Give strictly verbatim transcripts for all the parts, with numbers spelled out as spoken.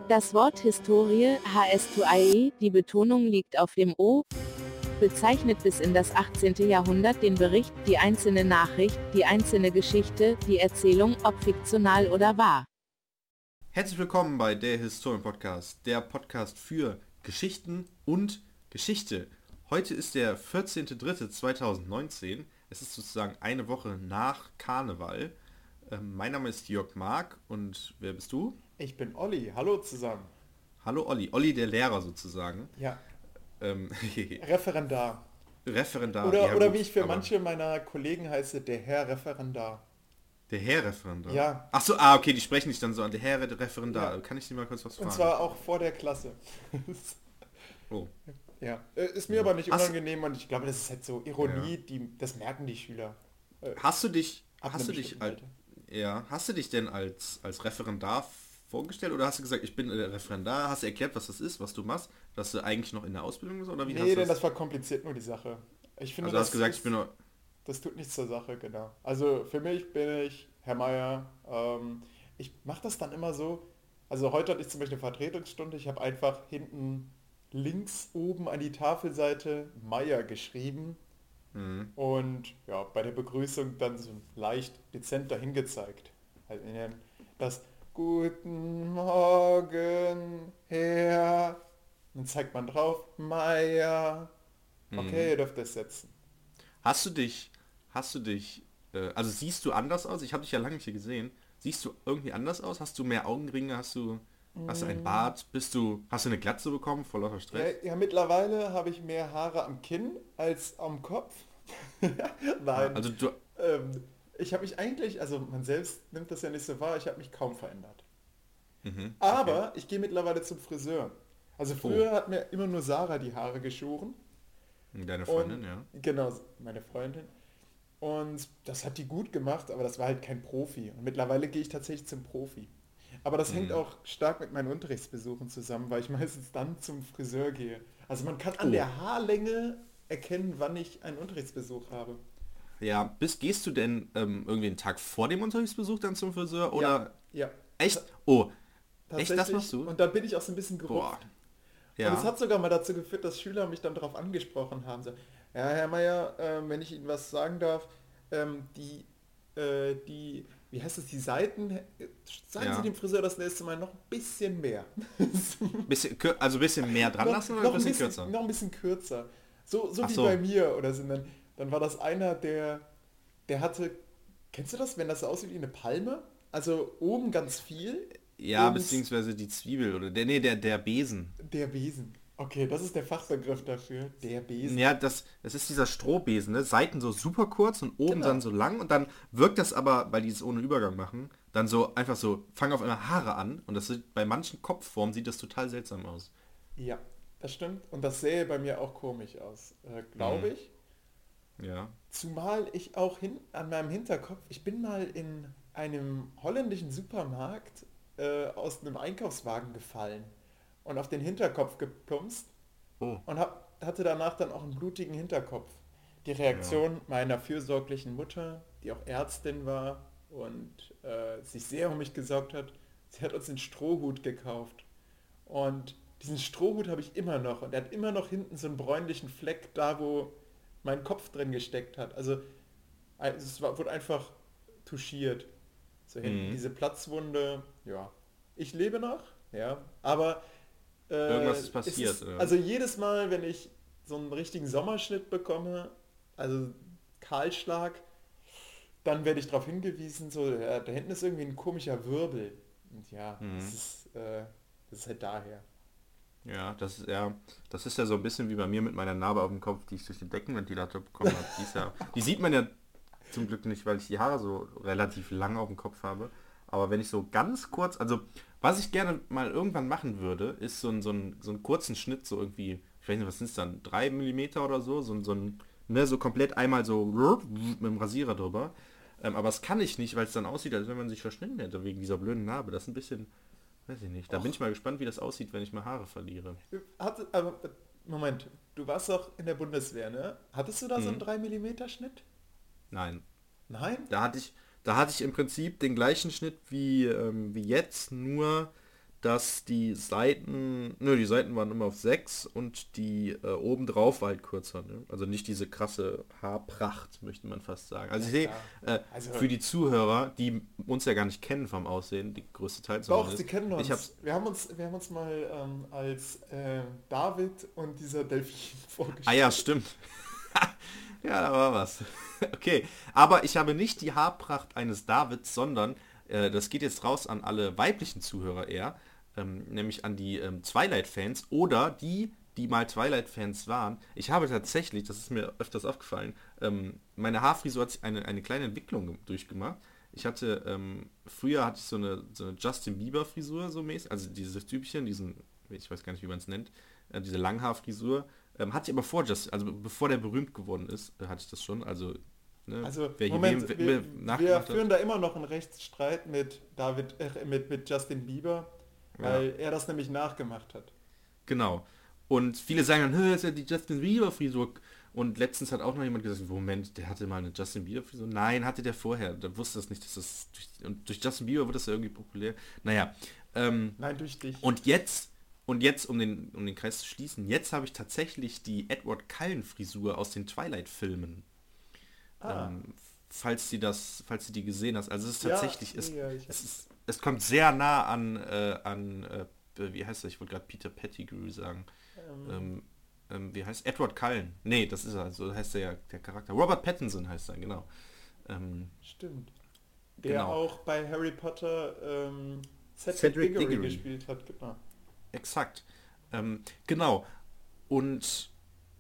Das Wort Historie, Historie, die Betonung liegt auf dem O, bezeichnet bis in das achtzehnte Jahrhundert den Bericht, die einzelne Nachricht, die einzelne Geschichte, die Erzählung, ob fiktional oder wahr. Herzlich willkommen bei der Historien-Podcast, der Podcast für Geschichten und Geschichte. Heute ist der vierzehnter dritter zweitausendneunzehn. Es ist sozusagen eine Woche nach Karneval. Ähm, mein Name ist Jörg Mark und wer bist du? Ich bin Olli. Hallo zusammen. Hallo Olli. Olli der Lehrer sozusagen. Ja. Ähm, Referendar. Referendar. Oder, ja, oder gut, wie ich für aber manche meiner Kollegen heiße, der Herr Referendar. Der Herr Referendar? Ja. Ach so, ah, okay, die sprechen dich dann so an. Der Herr Referendar. Ja. Kann ich dir mal kurz was fragen? Und zwar auch vor der Klasse. Oh. Ja. Äh, Ist mir Ja. aber nicht Hast- unangenehm und ich glaube, das ist halt so Ironie, die, das merken die Schüler. Äh, Hast du dich, ab hast du einem dich, bestimmten als, Alter. ja, hast du dich denn als, als Referendar vorgestellt oder hast du gesagt, ich bin der Referendar, hast du erklärt, was das ist, was du machst, dass du eigentlich noch in der Ausbildung bist oder wie hast Nee, du denn das? das verkompliziert nur die Sache. Ich finde, Also du hast das, gesagt, ist, ich bin noch, das tut nichts zur Sache, genau. Also für mich bin ich Herr Meier. Ähm, ich mache das dann immer so. Also heute hatte ich zum Beispiel eine Vertretungsstunde. Ich habe einfach hinten links oben an die Tafelseite Meier geschrieben mhm. und ja, bei der Begrüßung dann so leicht dezent dahin gezeigt. Also in den- das Guten Morgen, Herr. Dann zeigt man drauf, Meier. Okay, Mhm. ihr dürft es setzen. Hast du dich, hast du dich, äh, also siehst du anders aus? Ich habe dich ja lange nicht hier gesehen. Siehst du irgendwie anders aus? Hast du mehr Augenringe? Hast du, hast du ein Bart? Bist du, hast du eine Glatze bekommen vor lauter Ja, Stress? ja, mittlerweile habe ich mehr Haare am Kinn als am Kopf. Ah, Nein, also du, ähm, ich habe mich eigentlich, also man selbst nimmt das ja nicht so wahr, ich habe mich kaum verändert. mhm. Okay. Aber ich gehe mittlerweile zum Friseur. Also Oh, früher hat mir immer nur Sarah die Haare geschoren deine und Freundin, ja. genau, meine Freundin. Und das hat die gut gemacht, aber das war halt kein Profi. Und mittlerweile gehe ich tatsächlich zum Profi. Aber das hängt Mhm. auch stark mit meinen Unterrichtsbesuchen zusammen, weil ich meistens dann zum Friseur gehe. Also man kann an Oh, der Haarlänge erkennen, wann ich einen Unterrichtsbesuch habe. ja, bist, gehst du denn ähm, irgendwie einen Tag vor dem Unterrichtsbesuch dann zum Friseur Ja, oder ja, ta echt? Oh, echt das machst tatsächlich. du? Und dann bin ich auch so ein bisschen Boah, gerupft. Und es ja. hat sogar mal dazu geführt, dass Schüler mich dann darauf angesprochen haben. So, ja, Herr Meier, ähm, wenn ich Ihnen was sagen darf, ähm, die, äh, die, wie heißt es, die Seiten, äh, sagen Sie Ja. dem Friseur das nächste Mal noch ein bisschen mehr. Bisschen, kür- also ein bisschen mehr dran noch, lassen oder ein noch, ein bisschen bisschen, kürzer? noch ein bisschen kürzer. So, so Ach wie bei so. mir. Oder sind dann, dann war das einer, der, der hatte, kennst du das, wenn das so aussieht wie eine Palme? Also oben ganz viel Ja, und beziehungsweise die Zwiebel oder der, nee, der, der Besen. der Besen. Okay, das ist der Fachbegriff dafür. Der Besen. Ja, das, das ist dieser Strohbesen, ne? Seiten so super kurz und oben dann Genau. so lang und dann wirkt das aber, weil die es ohne Übergang machen, dann so einfach so, fangen auf einmal Haare an und das sieht, bei manchen Kopfformen sieht das total seltsam aus. Ja, das stimmt. Und das sähe bei mir auch komisch aus, äh, glaube Mhm. ich. Ja. Zumal ich auch hin, an meinem Hinterkopf, ich bin mal in einem holländischen Supermarkt äh, aus einem Einkaufswagen gefallen und auf den Hinterkopf geplumpst Oh. und hab, hatte danach dann auch einen blutigen Hinterkopf. Die Ja. Reaktion meiner fürsorglichen Mutter, die auch Ärztin war und äh, sich sehr um mich gesorgt hat, sie hat uns einen Strohhut gekauft. Und diesen Strohhut habe ich immer noch und er hat immer noch hinten so einen bräunlichen Fleck da, wo mein Kopf drin gesteckt hat. Also ein- es war, wurde einfach touchiert. So hinten Mhm. diese Platzwunde, ja. Ich lebe noch, ja. Aber äh, Irgendwas ist es passiert. ist, Oder? also jedes Mal, wenn ich so einen richtigen Sommerschnitt bekomme, also Kahlschlag, dann werde ich darauf hingewiesen, so, ja, da hinten ist irgendwie ein komischer Wirbel. Und ja, das Mhm. ist, äh, das ist halt daher. Ja, das ist ja, das ist ja so ein bisschen wie bei mir mit meiner Narbe auf dem Kopf, die ich durch den Deckenventilator bekommen habe. Die ist ja, die sieht man ja zum Glück nicht, weil ich die Haare so relativ lang auf dem Kopf habe. Aber wenn ich so ganz kurz, also was ich gerne mal irgendwann machen würde, ist so, ein, so, ein, so einen kurzen Schnitt, so irgendwie, ich weiß nicht, was sind es dann, drei Millimeter oder so, so, ein- so ein, ne, so komplett einmal so mit dem Rasierer drüber. Ähm, aber das kann ich nicht, weil es dann aussieht, als wenn man sich verschnitten hätte, wegen dieser blöden Narbe. Das ist ein bisschen, weiß ich nicht. Da bin Och, ich mal gespannt, wie das aussieht, wenn ich mal Haare verliere. hatte, aber, Moment, du warst doch in der Bundeswehr, ne? Hattest du da so einen Hm, drei Millimeter Schnitt? nein. Nein? Da hatte ich, da hatte ich im Prinzip den gleichen Schnitt wie, ähm, wie jetzt, nur dass die Seiten, nö, die Seiten waren immer auf sechs und die äh, oben drauf war halt kürzer. Ne? Also nicht diese krasse Haarpracht, möchte man fast sagen. Also ich sehe, äh, Also- für die Zuhörer, die uns ja gar nicht kennen vom Aussehen, die größte Teil Doch, zumindest, sie kennen uns. Ich hab's, wir, haben uns wir haben uns mal ähm, als äh, David und dieser Delfin vorgestellt. ah ja, stimmt. Ja, da war was. Okay, aber ich habe nicht die Haarpracht eines Davids, sondern äh, das geht jetzt raus an alle weiblichen Zuhörer eher, ähm, nämlich an die ähm, Twilight-Fans oder die, die mal Twilight-Fans waren. Ich habe tatsächlich, das ist mir öfters aufgefallen, ähm, meine Haarfrisur hat eine, eine kleine Entwicklung ge- durchgemacht. Ich hatte, ähm, früher hatte ich so eine, so eine Justin Bieber-Frisur so mäßig, also dieses Typchen, diesen, ich weiß gar nicht, wie man es nennt, äh, diese Langhaarfrisur. Ähm, hatte ich aber vor Just, also bevor der berühmt geworden ist, äh, hatte ich das schon. Also, ne, Also, wer hier Moment, wem, wir, wer wir nachgemacht führen hat. da immer noch einen Rechtsstreit mit David, äh, mit, mit Justin Bieber, weil er das nämlich nachgemacht hat. Genau. Und viele sagen dann, "Hä, ist ja die Justin Bieber Frisur. Und letztens hat auch noch jemand gesagt, Moment, der hatte mal eine Justin Bieber Frisur. Nein, hatte der vorher. Der wusste das nicht, dass das durch, und durch Justin Bieber wird das ja irgendwie populär. Naja. Ähm, Nein, durch dich. und jetzt, und jetzt, um den, um den Kreis zu schließen, jetzt habe ich tatsächlich die Edward Cullen Frisur aus den Twilight-Filmen. Ah. Ähm, falls die das, falls du die gesehen hast. Also es ist Ja, tatsächlich, es, ja, ich- es, ist, es kommt sehr nah an, äh, an äh, wie heißt das? Ich wollte gerade Peter Pettigrew sagen. Ähm, Ähm, ähm, wie heißt Edward Cullen? Nee, das ist er, so heißt der ja, der Charakter. Robert Pattinson heißt er, genau. Ähm, Stimmt. Der Genau. auch bei Harry Potter ähm, Cedric, Cedric Diggory, Diggory. gespielt hat, genau. exakt. Ähm, genau. Und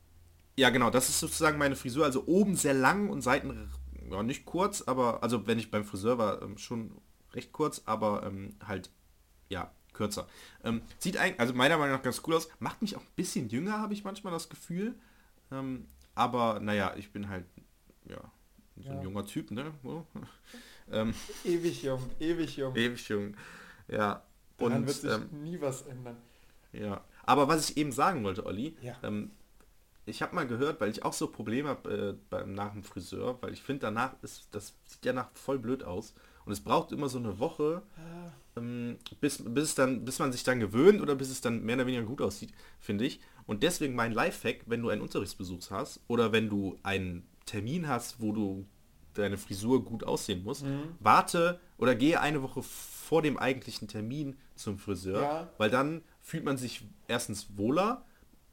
ja, genau, das ist sozusagen meine Frisur. Also oben sehr lang und Seiten ja, nicht kurz, aber also wenn ich beim Friseur war, ähm, schon recht kurz, aber ähm, halt ja kürzer. Ähm, sieht eigentlich, also meiner Meinung nach ganz cool aus. Macht mich auch ein bisschen jünger, habe ich manchmal das Gefühl. Ähm, aber naja, ich bin halt ja so ein Ja. junger Typ, ne? So. ähm, Ewig jung, ewig jung. ewig jung. Ja. Daran Und wird sich ähm, nie was ändern. ja. Aber was ich eben sagen wollte, Olli, Ja. ähm, ich habe mal gehört, weil ich auch so Probleme habe äh, beim nach dem Friseur, weil ich finde danach ist das sieht ja nach voll blöd aus und es braucht immer so eine Woche, Ah, ähm, bis, bis es dann bis man sich dann gewöhnt oder bis es dann mehr oder weniger gut aussieht, finde ich. Und deswegen mein Lifehack, wenn du einen Unterrichtsbesuch hast oder wenn du einen Termin hast, wo du deine Frisur gut aussehen muss, Mhm. warte oder gehe eine Woche vor dem eigentlichen Termin zum Friseur, Ja. weil dann fühlt man sich erstens wohler.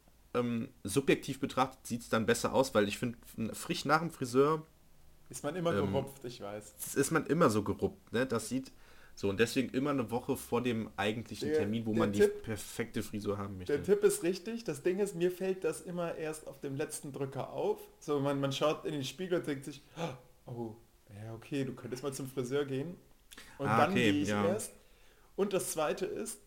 Ähm, subjektiv betrachtet sieht es dann besser aus, weil ich finde, frisch nach dem Friseur ist man immer Ähm, gerupft, ich weiß. ist man immer so geruppt, ne? Das sieht so und deswegen immer eine Woche vor dem eigentlichen Der- Termin, wo der man die Tipp- perfekte Frisur haben möchte. Der Tipp ist richtig. Das Ding ist, mir fällt das immer erst auf dem letzten Drücker auf. So, man, man schaut in den Spiegel und denkt sich, oh, ja okay, du könntest mal zum Friseur gehen. Und Ah, dann okay, gehe ich ja. erst. Und das zweite ist,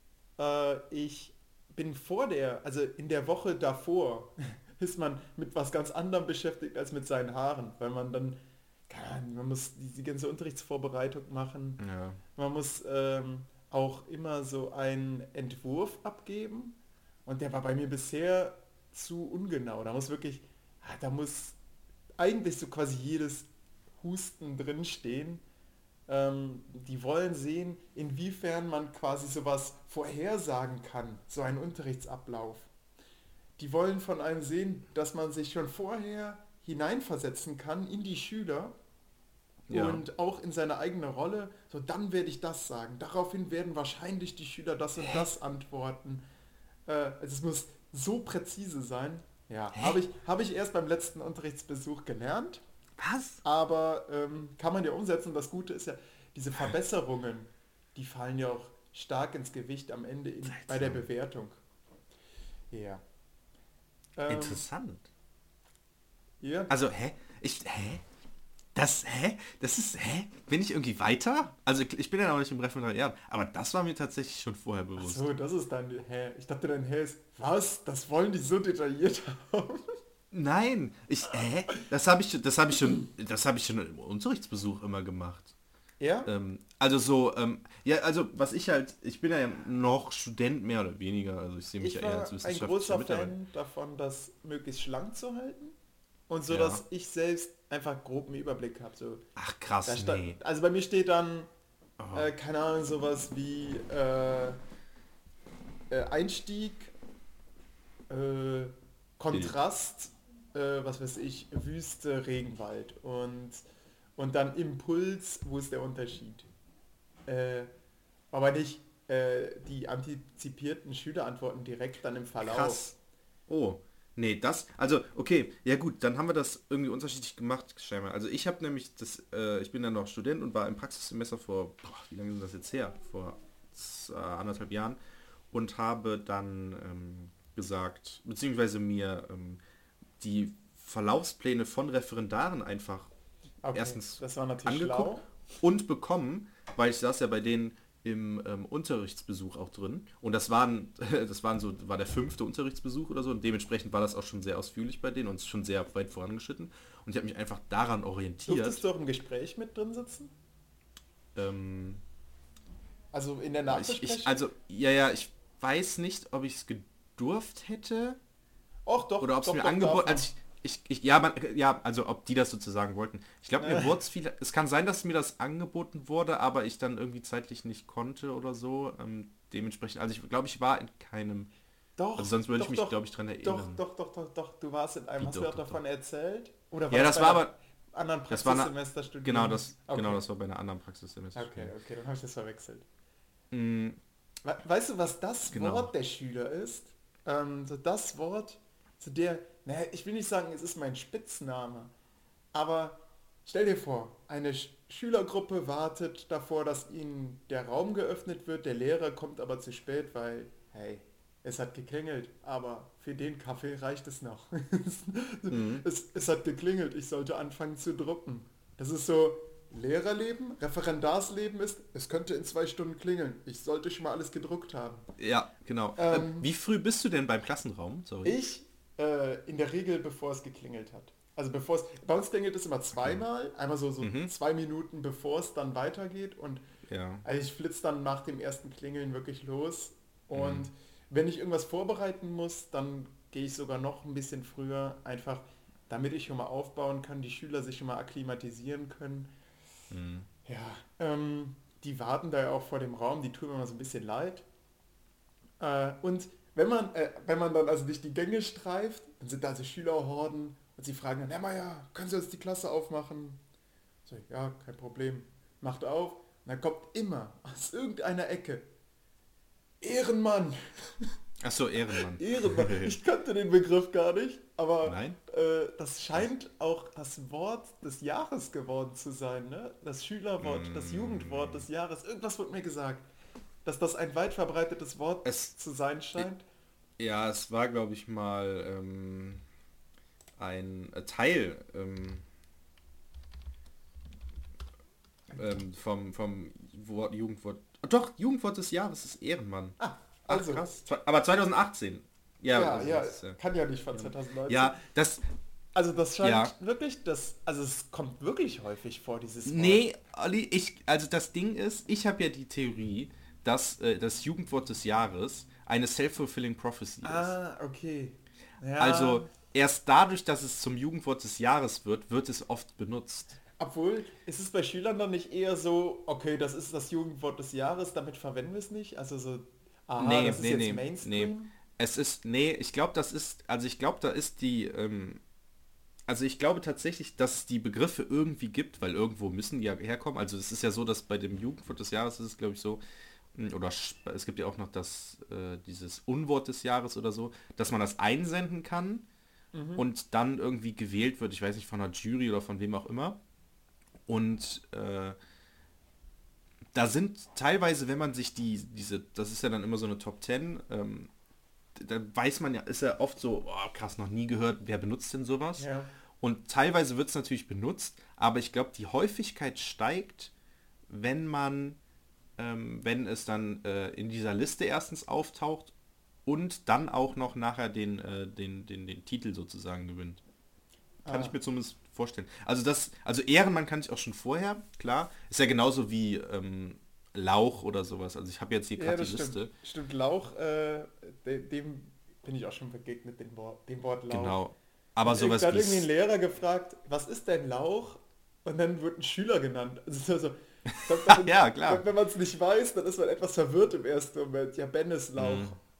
äh, ich bin vor der, also in der Woche davor, ist man mit was ganz anderem beschäftigt als mit seinen Haaren, weil man dann, keine Ahnung, man muss die, die ganze Unterrichtsvorbereitung machen. Ja. Man muss ähm, auch immer so einen Entwurf abgeben und der war bei mir bisher zu ungenau. Da muss wirklich, ah, da muss eigentlich so quasi jedes Husten drinstehen. Ähm, die wollen sehen, inwiefern man quasi sowas vorhersagen kann, so einen Unterrichtsablauf. Die wollen von einem sehen, dass man sich schon vorher hineinversetzen kann in die Schüler Ja. und auch in seine eigene Rolle, so dann werde ich das sagen. Daraufhin werden wahrscheinlich die Schüler das und das antworten. Äh, also es muss so präzise sein. Ja, habe ich, habe ich erst beim letzten Unterrichtsbesuch gelernt, Was? aber ähm, kann man ja umsetzen. Das Gute ist ja, diese Verbesserungen, die fallen ja auch stark ins Gewicht am Ende in, bei der Bewertung. Ja. Ähm, Interessant. ja, Also, hä? Ich, hä? Das, hä? Das ist, hä? Bin ich irgendwie weiter? Also, ich ich bin ja noch nicht im Referendariat, aber das war mir tatsächlich schon vorher bewusst. so, das ist dein Hä. Ich dachte, dein Hä ist, was? Das wollen die so detailliert haben? Nein, ich, hä? Das habe ich, das habe ich schon, das habe ich schon im Unterrichtsbesuch immer gemacht. Ja? Ähm, also so, ähm, ja, also was ich halt, ich bin ja noch Student mehr oder weniger, also ich sehe mich Ich ja eher war als ein wissenschaftlicher großer Mitarbeiter. Fan davon, das möglichst schlank zu halten und so, Ja. dass ich selbst einfach groben Überblick habe. So. Ach krass, Da sta- nee. Also bei mir steht dann, Oh. äh, keine Ahnung, sowas wie, äh, äh, Einstieg, äh, Kontrast, äh, was weiß ich, Wüste, Regenwald und, und dann Impuls, wo ist der Unterschied? Äh, aber nicht äh, die antizipierten Schülerantworten direkt dann im Verlauf. Krass. Oh, nee, das, also, okay, ja gut, dann haben wir das irgendwie unterschiedlich gemacht, scheinbar. Also ich habe nämlich, das, äh, ich bin dann noch Student und war im Praxissemester vor, boah, wie lange ist das jetzt her? Vor äh, anderthalb Jahren und habe dann ähm, gesagt, beziehungsweise mir ähm, die Verlaufspläne von Referendaren einfach Okay, erstens das war natürlich angeguckt schlau. und bekommen, weil ich saß ja bei denen im ähm, Unterrichtsbesuch auch drin und das waren das waren so war der fünfte Unterrichtsbesuch oder so und dementsprechend war das auch schon sehr ausführlich bei denen und schon sehr weit vorangeschritten und ich habe mich einfach daran orientiert. Durftest du auch im Gespräch mit drin sitzen? Ähm, Also in der ich, Nachbesprechung? ich, also ja ja ich weiß nicht, ob ich es gedurft hätte Och, doch, oder ob es doch, mir doch, angeboten, darf man. also ich, ich, ich, ja, man, ja, also ob die das sozusagen wollten. Ich glaube, mir wurde es viel, es kann sein, dass mir das angeboten wurde, aber ich dann irgendwie zeitlich nicht konnte oder so. Ähm, dementsprechend, also ich glaube, ich war in keinem, Doch, also sonst würde ich doch, mich, doch, glaube ich, dran doch, erinnern. doch, doch, doch, doch, du warst in einem, Wie hast du doch, auch doch, davon doch. erzählt? Oder Ja, das war bei aber, einer anderen das war eine, Praxissemesterstudium? genau, das, Okay. genau, das war bei einer anderen Praxissemester. Okay, okay, dann habe ich das verwechselt. Mm, We weißt du, was das Genau. Wort der Schüler ist? Ähm, so das Wort, zu der, naja, ich will nicht sagen, es ist mein Spitzname, aber stell dir vor, eine Sch Schülergruppe wartet davor, dass ihnen der Raum geöffnet wird, der Lehrer kommt aber zu spät, weil, hey, es hat geklingelt, aber für den Kaffee reicht es noch. Mhm. es, es hat geklingelt, ich sollte anfangen zu drucken. Das ist so, Lehrerleben, Referendarsleben ist, es könnte in zwei Stunden klingeln. Ich sollte schon mal alles gedruckt haben. ja, genau. Ähm, Ähm, wie früh bist du denn beim Klassenraum? Sorry. Ich äh, in der Regel, bevor es geklingelt hat. Also bevor es, bei uns klingelt es immer zweimal, einmal so, so Mhm. zwei Minuten bevor es dann weitergeht und Ja. also ich flitze dann nach dem ersten Klingeln wirklich los und Mhm. wenn ich irgendwas vorbereiten muss, dann gehe ich sogar noch ein bisschen früher, einfach damit ich schon mal aufbauen kann, die Schüler sich schon mal akklimatisieren können. Mhm. Ja, ähm, die warten da ja auch vor dem Raum, die tun mir mal so ein bisschen leid. Äh, und wenn man, äh, wenn man dann also durch die Gänge streift, dann sind da also Schülerhorden und sie fragen dann, Herr Meier, können Sie uns die Klasse aufmachen? So, ja, kein Problem. Macht auf. Und dann kommt immer aus irgendeiner Ecke Ehrenmann. Ach so, Ehrenmann. Ehrenmann. Ich kannte den Begriff gar nicht, aber Nein? äh, das scheint auch das Wort des Jahres geworden zu sein, ne? Das Schülerwort, das Mm. Jugendwort des Jahres. Irgendwas wurde mir gesagt, dass das ein weit verbreitetes Wort Es- zu sein scheint. Ja, es war, glaube ich, mal ähm, ein äh, Teil ähm, ähm, vom, vom Wort, Jugendwort. Doch, Jugendwort des Jahres ist Ehrenmann. Ah, Ach, also, krass. Zwe- Aber zweitausendachtzehn. Ja, ja, also ja, das ist, ja. kann ja nicht von zweitausendneunzehn. Ja, das. Also das scheint Ja. wirklich, das, also es kommt wirklich häufig vor, dieses Wort. Nee, Olli, ich, also das Ding ist, ich habe ja die Theorie, dass äh, das Jugendwort des Jahres eine self-fulfilling prophecy ist. Ah, okay. Ja, Also erst dadurch, dass es zum Jugendwort des Jahres wird, wird es oft benutzt. obwohl, ist es bei Schülern dann nicht eher so, okay, das ist das Jugendwort des Jahres, damit verwenden wir es nicht? Also so, aha, Nee, das ist nee, jetzt nee, Mainstream? Es ist, nee, ich glaube, das ist, also ich glaube, da ist die, ähm, also ich glaube tatsächlich, dass es die Begriffe irgendwie gibt, weil irgendwo müssen die ja herkommen. Also es ist ja so, dass bei dem Jugendwort des Jahres ist es, glaube ich, so, mh, oder sch- es gibt ja auch noch das, äh, dieses Unwort des Jahres oder so, dass man das einsenden kann Mhm. und dann irgendwie gewählt wird, ich weiß nicht, von einer Jury oder von wem auch immer. Und äh, da sind teilweise, wenn man sich die, diese, das ist ja dann immer so eine Top Ten, ähm, da weiß man ja, ist ja oft so, oh, krass, noch nie gehört, wer benutzt denn sowas? Ja. Und teilweise wird es natürlich benutzt, aber ich glaube, die Häufigkeit steigt, wenn man, ähm, wenn es dann äh, in dieser Liste erstens auftaucht und dann auch noch nachher den, äh, den, den, den Titel sozusagen gewinnt. Kann Ah. ich mir zumindest vorstellen. Also das, also Ehrenmann kann ich auch schon vorher, klar. Ist ja genauso wie ähm, Lauch oder sowas. Also ich habe jetzt hier Ja, gerade das die stimmt. Liste. Stimmt, Lauch, äh, de dem bin ich auch schon begegnet, dem Wort, dem Wort Lauch. Genau. Aber Und sowas da hat irgendwie ein wie... Lehrer gefragt, was ist denn Lauch? Und dann wird ein Schüler genannt. Also, so, ich glaub, wenn- Ja, klar. Wenn, wenn man es nicht weiß, dann ist man etwas verwirrt im ersten Moment. Ja, Ben ist Lauch. Mhm.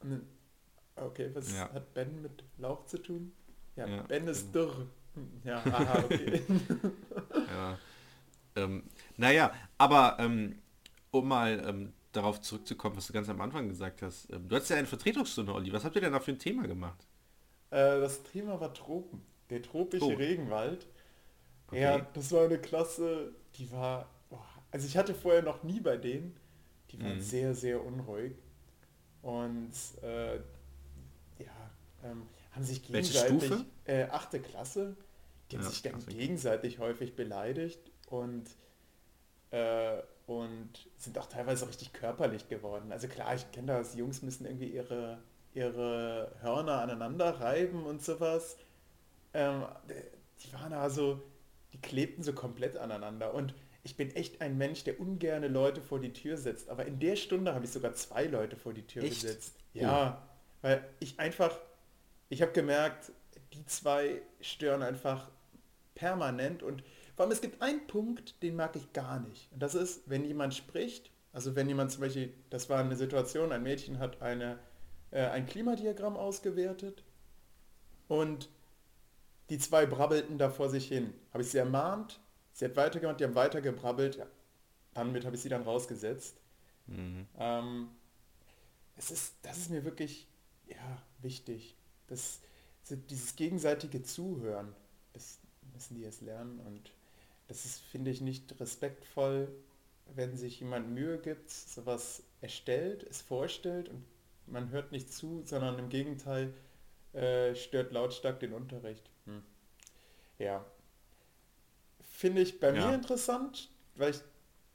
Ne- Okay, was Ja. hat Ben mit Lauch zu tun? Ja, Ja. Ben ist dürr. Ja, aha, okay. Ja. Ähm, naja, aber ähm, um mal ähm, darauf zurückzukommen, was du ganz am Anfang gesagt hast. Ähm, du hattest ja eine Vertretungsstunde, Olli. Was habt ihr denn da für ein Thema gemacht? Äh, das Thema war Tropen. Der tropische Oh, Regenwald. Ja, okay. das war eine Klasse, die war... Boah, also ich hatte vorher noch nie bei denen. Die waren Mhm. sehr, sehr unruhig. Und äh, ja, ähm, haben sich Welche gegenseitig... Stufe? Äh, achte Klasse. Die haben Ja, sich dann krass, okay. gegenseitig häufig beleidigt. Und äh, und sind auch teilweise richtig körperlich geworden. Also klar, ich kenne das, Jungs müssen irgendwie ihre, ihre Hörner aneinander reiben und sowas. Ähm, die waren also, die klebten so komplett aneinander. Und ich bin echt ein Mensch, der ungerne Leute vor die Tür setzt. Aber in der Stunde habe ich sogar zwei Leute vor die Tür Echt? gesetzt. Oh. Ja, weil ich einfach, ich habe gemerkt, die zwei stören einfach permanent und vor allem es gibt einen Punkt, den mag ich gar nicht. Und das ist, wenn jemand spricht, also wenn jemand zum Beispiel, das war eine Situation, ein Mädchen hat eine, äh, ein Klimadiagramm ausgewertet und die zwei brabbelten da vor sich hin. Habe ich sie ermahnt, sie hat weitergemacht, die haben weiter gebrabbelt, ja, damit habe ich sie dann rausgesetzt. Mhm. Ähm, es ist, das ist mir wirklich, ja, wichtig. Das, dieses gegenseitige Zuhören, das müssen die jetzt lernen und das ist, finde ich, nicht respektvoll, wenn sich jemand Mühe gibt, sowas erstellt, es vorstellt und man hört nicht zu, sondern im Gegenteil äh, stört lautstark den Unterricht. Hm. Ja, finde ich bei mir Ja. interessant, weil ich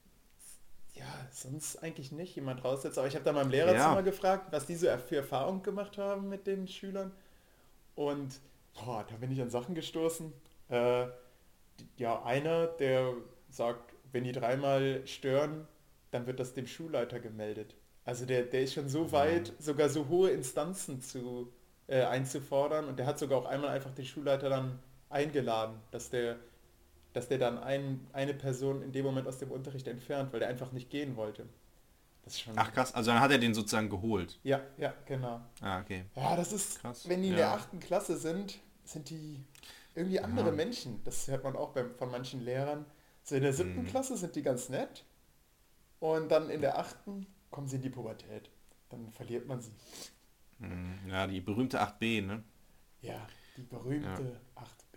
ja sonst eigentlich nicht jemand raussetze. Aber ich habe da meinem Lehrerzimmer Ja. gefragt, was die so für Erfahrungen gemacht haben mit den Schülern. Und boah, da bin ich an Sachen gestoßen. Äh, ja, einer, der sagt, wenn die dreimal stören, dann wird das dem Schulleiter gemeldet. Also der, der ist schon so weit, Mhm. sogar so hohe Instanzen zu, äh, einzufordern und der hat sogar auch einmal einfach den Schulleiter dann eingeladen, dass der, dass der dann ein, eine Person in dem Moment aus dem Unterricht entfernt, weil der einfach nicht gehen wollte. Das ist schon... Ach krass, also dann hat er den sozusagen geholt. Ja, ja, genau. Ah, okay. Ja, das ist, Krass. wenn die in der Ja. achten Klasse sind, sind die irgendwie andere Ja. Menschen. Das hört man auch beim, von manchen Lehrern. So in der siebten Mhm. Klasse sind die ganz nett und dann in der achten kommen sie in die Pubertät. Dann verliert man sie. Mhm. Ja, die berühmte acht b, ne? Ja, die Ja. berühmte acht b.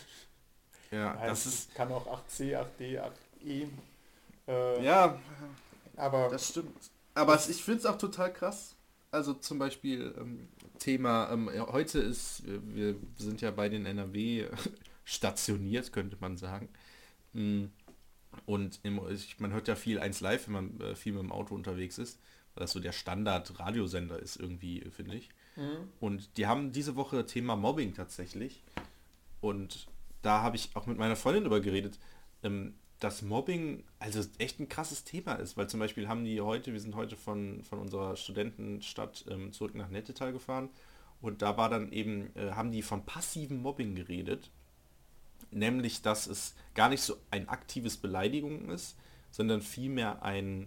Ja, Ja, das es ist. ist- kann auch acht c, acht d, acht e. Äh, Ja, aber das stimmt. Aber es- ich finde es auch total krass. Also zum Beispiel ähm, Thema, ähm, ja, heute ist, äh, wir sind ja bei den N R W stationiert, könnte man sagen. Mm, Und im, ich, man hört ja viel eins live, wenn man äh, viel mit dem Auto unterwegs ist, weil das so der Standard-Radiosender ist irgendwie, äh, finde ich. hm, Und die haben diese Woche Thema Mobbing tatsächlich. Und da habe ich auch mit meiner Freundin darüber geredet, ähm, dass Mobbing also echt ein krasses Thema ist, weil zum Beispiel haben die heute, wir sind heute von, von unserer Studentenstadt ähm, zurück nach Nettetal gefahren und da war dann eben, äh, haben die von passivem Mobbing geredet, nämlich dass es gar nicht so ein aktives Beleidigung ist, sondern vielmehr ein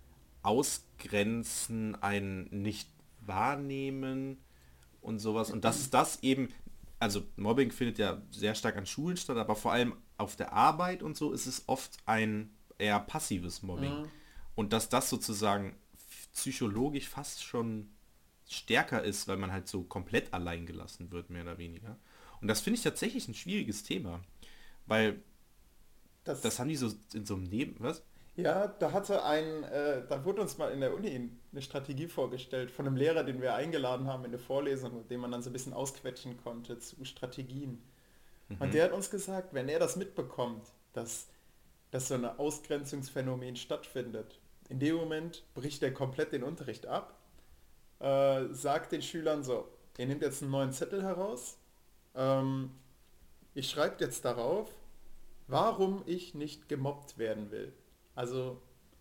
Ausgrenzen, ein Nicht-Wahrnehmen und sowas. Und das ist das eben, also Mobbing findet ja sehr stark an Schulen statt, aber vor allem auf der Arbeit und so ist es oft ein eher passives Mobbing. hm. Und dass das sozusagen psychologisch fast schon stärker ist, weil man halt so komplett allein gelassen wird, mehr oder weniger. Und das finde ich tatsächlich ein schwieriges Thema, weil Das, das haben die so in so einem Neben... Was? ja, da hatte ein, äh, da wurde uns mal in der Uni eine Strategie vorgestellt von einem Lehrer, den wir eingeladen haben in eine Vorlesung, mit dem man dann so ein bisschen ausquetschen konnte zu Strategien. Und Mhm. der hat uns gesagt, wenn er das mitbekommt, dass, dass so ein Ausgrenzungsphänomen stattfindet, in dem Moment bricht er komplett den Unterricht ab, äh, sagt den Schülern so, ihr nehmt jetzt einen neuen Zettel heraus, ähm, ich schreibe jetzt darauf, warum ich nicht gemobbt werden will. Also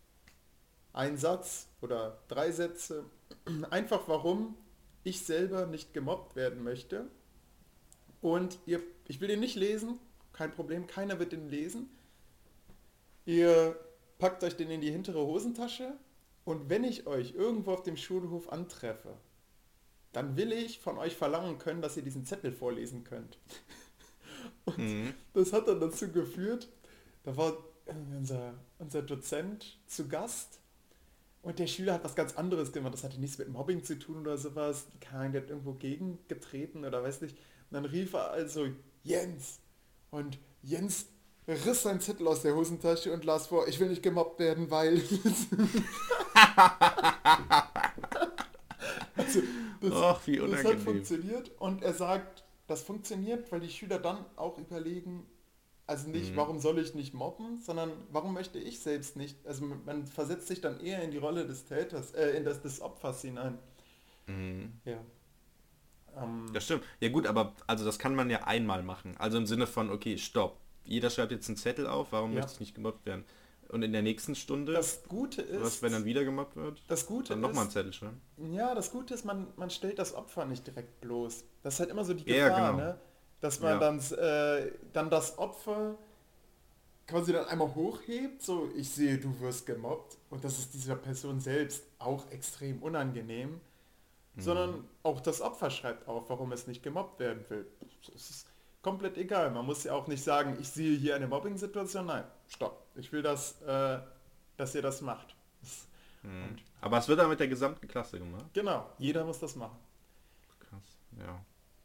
ein Satz oder drei Sätze, einfach warum ich selber nicht gemobbt werden möchte. Und ihr, ich will den nicht lesen, kein Problem, keiner wird den lesen. Ihr packt euch den in die hintere Hosentasche und wenn ich euch irgendwo auf dem Schulhof antreffe, dann will ich von euch verlangen können, dass ihr diesen Zettel vorlesen könnt. Und Mhm. das hat dann dazu geführt, da war unser, unser Dozent zu Gast und der Schüler hat was ganz anderes gemacht. Das hatte nichts mit Mobbing zu tun oder sowas. Keiner hat irgendwo gegengetreten oder weiß nicht. Und dann rief er also Jens. Und Jens riss seinen Zettel aus der Hosentasche und las vor, ich will nicht gemobbt werden, weil... also, das, Och, wie das hat unangenehm. funktioniert und er sagt, das funktioniert, weil die Schüler dann auch überlegen, also nicht, Mhm. warum soll ich nicht mobben, sondern warum möchte ich selbst nicht, also man man versetzt sich dann eher in die Rolle des Täters, äh, in das des Opfers hinein. Mhm. Ja. Ähm, Das stimmt. Ja gut, aber also das kann man ja einmal machen. Also im Sinne von, okay, stopp. Jeder schreibt jetzt einen Zettel auf, warum Ja. möchte ich nicht gemobbt werden? Und in der nächsten Stunde, das Gute ist, was, wenn dann wieder gemobbt wird, das Gute dann nochmal einen ist, Zettel schreiben. ja, das Gute ist, man, man stellt das Opfer nicht direkt bloß. Das ist halt immer so die Ja, Gefahr, genau. ne? Dass man Ja. dann, äh, dann das Opfer quasi dann einmal hochhebt, so ich sehe, du wirst gemobbt und das ist dieser Person selbst auch extrem unangenehm, Mhm. sondern auch das Opfer schreibt auf, warum es nicht gemobbt werden will. Es ist komplett egal. Man muss ja auch nicht sagen, ich sehe hier eine Mobbing-Situation. Nein, stopp. Ich will, dass, äh, dass ihr das macht. Mhm. Und Aber es wird dann mit der gesamten Klasse gemacht. genau, jeder muss das machen. Krass, ja.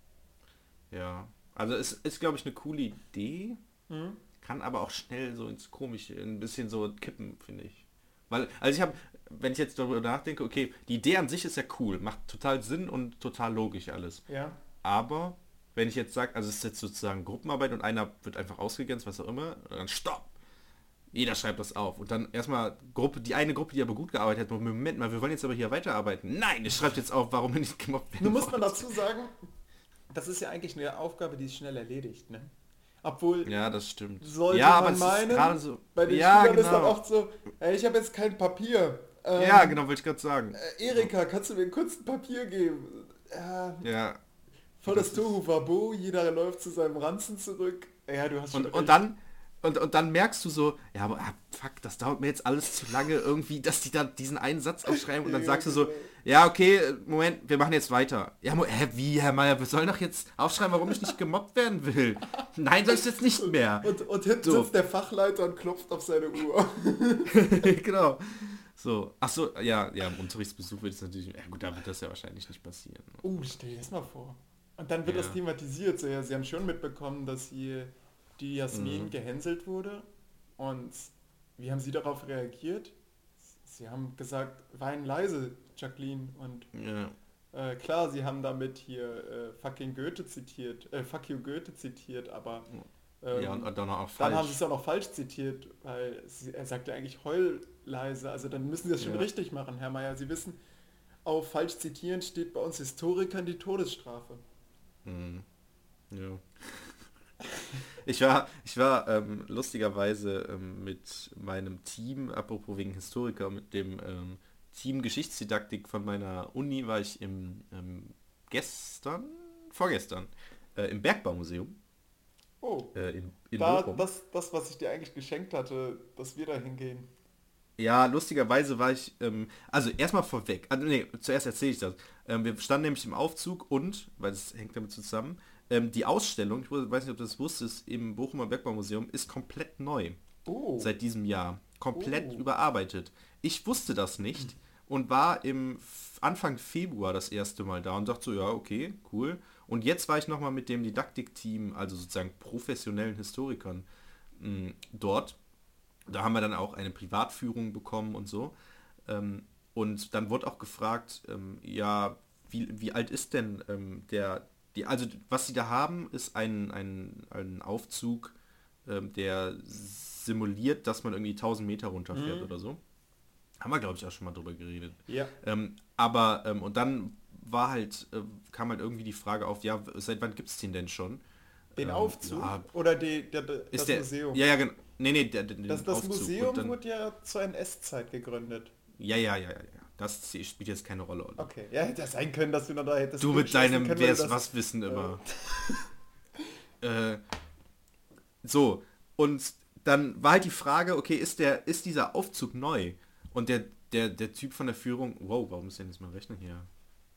Ja. Also es ist, glaube ich, eine coole Idee, Mhm. kann aber auch schnell so ins Komische, ein bisschen so kippen, finde ich. Weil, also ich habe, wenn ich jetzt darüber nachdenke, okay, die Idee an sich ist ja cool, macht total Sinn und total logisch alles. Ja, Aber wenn ich jetzt sage, also es ist jetzt sozusagen Gruppenarbeit und einer wird einfach ausgegrenzt, was auch immer, dann stopp. Jeder schreibt das auf. Und dann erstmal Gruppe, die eine Gruppe, die aber gut gearbeitet hat, Moment mal, wir wollen jetzt aber hier weiterarbeiten. Nein, ihr schreibt jetzt auf, warum ihr nicht gemobbt werden nun muss man wollt. dazu sagen, das ist ja eigentlich eine Aufgabe, die ist schnell erledigt, ne? Obwohl, Ja, das stimmt. sollte ja, aber man es meinen, ist gerade so. bei den ja, Schülern ist dann genau. oft so, ey, ich habe jetzt kein Papier. Ähm, Ja, genau, wollte ich gerade sagen. Äh, Erika, kannst du mir kurz ein Papier geben? Äh, Ja. voll das Das ist- Tohu Wabo, jeder läuft zu seinem Ranzen zurück. Ja, du hast schon Und, recht. und dann und, und dann merkst du so, ja, aber ah, fuck, das dauert mir jetzt alles zu lange irgendwie, dass die da diesen einen Satz aufschreiben und dann Ja, sagst du so, genau. ja, okay, Moment, wir machen jetzt weiter. Ja, Mo- hä, wie, Herr Meier, wir sollen doch jetzt aufschreiben, warum ich nicht gemobbt werden will. Nein, soll ich jetzt nicht mehr. Und, und hinten So. sitzt der Fachleiter und klopft auf seine Uhr. Genau. So, ach so, ja, ja, im Unterrichtsbesuch wird es natürlich, ja gut, da wird das ja wahrscheinlich nicht passieren. Uh, stell dir das mal vor. Und dann wird Ja. das thematisiert. So, ja, sie haben schon mitbekommen, dass hier die Jasmin Mhm. gehänselt wurde. Und wie haben sie darauf reagiert? Sie haben gesagt, wein leise, Jacqueline. Und Ja, äh, klar, sie haben damit hier äh, fucking Goethe zitiert, äh, fuck you Goethe zitiert, aber ähm, ja und, und dann auch dann haben falsch. sie es auch noch falsch zitiert, weil sie, er sagte eigentlich heul leise. Also dann müssen sie das schon Ja. richtig machen, Herr Meier. Sie wissen, auf falsch zitieren steht bei uns Historikern die Todesstrafe. Mhm. Ja. Ich war, ich war ähm, lustigerweise ähm, mit meinem Team, apropos wegen Historiker, mit dem ähm, Team Geschichtsdidaktik von meiner Uni war ich im ähm, gestern, vorgestern, äh, im Bergbaumuseum Oh, äh, in, in da, Bochum. das, das, was ich dir eigentlich geschenkt hatte, dass wir da hingehen. Ja, lustigerweise war ich, ähm, also erstmal vorweg, also nee, zuerst erzähle ich das. Ähm, wir standen nämlich im Aufzug und, weil es hängt damit zusammen, ähm, die Ausstellung, ich weiß nicht, ob du das wusstest, im Bochumer Bergbaumuseum ist komplett neu. Oh, Seit diesem Jahr. Komplett Oh. überarbeitet. Ich wusste das nicht und war im F- Anfang Februar das erste Mal da und dachte so, ja, okay, cool. Und jetzt war ich nochmal mit dem Didaktikteam, also sozusagen professionellen Historikern, mh, dort. Da haben wir dann auch eine Privatführung bekommen und so. Ähm, und dann wurde auch gefragt, ähm, ja, wie, wie alt ist denn ähm, der, die, also was sie da haben, ist ein, ein, ein Aufzug, ähm, der simuliert, dass man irgendwie tausend Meter runterfährt Mhm. oder so. Haben wir, glaube ich, auch schon mal drüber geredet. ja. Ähm, aber, ähm, und dann war halt, äh, kam halt irgendwie die Frage auf, ja, seit wann gibt es den denn schon? Den Ähm, Aufzug ja, oder die, der, der, ist das der, Museum? Ja, ja, genau. Nee, nee, der, der, den das das Aufzug. Museum Und dann, wurde ja zur N S-Zeit gegründet. ja, ja, ja, ja, ja. Das spielt jetzt keine Rolle, Olli. Okay, ja, hätte ja sein können, dass du noch da hättest. Du mit durchschießen deinem können, wer weil ist das- was wissen immer. äh, so, und dann war halt die Frage, okay, ist der, ist dieser Aufzug neu? Und der, der, der Typ von der Führung, wow, warum ist denn jetzt mein Rechner hier?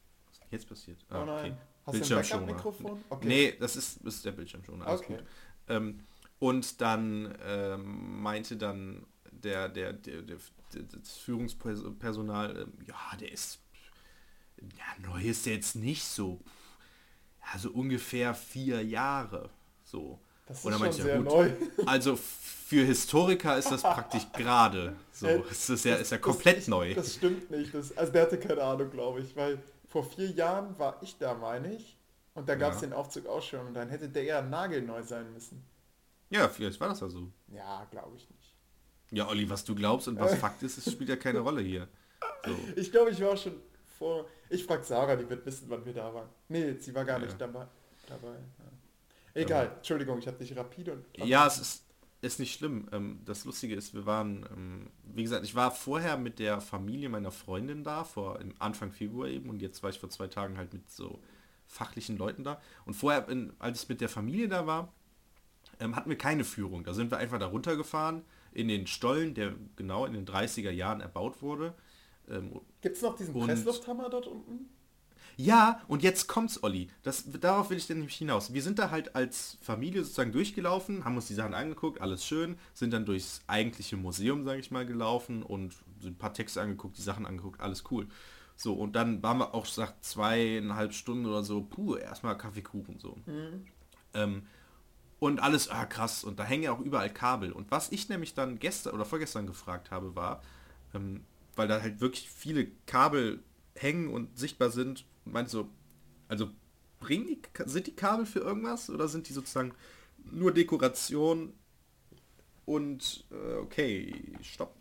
jetzt passiert? Oh Ah, nein. okay. Hast du ein Bildschirmschoner. Backup-Mikrofon? Okay. Nee, das ist, ist der Bildschirmschoner, alles Okay. gut. Ähm, und dann ähm, meinte dann der, der, der, der, der das Führungspersonal, ähm, ja, der ist, ja, neu ist der jetzt nicht so, ja, so ungefähr vier Jahre, so. Das Und ist dann schon meinte ich, ja, sehr gut, neu. also für Historiker ist das praktisch gerade, so, Äh, es ist ja, das- ist ja das- komplett ich, neu. Das stimmt nicht. Das, also der hatte keine Ahnung, glaube ich, weil vor vier Jahren war ich da, meine ich. Und da gab es Ja. den Aufzug auch schon und dann hätte der ja nagelneu sein müssen. Ja, vielleicht war das ja so. Ja, glaube ich nicht. Ja, Olli, was du glaubst und was Fakt ist, das spielt ja keine Rolle hier. So. Ich glaube, ich war schon vor... Ich frage Sarah, die wird wissen, wann wir da waren. Nee, sie war gar Ja. nicht dabei. dabei ja. Egal, Entschuldigung, ich habe dich rapide und... Ja, es ist, ist nicht schlimm. Ähm, das Lustige ist, wir waren, ähm, wie gesagt, ich war vorher mit der Familie meiner Freundin da, vor im Anfang Februar eben, und jetzt war ich vor zwei Tagen halt mit so fachlichen Leuten da. Und vorher, in, als ich mit der Familie da war, ähm, hatten wir keine Führung. Da sind wir einfach da runtergefahren in den Stollen, der genau in den dreißiger Jahren erbaut wurde. Ähm, Gibt es noch diesen und- Presslufthammer dort unten? Ja, und jetzt kommt's, Olli. Das, darauf will ich denn nämlich hinaus. Wir sind da halt als Familie sozusagen durchgelaufen, haben uns die Sachen angeguckt, alles schön, sind dann durchs eigentliche Museum, sage ich mal, gelaufen und so ein paar Texte angeguckt, die Sachen angeguckt, alles cool. So, und dann waren wir auch, sagt, zweieinhalb Stunden oder so, puh, erstmal Kaffeekuchen, so. Ähm, und alles, ah krass, und da hängen ja auch überall Kabel. Und was ich nämlich dann gestern oder vorgestern gefragt habe, war, ähm, weil da halt wirklich viele Kabel hängen und sichtbar sind, meinte so, also bringen die, sind die Kabel für irgendwas oder sind die sozusagen nur Dekoration und äh, okay, stopp.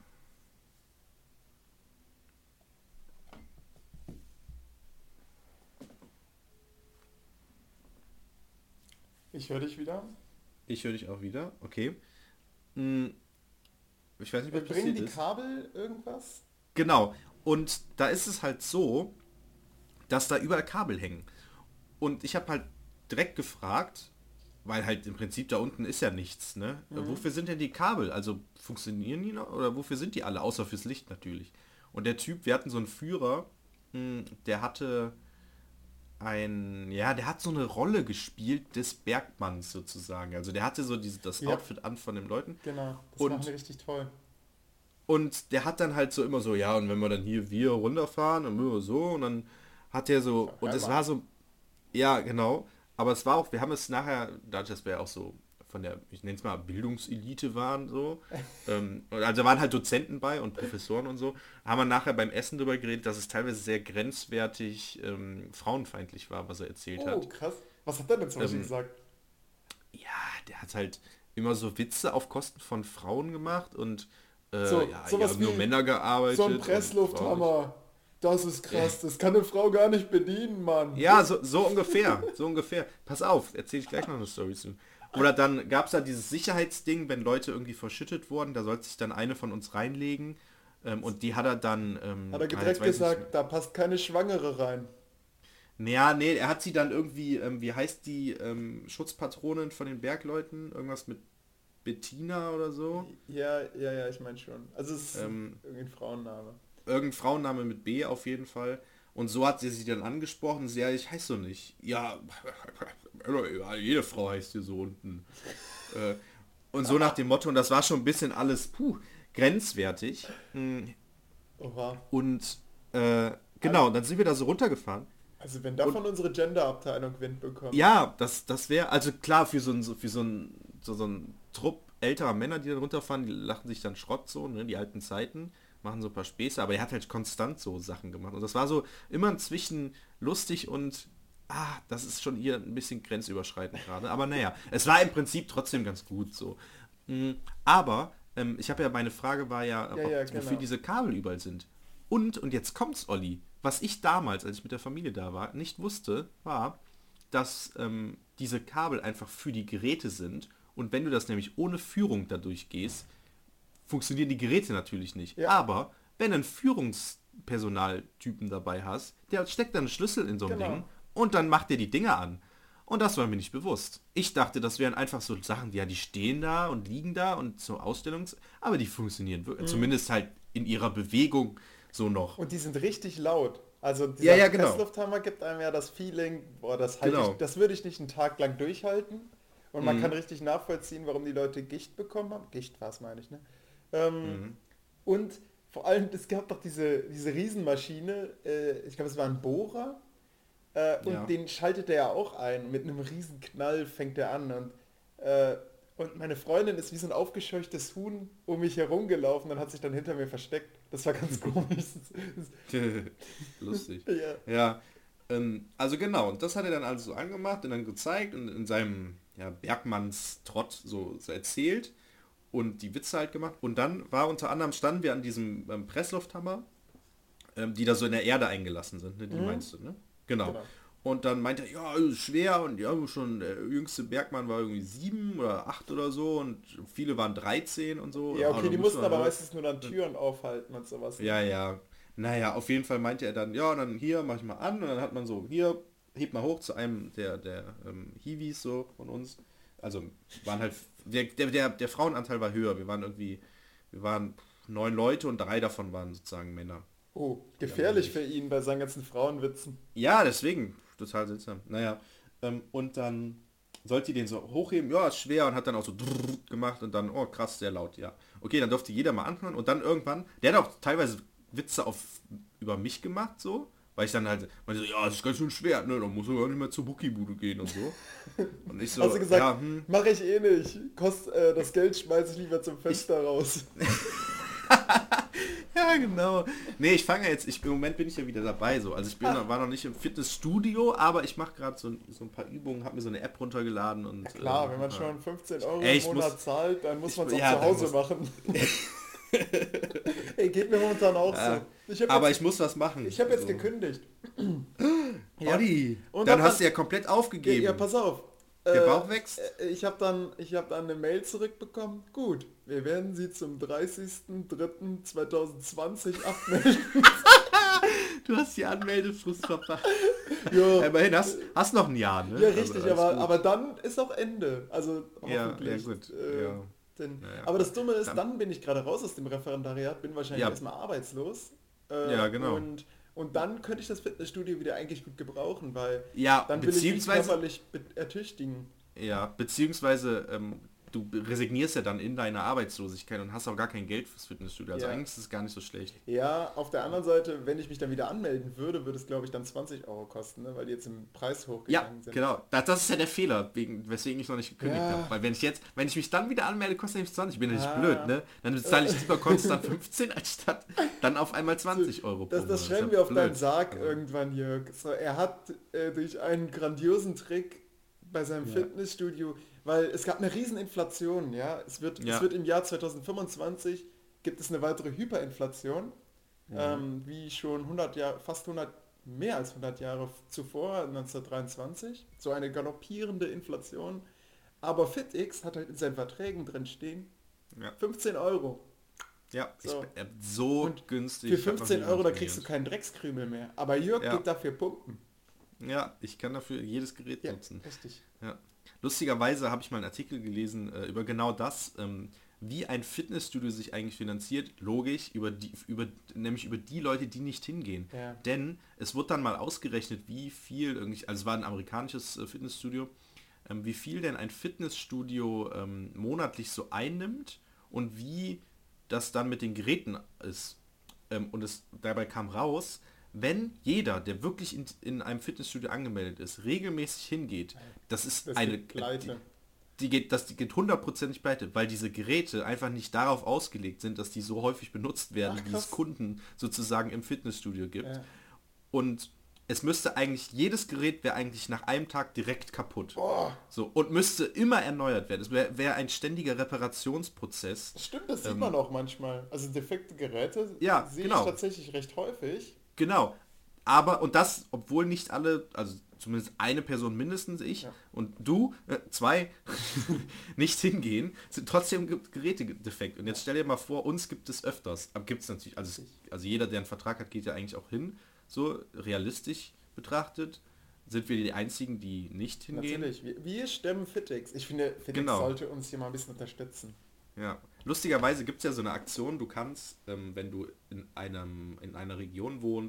Ich höre dich wieder. Ich höre dich auch wieder, okay. Hm, ich weiß nicht, was Bringen passiert die ist. Kabel irgendwas? Genau. Und da ist es halt so, dass da überall Kabel hängen. Und ich habe halt direkt gefragt, weil halt im Prinzip da unten ist ja nichts, ne? Mhm. Wofür sind denn die Kabel? Also funktionieren die noch? Oder wofür sind die alle? Außer fürs Licht natürlich. Und der Typ, wir hatten so einen Führer, mh, der hatte ein, ja, der hat so eine Rolle gespielt des Bergmanns sozusagen. Also der hatte so diese, das Ja. Outfit an von den Leuten. Genau, das Und- machen die richtig toll. Und der hat dann halt so immer so, ja, und wenn wir dann hier wir runterfahren, dann müssen wir so, und dann hat der so, und es war so, ja, genau, aber es war auch, wir haben es nachher, dadurch, dass wir ja auch so von der, ich nenne es mal, Bildungselite waren, so, ähm, und also waren halt Dozenten bei und Professoren und so, haben wir nachher beim Essen darüber geredet, dass es teilweise sehr grenzwertig ähm, frauenfeindlich war, was er erzählt Oh, hat. krass. Was hat der denn zum Beispiel Ähm, gesagt? Ja, der hat halt immer so Witze auf Kosten von Frauen gemacht und äh, So, ja, hier sowas haben nur wie Männer gearbeitet. So ein und Frauen Presslufthammer. Das ist krass. Das kann eine Frau gar nicht bedienen, Mann. nicht. Ja, so, so ungefähr, so ungefähr. Pass auf, erzähle ich gleich noch eine Story zu. Oder dann gab es da dieses Sicherheitsding, wenn Leute irgendwie verschüttet wurden, da sollte sich dann eine von uns reinlegen ähm, und die hat er dann... Ähm, Hat er ah, jetzt direkt weiß ich gesagt, nicht- da passt keine Schwangere rein. Ja, nee, er hat sie dann irgendwie, ähm, wie heißt die ähm, Schutzpatronin von den Bergleuten? Irgendwas mit Bettina oder so? Ja, ja, ja, ich meine schon. Also es ist Ähm, irgendwie ein Frauenname. Irgendein Frauenname mit B auf jeden Fall. Und so hat sie sie dann angesprochen. Sie, ja, ich heiße so nicht. Ja, jede Frau heißt hier so unten. Äh, und so nach dem Motto, und das war schon ein bisschen alles, puh, grenzwertig. Mm, Oha. Und äh, genau, dann sind wir da so runtergefahren. Also wenn davon unsere Gender-Abteilung Wind bekommt. Ja, das, das wäre, also klar, für so ein, so- für so ein, so, so ein Trupp älterer Männer, die dann runterfahren, die lachen sich dann Schrott so, ne, die alten Zeiten, machen so ein paar Späße, aber er hat halt konstant so Sachen gemacht. Und das war so immer zwischen lustig und, ah, das ist schon hier ein bisschen grenzüberschreitend gerade. Aber naja, es war im Prinzip trotzdem ganz gut so. Mm, Aber, ähm, ich habe ja, meine Frage war ja, Ja, ob, ja, wofür genau. diese Kabel überall sind. Und, und jetzt kommt's, Olli, was ich damals, als ich mit der Familie da war, nicht wusste, war, dass ähm, diese Kabel einfach für die Geräte sind. Und wenn du das nämlich ohne Führung dadurch gehst, funktionieren die Geräte natürlich nicht. Ja. Aber wenn du einen Führungspersonaltypen dabei hast, der steckt dann einen Schlüssel in so ein Genau. Ding und dann macht der die Dinger an. Und das war mir nicht bewusst. Ich dachte, das wären einfach so Sachen, ja, die stehen da und liegen da und so Ausstellungs... Aber die funktionieren wirklich. Zumindest halt in ihrer Bewegung so noch. Und die sind richtig laut. Also dieser Ja, ja, genau. Presslufthammer gibt einem ja das Feeling, boah, das, halte Genau. ich, das würde ich nicht einen Tag lang durchhalten. Und man Mhm. kann richtig nachvollziehen, warum die Leute Gicht bekommen haben. Gicht war es, meine ich, ne? Ähm, Mhm. und vor allem, es gab doch diese, diese Riesenmaschine, äh, ich glaube, es war ein Bohrer, äh, und Ja. den schaltet er ja auch ein. Mit einem riesen Knall fängt er an. Und, äh, und meine Freundin ist wie so ein aufgescheuchtes Huhn um mich herumgelaufen und hat sich dann hinter mir versteckt. Das war ganz komisch. Lustig. Ja. Ja, ähm, also genau, und das hat er dann also so angemacht und dann gezeigt und in seinem ja, Bergmannstrott so, so erzählt und die Witze halt gemacht. Und dann war unter anderem, standen wir an diesem ähm, Presslufthammer, ähm, die da so in der Erde eingelassen sind, ne? Die Mhm. meinst du, ne? Genau. Genau. Und dann meinte er, ja, ist schwer und ja, schon der jüngste Bergmann war irgendwie sieben oder acht oder so und viele waren dreizehn und so. Ja, Ja, okay, dann die müssen mussten wir, aber ne? meistens nur dann Türen aufhalten und sowas. Ja, ja. Naja, auf jeden Fall meinte er dann, ja, dann hier, mach ich mal an und dann hat man so, hier, heb mal hoch zu einem der, der ähm, Hiwis so von uns. Also waren halt, der, der, der, der Frauenanteil war höher. Wir waren irgendwie, wir waren neun Leute und drei davon waren sozusagen Männer. Oh, gefährlich für ihn bei seinen ganzen Frauenwitzen. Ja, deswegen, total seltsam. Naja, ähm, und dann sollte die den so hochheben, ja, ist schwer und hat dann auch so drrrr gemacht und dann, oh krass, sehr laut, ja. Okay, dann durfte jeder mal anhören und dann irgendwann, der hat auch teilweise Witze auf über mich gemacht, so, weil ich dann halt, meinte so, ja, das ist ganz schön schwer, ne, dann muss er gar nicht mehr zur Buckibude gehen und so. Und ich so, Hast du gesagt, ja, hm, mach ich eh nicht. Kost, äh, das Geld schmeiß ich lieber zum Fenster raus. ja, genau. Nee, ich fange jetzt, ich, im Moment bin ich ja wieder dabei so. Also ich bin, war noch nicht im Fitnessstudio, aber ich mache gerade so, so ein paar Übungen, habe mir so eine App runtergeladen und... Ja klar, äh, wenn man ja. schon fünfzehn Euro Ey, im ich Monat muss- zahlt, dann muss ich- man es auch ja, zu dann Hause muss- machen. Ey, geht mir momentan auch Ja. so. Ich habe Aber jetzt, ich muss was machen. ich hab jetzt so. gekündigt. Olli, Und dann hab hast du dann- ja komplett Ja, aufgegeben. ja, pass auf. Der Äh, Bauch wächst. äh, Ich habe dann, ich hab dann eine Mail zurückbekommen. Gut, wir werden Sie zum dreißigsten dritten zweitausendzwanzig abmelden. Du hast die Anmeldefrist verpasst. ja, Immerhin hast, hast noch ein Jahr, ne? ja, Also richtig, alles aber, gut. aber dann ist auch Ende. Also Ja, hoffentlich. ja, gut, Äh, ja. Denn, Ja, ja. Aber das Dumme ist, Dann- dann bin ich gerade raus aus dem Referendariat, bin wahrscheinlich Ja. erstmal arbeitslos. Äh, Ja, genau. Und, und dann könnte ich das Fitnessstudio wieder eigentlich gut gebrauchen, weil Ja, dann will ich mich beziehungsweise... körperlich be- ertüchtigen. Ja, beziehungsweise ähm, du resignierst ja dann in deine Arbeitslosigkeit und hast auch gar kein Geld fürs Fitnessstudio. Also Ja. eigentlich ist es gar nicht so schlecht. Ja, auf der anderen Seite, wenn ich mich dann wieder anmelden würde, würde es glaube ich dann zwanzig Euro kosten, ne? Weil die jetzt im Preis Ja, hochgegangen sind. genau. Das, das ist ja der Fehler, wegen, weswegen ich noch nicht gekündigt Ja. habe. Weil wenn ich jetzt, wenn ich mich dann wieder anmelde, kostet es zwanzig. Ich bin ja nicht Ah. blöd, ne? Dann bezahle ich lieber konstant fünfzehn, anstatt dann auf einmal zwanzig Euro pro Das, das Monat. schreiben ist wir ja auf deinen blöd. Sarg Also, irgendwann, Jörg. So, er hat äh, durch einen grandiosen Trick bei seinem Ja. Fitnessstudio, weil es gab eine riesen Inflation, ja. Es wird, Ja. es wird im Jahr zweitausendfünfundzwanzig gibt es eine weitere Hyperinflation, ähm, wie schon hundert Jahre, fast hundert, mehr als hundert Jahre zuvor, neunzehnhundertdreiundzwanzig. So eine galoppierende Inflation. Aber FitX hat halt in seinen Verträgen drin stehen, Ja. fünfzehn Euro. Ja, So. ich, äh, so Und günstig. Für hat noch fünfzehn niemand Euro, da kriegst du trainiert. keinen Dreckskrümel mehr. Aber Jörg Ja. geht dafür pumpen. Ja, ich kann dafür jedes Gerät Ja, nutzen. richtig. Ja. Lustigerweise habe ich mal einen Artikel gelesen äh, über genau das, ähm, wie ein Fitnessstudio sich eigentlich finanziert. Logisch, über die, über, nämlich über die Leute, die nicht hingehen. Ja. Denn es wird dann mal ausgerechnet, wie viel, irgendwie, also es war ein amerikanisches äh, Fitnessstudio, ähm, wie viel denn ein Fitnessstudio ähm, monatlich so einnimmt und wie das dann mit den Geräten ist. Ähm, und es dabei kam raus, wenn jeder, der wirklich in, in einem Fitnessstudio angemeldet ist, regelmäßig hingeht, das ist Das eine... geht pleite. Die, die geht, das die geht hundertprozentig pleite, weil diese Geräte einfach nicht darauf ausgelegt sind, dass die so häufig benutzt werden, Ach, wie es krass. Kunden sozusagen im Fitnessstudio gibt. Ja. Und es müsste eigentlich, jedes Gerät wäre eigentlich nach einem Tag direkt kaputt. Boah, So, und müsste immer erneuert werden. Es wäre wär ein ständiger Reparationsprozess. das stimmt, das Ähm, sieht man auch manchmal. Also defekte Geräte Ja, sehe genau. ich tatsächlich recht häufig. Genau. Aber, und das, obwohl nicht alle, also zumindest eine Person mindestens, ich Ja. und du, äh, zwei, nicht hingehen, sind trotzdem Ge- Geräte defekt. Und jetzt stell dir mal vor, uns gibt es öfters. Aber gibt es natürlich, also, es, also jeder, der einen Vertrag hat, geht ja eigentlich auch hin. So realistisch betrachtet sind wir die Einzigen, die nicht hingehen. Natürlich. Wir, wir stemmen FitX. Ich finde, FitX Genau. sollte uns hier mal ein bisschen unterstützen. Ja. Lustigerweise gibt es ja so eine Aktion, du kannst, ähm, wenn du in einem in einer Region wohnst,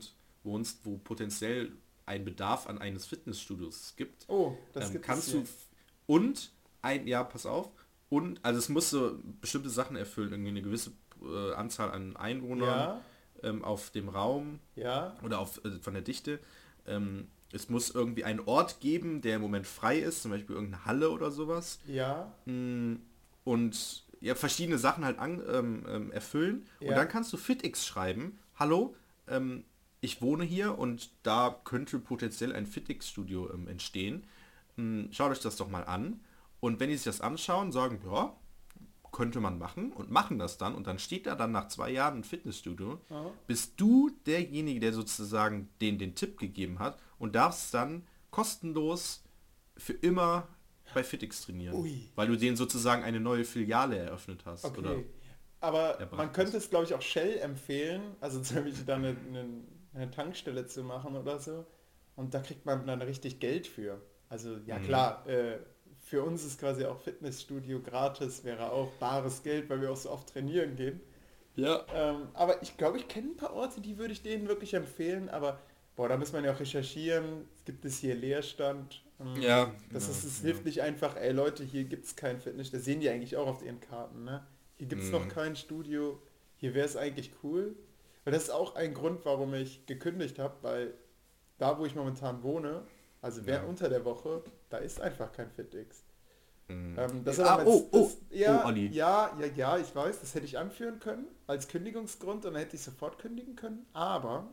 wohnst, wo potenziell ein Bedarf an eines Fitnessstudios gibt, Oh, das ähm, gibt kannst es du hier. f- und ein, ja, pass auf, und also es muss so bestimmte Sachen erfüllen, irgendwie eine gewisse äh, Anzahl an Einwohnern Ja, ähm, auf dem Raum ja, oder auf, äh, von der Dichte. Ähm, es muss irgendwie einen Ort geben, der im Moment frei ist, zum Beispiel irgendeine Halle oder sowas. ja, Mm, Und ja, verschiedene Sachen halt an, ähm, ähm, erfüllen. Und ja. dann kannst du FitX schreiben. Hallo, ähm, ich wohne hier und da könnte potenziell ein FitX-Studio ähm, entstehen. Mm, Schaut euch das doch mal an. Und wenn die sich das anschauen, sagen, ja, könnte man machen und machen das dann und dann steht da dann nach zwei Jahren ein Fitnessstudio, Aha. bist du derjenige, der sozusagen den den Tipp gegeben hat und darfst dann kostenlos für immer bei FitX trainieren, Ui. weil du denen sozusagen eine neue Filiale eröffnet hast. Okay. Oder Aber erbracht man könnte es, glaube ich, auch Shell empfehlen, also zum Beispiel da eine, eine, eine Tankstelle zu machen oder so. Und da kriegt man dann richtig Geld für. Also ja Mhm. klar, äh, für uns ist quasi auch Fitnessstudio gratis, wäre auch bares Geld, weil wir auch so oft trainieren gehen. ja. Ähm, aber ich glaube, ich kenne ein paar Orte, die würde ich denen wirklich empfehlen, aber boah, da muss man ja auch recherchieren. Gibt es hier Leerstand? Ähm, Ja, Das genau, ist, es ja. hilft nicht einfach, ey Leute, hier gibt es kein Fitness. Das sehen die eigentlich auch auf ihren Karten, ne? Hier gibt es noch Mhm. kein Studio. Hier wäre es eigentlich cool. Weil das ist auch ein Grund, warum ich gekündigt habe, weil da, wo ich momentan wohne, also während Ja. unter der Woche, da ist einfach kein FitX. Mhm. Ähm, das Ah, aber mein- oh, oh, das, ja, oh, Olli. ja, ja, ja, ich weiß, das hätte ich anführen können als Kündigungsgrund und dann hätte ich sofort kündigen können. Aber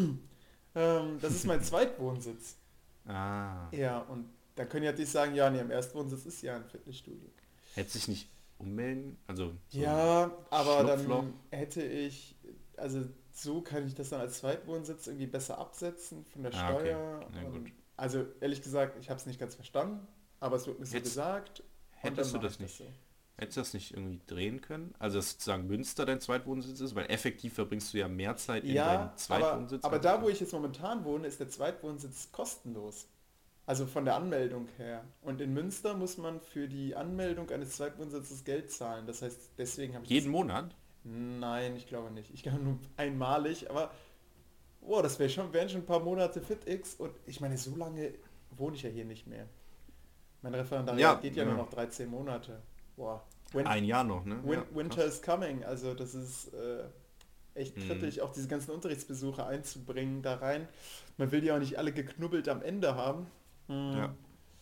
ähm, das ist mein Zweitwohnsitz. Ah. Ja, und dann können die natürlich sagen, ja, nee, am Erstwohnsitz ist ja ein Fitnessstudio. Hätte sich nicht ummelden? Also so Ja, aber Schlupfloch? dann hätte ich, also so kann ich das dann als Zweitwohnsitz irgendwie besser absetzen von der Ah, okay. Steuer. Na gut. Und, also ehrlich gesagt, ich habe es nicht ganz verstanden, aber es wird mir so Hättest- gesagt. und hättest dann du mach das ich nicht? so. Hättest du das nicht irgendwie drehen können? Also dass sozusagen Münster dein Zweitwohnsitz ist? Weil effektiv verbringst du ja mehr Zeit in Ja, deinem aber, Zweitwohnsitz. aber als- da, wo ich jetzt momentan wohne, ist der Zweitwohnsitz kostenlos. Also von der Anmeldung her. Und in Münster muss man für die Anmeldung eines Zweitwohnsitzes Geld zahlen. Das heißt, deswegen habe ich Jeden Monat? Nein, ich glaube nicht. Ich glaube nur einmalig, aber boah, das wär schon, wären schon ein paar Monate FitX und ich meine, so lange wohne ich ja hier nicht mehr. Mein Referendariat Ja, geht ja, ja. nur noch dreizehn Monate. Boah. Win Ein Jahr noch, ne? Win Ja, Winter krass. is coming, also das ist äh, echt Mhm. kritisch, auch diese ganzen Unterrichtsbesuche einzubringen da rein. Man will die auch nicht alle geknubbelt am Ende haben. Hm. Ja.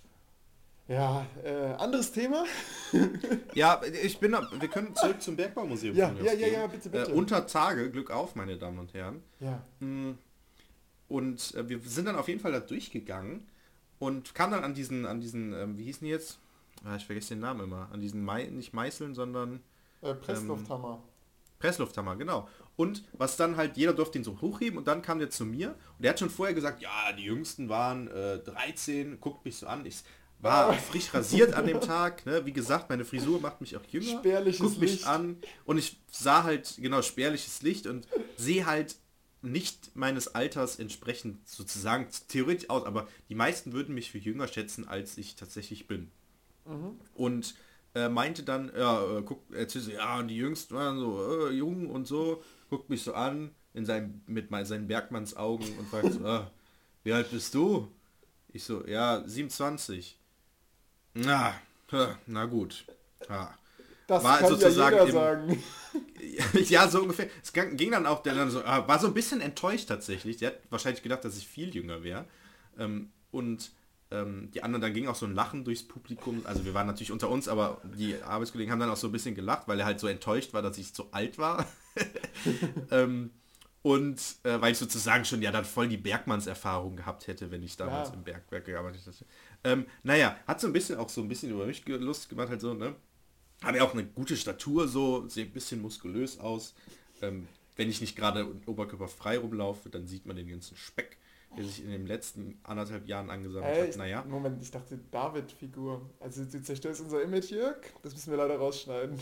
Ja, äh, anderes Thema? Ja, ich bin, wir können zurück zum Bergbaumuseum. Ja, von mir ja, aus ja, gehen. ja, bitte, bitte. Äh, unter Tage, Glück auf, meine Damen und Herren. Ja. Mm, Und äh, wir sind dann auf jeden Fall da durchgegangen und kamen dann an diesen, an diesen, ähm, wie hießen die jetzt? Ah, ich vergesse den Namen immer. An diesen, Mei nicht Meißeln, sondern Äh, Presslufthammer. Presslufthammer, genau. Und was dann halt, jeder durfte ihn so hochheben und dann kam der zu mir und der hat schon vorher gesagt, ja, die Jüngsten waren äh, dreizehn, guckt mich so an. Ich war frisch rasiert an dem Tag, ne? Wie gesagt, meine Frisur macht mich auch jünger. Spärliches Guck mich Licht. an und ich sah halt, genau, spärliches Licht und sehe halt nicht meines Alters entsprechend sozusagen theoretisch aus, aber die meisten würden mich für jünger schätzen, als ich tatsächlich bin. Mhm. Und äh, meinte dann, ja, äh, guck, erzählt so, ja, die Jüngsten waren so äh, jung und so, guckt mich so an, in seinem, mit mal seinen Bergmannsaugen und fragt so, ah, wie alt bist du? Ich so, ja, siebenundzwanzig. Na, hä, na gut. Ja. Das War kann sozusagen ja im- jeder sagen. Ja, so ungefähr. Es ging ging dann auch, der dann so, ah, war so ein bisschen enttäuscht tatsächlich. Der hat wahrscheinlich gedacht, dass ich viel jünger wäre. Ähm, und ähm, die anderen, dann ging auch so ein Lachen durchs Publikum. Also wir waren natürlich unter uns, aber die Arbeitskollegen haben dann auch so ein bisschen gelacht, weil er halt so enttäuscht war, dass ich so alt war. ähm, und äh, weil ich sozusagen schon ja dann voll die Bergmannserfahrung gehabt hätte, wenn ich damals Ja. im Bergwerk gearbeitet hätte. Ähm, naja, hat so ein bisschen auch so ein bisschen über mich ge- Lust gemacht, halt so, ne? Habe ja auch eine gute Statur, so, sehe ein bisschen muskulös aus. Ähm, wenn ich nicht gerade oberkörperfrei rumlaufe, dann sieht man den ganzen Speck, der sich in den letzten anderthalb Jahren angesammelt Ey, hat. ich, Naja, Moment, ich dachte David-Figur. Also du zerstörst unser Image, Jörg. Das müssen wir leider rausschneiden.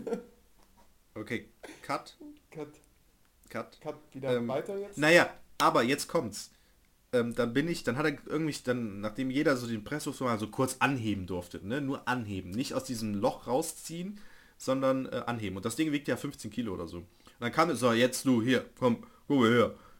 okay, Cut, Cut, Cut. cut wieder Ähm, weiter jetzt. Naja, aber jetzt kommt's. Ähm, dann bin ich, dann hat er irgendwie, dann, nachdem jeder so den Pressluft mal so kurz anheben durfte, ne? Nur anheben, nicht aus diesem Loch rausziehen, sondern äh, anheben. Und das Ding wiegt ja fünfzehn Kilo oder so. Und dann kam es so, jetzt du, hier, komm, guck mal her,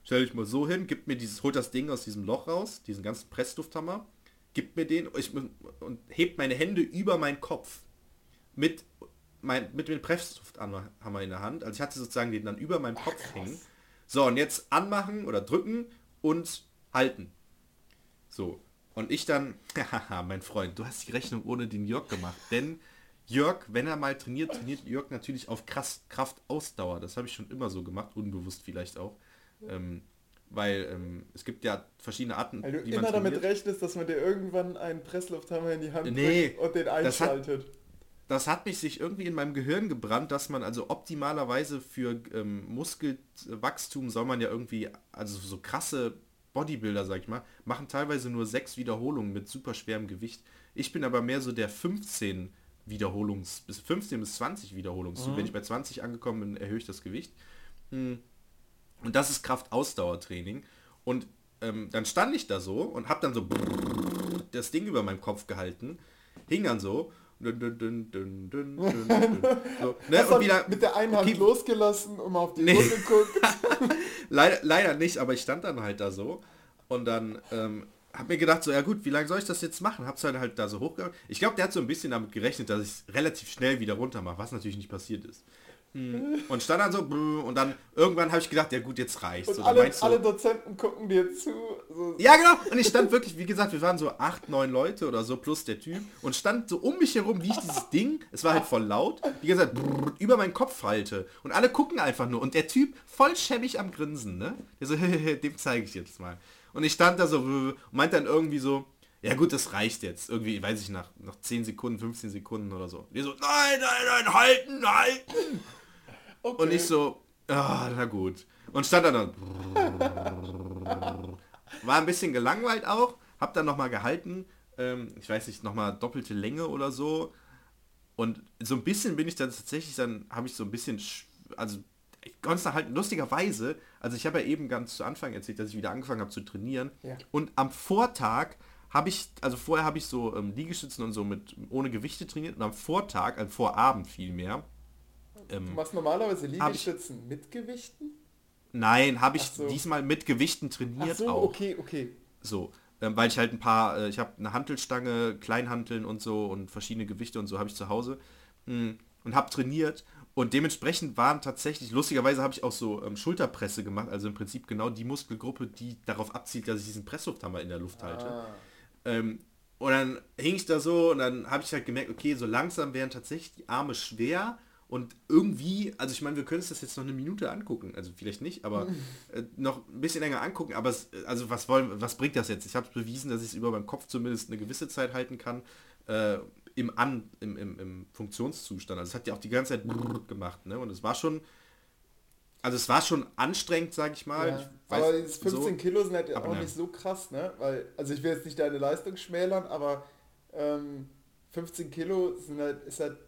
stell dich mal so hin, gibt mir dieses, holt das Ding aus diesem Loch raus, diesen ganzen Presslufthammer, gibt mir den ich, und hebt meine Hände über meinen Kopf mit, mein, mit dem Presslufthammer in der Hand. Also ich hatte sozusagen den dann über meinem Kopf Ach, hängen. So, und jetzt anmachen oder drücken und halten. So. Und ich dann, haha, mein Freund, du hast die Rechnung ohne den Jörg gemacht, denn Jörg, wenn er mal trainiert, trainiert Jörg natürlich auf krass Kraftausdauer. Das habe ich schon immer so gemacht, unbewusst vielleicht auch. Ähm, weil ähm, es gibt ja verschiedene Arten, weil du wie immer man trainiert. damit rechnest, dass man dir irgendwann einen Presslufthammer in die Hand nee, drückt und den einschaltet. Das hat, das hat mich sich irgendwie in meinem Gehirn gebrannt, dass man also optimalerweise für ähm, Muskelwachstum soll man ja irgendwie, also so krasse Bodybuilder, sag ich mal, machen teilweise nur sechs Wiederholungen mit super schwerem Gewicht. Ich bin aber mehr so der fünfzehn Wiederholungs, bis fünfzehn bis zwanzig Wiederholungs. Mhm. Wenn ich bei zwanzig angekommen bin, erhöhe ich das Gewicht. Und das ist Kraftausdauertraining. Und ähm, dann stand ich da so und habe dann so das Ding über meinem Kopf gehalten, hing dann so. Dün, dün, dün, dün, dün, dün, dün. So, ne? Und wieder, mit der einen Hand okay. losgelassen, um auf die nee. Uhr geguckt. leider, leider nicht, aber ich stand dann halt da so und dann ähm, hab mir gedacht so, ja gut, wie lange soll ich das jetzt machen? Hab's halt halt da so hochgehauen. Ich glaube, der hat so ein bisschen damit gerechnet, dass ich es relativ schnell wieder runter mache, was natürlich nicht passiert ist. Und stand dann so und dann irgendwann habe ich gedacht, ja gut, jetzt reicht's. Und so, alle, meinst du, alle Dozenten gucken dir zu. So. Ja genau, und ich stand wirklich, wie gesagt, wir waren so acht, neun Leute oder so plus der Typ und stand so um mich herum, wie ich dieses Ding, es war halt voll laut, wie gesagt, über meinen Kopf halte und alle gucken einfach nur und der Typ voll schäbig am Grinsen, ne? Der so, dem zeige ich jetzt mal. Und ich stand da so und meinte dann irgendwie so, ja gut, das reicht jetzt. Irgendwie, weiß ich, nach, nach zehn Sekunden, fünfzehn Sekunden oder so. Die so, nein, nein, nein, halten, halten. Okay. Und ich so, ah, na gut. Und stand da dann. War ein bisschen gelangweilt auch. Hab dann nochmal gehalten. Ähm, ich weiß nicht, nochmal doppelte Länge oder so. Und so ein bisschen bin ich dann tatsächlich, dann habe ich so ein bisschen, also ich konnte es halt lustigerweise, also ich habe ja eben ganz zu Anfang erzählt, dass ich wieder angefangen habe zu trainieren. Ja. Und am Vortag habe ich, also vorher habe ich so ähm, Liegestützen und so mit ohne Gewichte trainiert. Und am Vortag, am Vorabend vielmehr, Ähm, du machst normalerweise Liegestützen ich, mit Gewichten? Nein, habe ich so. diesmal mit Gewichten trainiert Ach so, auch. okay, okay. So, ähm, weil ich halt ein paar, äh, ich habe eine Hantelstange, Kleinhanteln und so und verschiedene Gewichte und so habe ich zu Hause mh, und habe trainiert und dementsprechend waren tatsächlich, lustigerweise habe ich auch so ähm, Schulterpresse gemacht, also im Prinzip genau die Muskelgruppe, die darauf abzielt, dass ich diesen Presslufthammer in der Luft halte. Ah. Ähm, und dann hing ich da so und dann habe ich halt gemerkt, okay, so langsam wären tatsächlich die Arme schwer. Und irgendwie, also ich meine, wir können uns das jetzt noch eine Minute angucken, also vielleicht nicht, aber äh, noch ein bisschen länger angucken, aber es, also was wollen, was bringt das jetzt? Ich habe bewiesen, dass ich es über meinem Kopf zumindest eine gewisse Zeit halten kann, äh, im An, im, im, im Funktionszustand. Also es hat ja auch die ganze Zeit gemacht, ne? Und es war schon, also es war schon anstrengend, sage ich mal. Ja, ich weiß, aber diese fünfzehn so, Kilo sind halt auch nein. nicht so krass, ne? Weil, also ich will jetzt nicht deine Leistung schmälern, aber ähm, fünfzehn Kilo sind halt, ist halt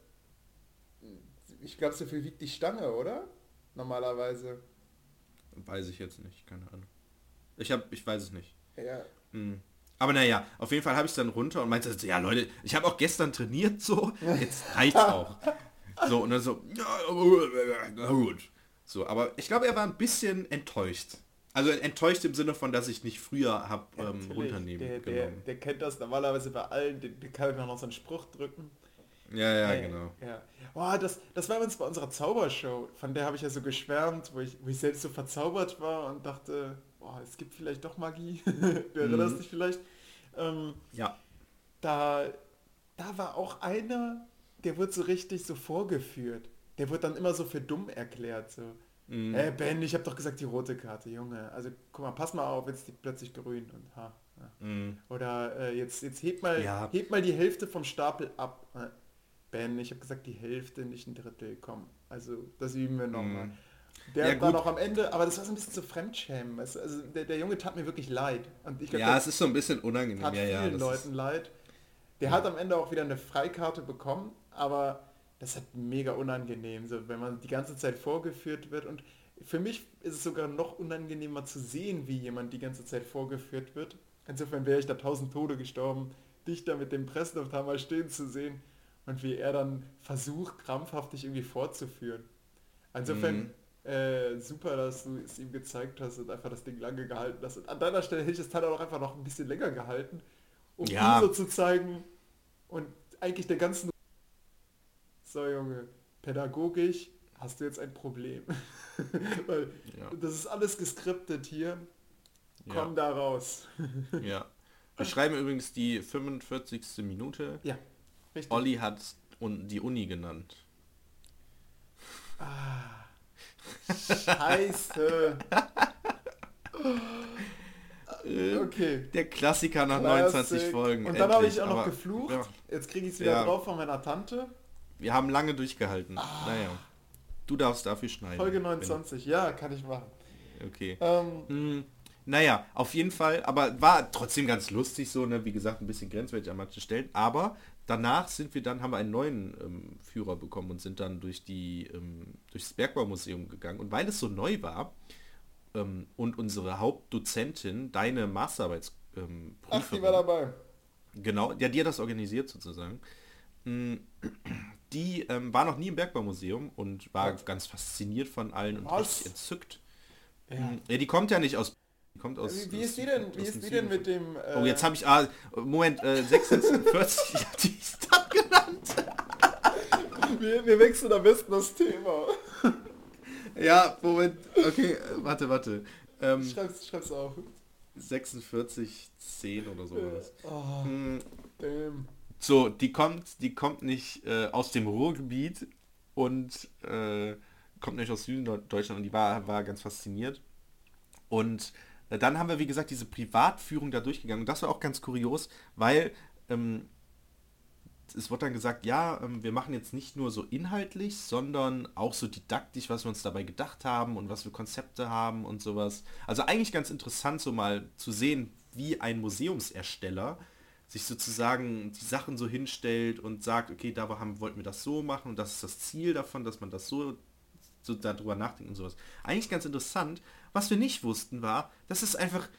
ich glaube, so viel wiegt die Stange, oder? Normalerweise. Weiß ich jetzt nicht, keine Ahnung. Ich habe, ich weiß es nicht. Ja. Hm. Aber naja, auf jeden Fall habe ich es dann runter und meinte, ja Leute, ich habe auch gestern trainiert so, jetzt reicht's auch. So, und dann so, ja, na gut. So, aber ich glaube, er war ein bisschen enttäuscht. Also enttäuscht im Sinne von, dass ich nicht früher habe ähm, runternehmen der, der, genommen. Der kennt das normalerweise bei allen, der, der kann mir noch so einen Spruch drücken. Ja, ja, hey, genau. Ja. Oh, das, das war übrigens bei unserer Zaubershow, von der habe ich ja so geschwärmt, wo ich, wo ich selbst so verzaubert war und dachte, oh, es gibt vielleicht doch Magie. Du erinnerst Mhm. dich vielleicht? Ähm, ja. Da, da war auch einer, der wurde so richtig so vorgeführt. Der wurde dann immer so für dumm erklärt. So, mhm. Hey Ben, ich habe doch gesagt, die rote Karte, Junge. Also guck mal, pass mal auf, jetzt die plötzlich grün und ha. Ja. Mhm. Oder äh, jetzt, jetzt heb mal, ja. heb mal die Hälfte vom Stapel ab. Ben, ich habe gesagt, die Hälfte, nicht ein Drittel, komm. Also, das üben wir nochmal. Mm. Der ja, war noch am Ende, aber das war so ein bisschen zu Fremdschämen. Weißt du? Also, der, der Junge tat mir wirklich leid. Und ich glaub, ja, es ist so ein bisschen unangenehm. Tat ja, vielen ja, Leuten ist... leid. Der ja. hat am Ende auch wieder eine Freikarte bekommen, aber das ist mega unangenehm, so, wenn man die ganze Zeit vorgeführt wird. Und für mich ist es sogar noch unangenehmer zu sehen, wie jemand die ganze Zeit vorgeführt wird. Insofern wäre ich da tausend Tode gestorben, dich da mit dem Presslufthammer stehen zu sehen. Und wie er dann versucht, krampfhaft dich irgendwie fortzuführen. Insofern, mhm. äh, super, dass du es ihm gezeigt hast und einfach das Ding lange gehalten hast. Und an deiner Stelle hätte ich es dann auch einfach noch ein bisschen länger gehalten, um Ja. ihm so zu zeigen und eigentlich der ganzen... So Junge, pädagogisch hast du jetzt ein Problem. Weil Ja. das ist alles geskriptet hier. Komm Ja. da raus. Ja. Wir schreiben übrigens die fünfundvierzigste Minute. Ja, richtig. Olli hat un die Uni genannt. Ah, Scheiße. Okay. Der Klassiker nach Classic. neunundzwanzig Folgen. Und dann habe endlich, ich auch noch aber- geflucht. Ja, Jetzt kriege ich es wieder Ja. drauf von meiner Tante. wir haben lange durchgehalten. Naja. Du darfst dafür schneiden. Folge neunundzwanzig. Ja, kann ich machen. Wenn- Okay. Ähm, Hm, naja, auf jeden Fall, aber war trotzdem ganz lustig so, ne? Wie gesagt, ein bisschen grenzwertig an manchen Stellen. Aber danach sind wir dann, haben wir einen neuen ähm, Führer bekommen und sind dann durch die ähm, durchs Bergbaumuseum gegangen. Und weil es so neu war ähm, und unsere Hauptdozentin, deine Masterarbeitsprüferin, ähm, ach, die war dabei. genau, ja, die hat das organisiert sozusagen. Mm, Die ähm, war noch nie im Bergbaumuseum und war Was? ganz fasziniert von allen und Was? richtig entzückt. Ja. Mm, Ja, die kommt ja nicht aus. Die kommt aus. Wie, wie ist aus- die denn, aus wie ist dem die denn Süden mit dem... Äh, Oh, jetzt habe ich, ah, Moment, äh, sechsundvierzig, ich hab die Stadt genannt. wir, wir wechseln am besten das Thema. Ja, Moment, okay, äh, warte, warte. Ähm, Schreib's, schreib's auf. sechsundvierzig, zehn oder sowas. Oh, Mm, damn. So, die kommt, die kommt nicht äh, aus dem Ruhrgebiet und äh, kommt nicht aus Süden Deutschland und die war, war ganz fasziniert. Und äh, dann haben wir, wie gesagt, diese Privatführung da durchgegangen. Und das war auch ganz kurios, weil ähm, es wurde dann gesagt, ja, ähm, wir machen jetzt nicht nur so inhaltlich, sondern auch so didaktisch, was wir uns dabei gedacht haben und was für Konzepte haben und sowas. Also eigentlich ganz interessant, so mal zu sehen, wie ein Museumsersteller sich sozusagen die Sachen so hinstellt und sagt, okay, da haben, wollten wir das so machen und das ist das Ziel davon, dass man das so, so darüber nachdenkt und sowas. Eigentlich ganz interessant. Was wir nicht wussten war, das ist einfach,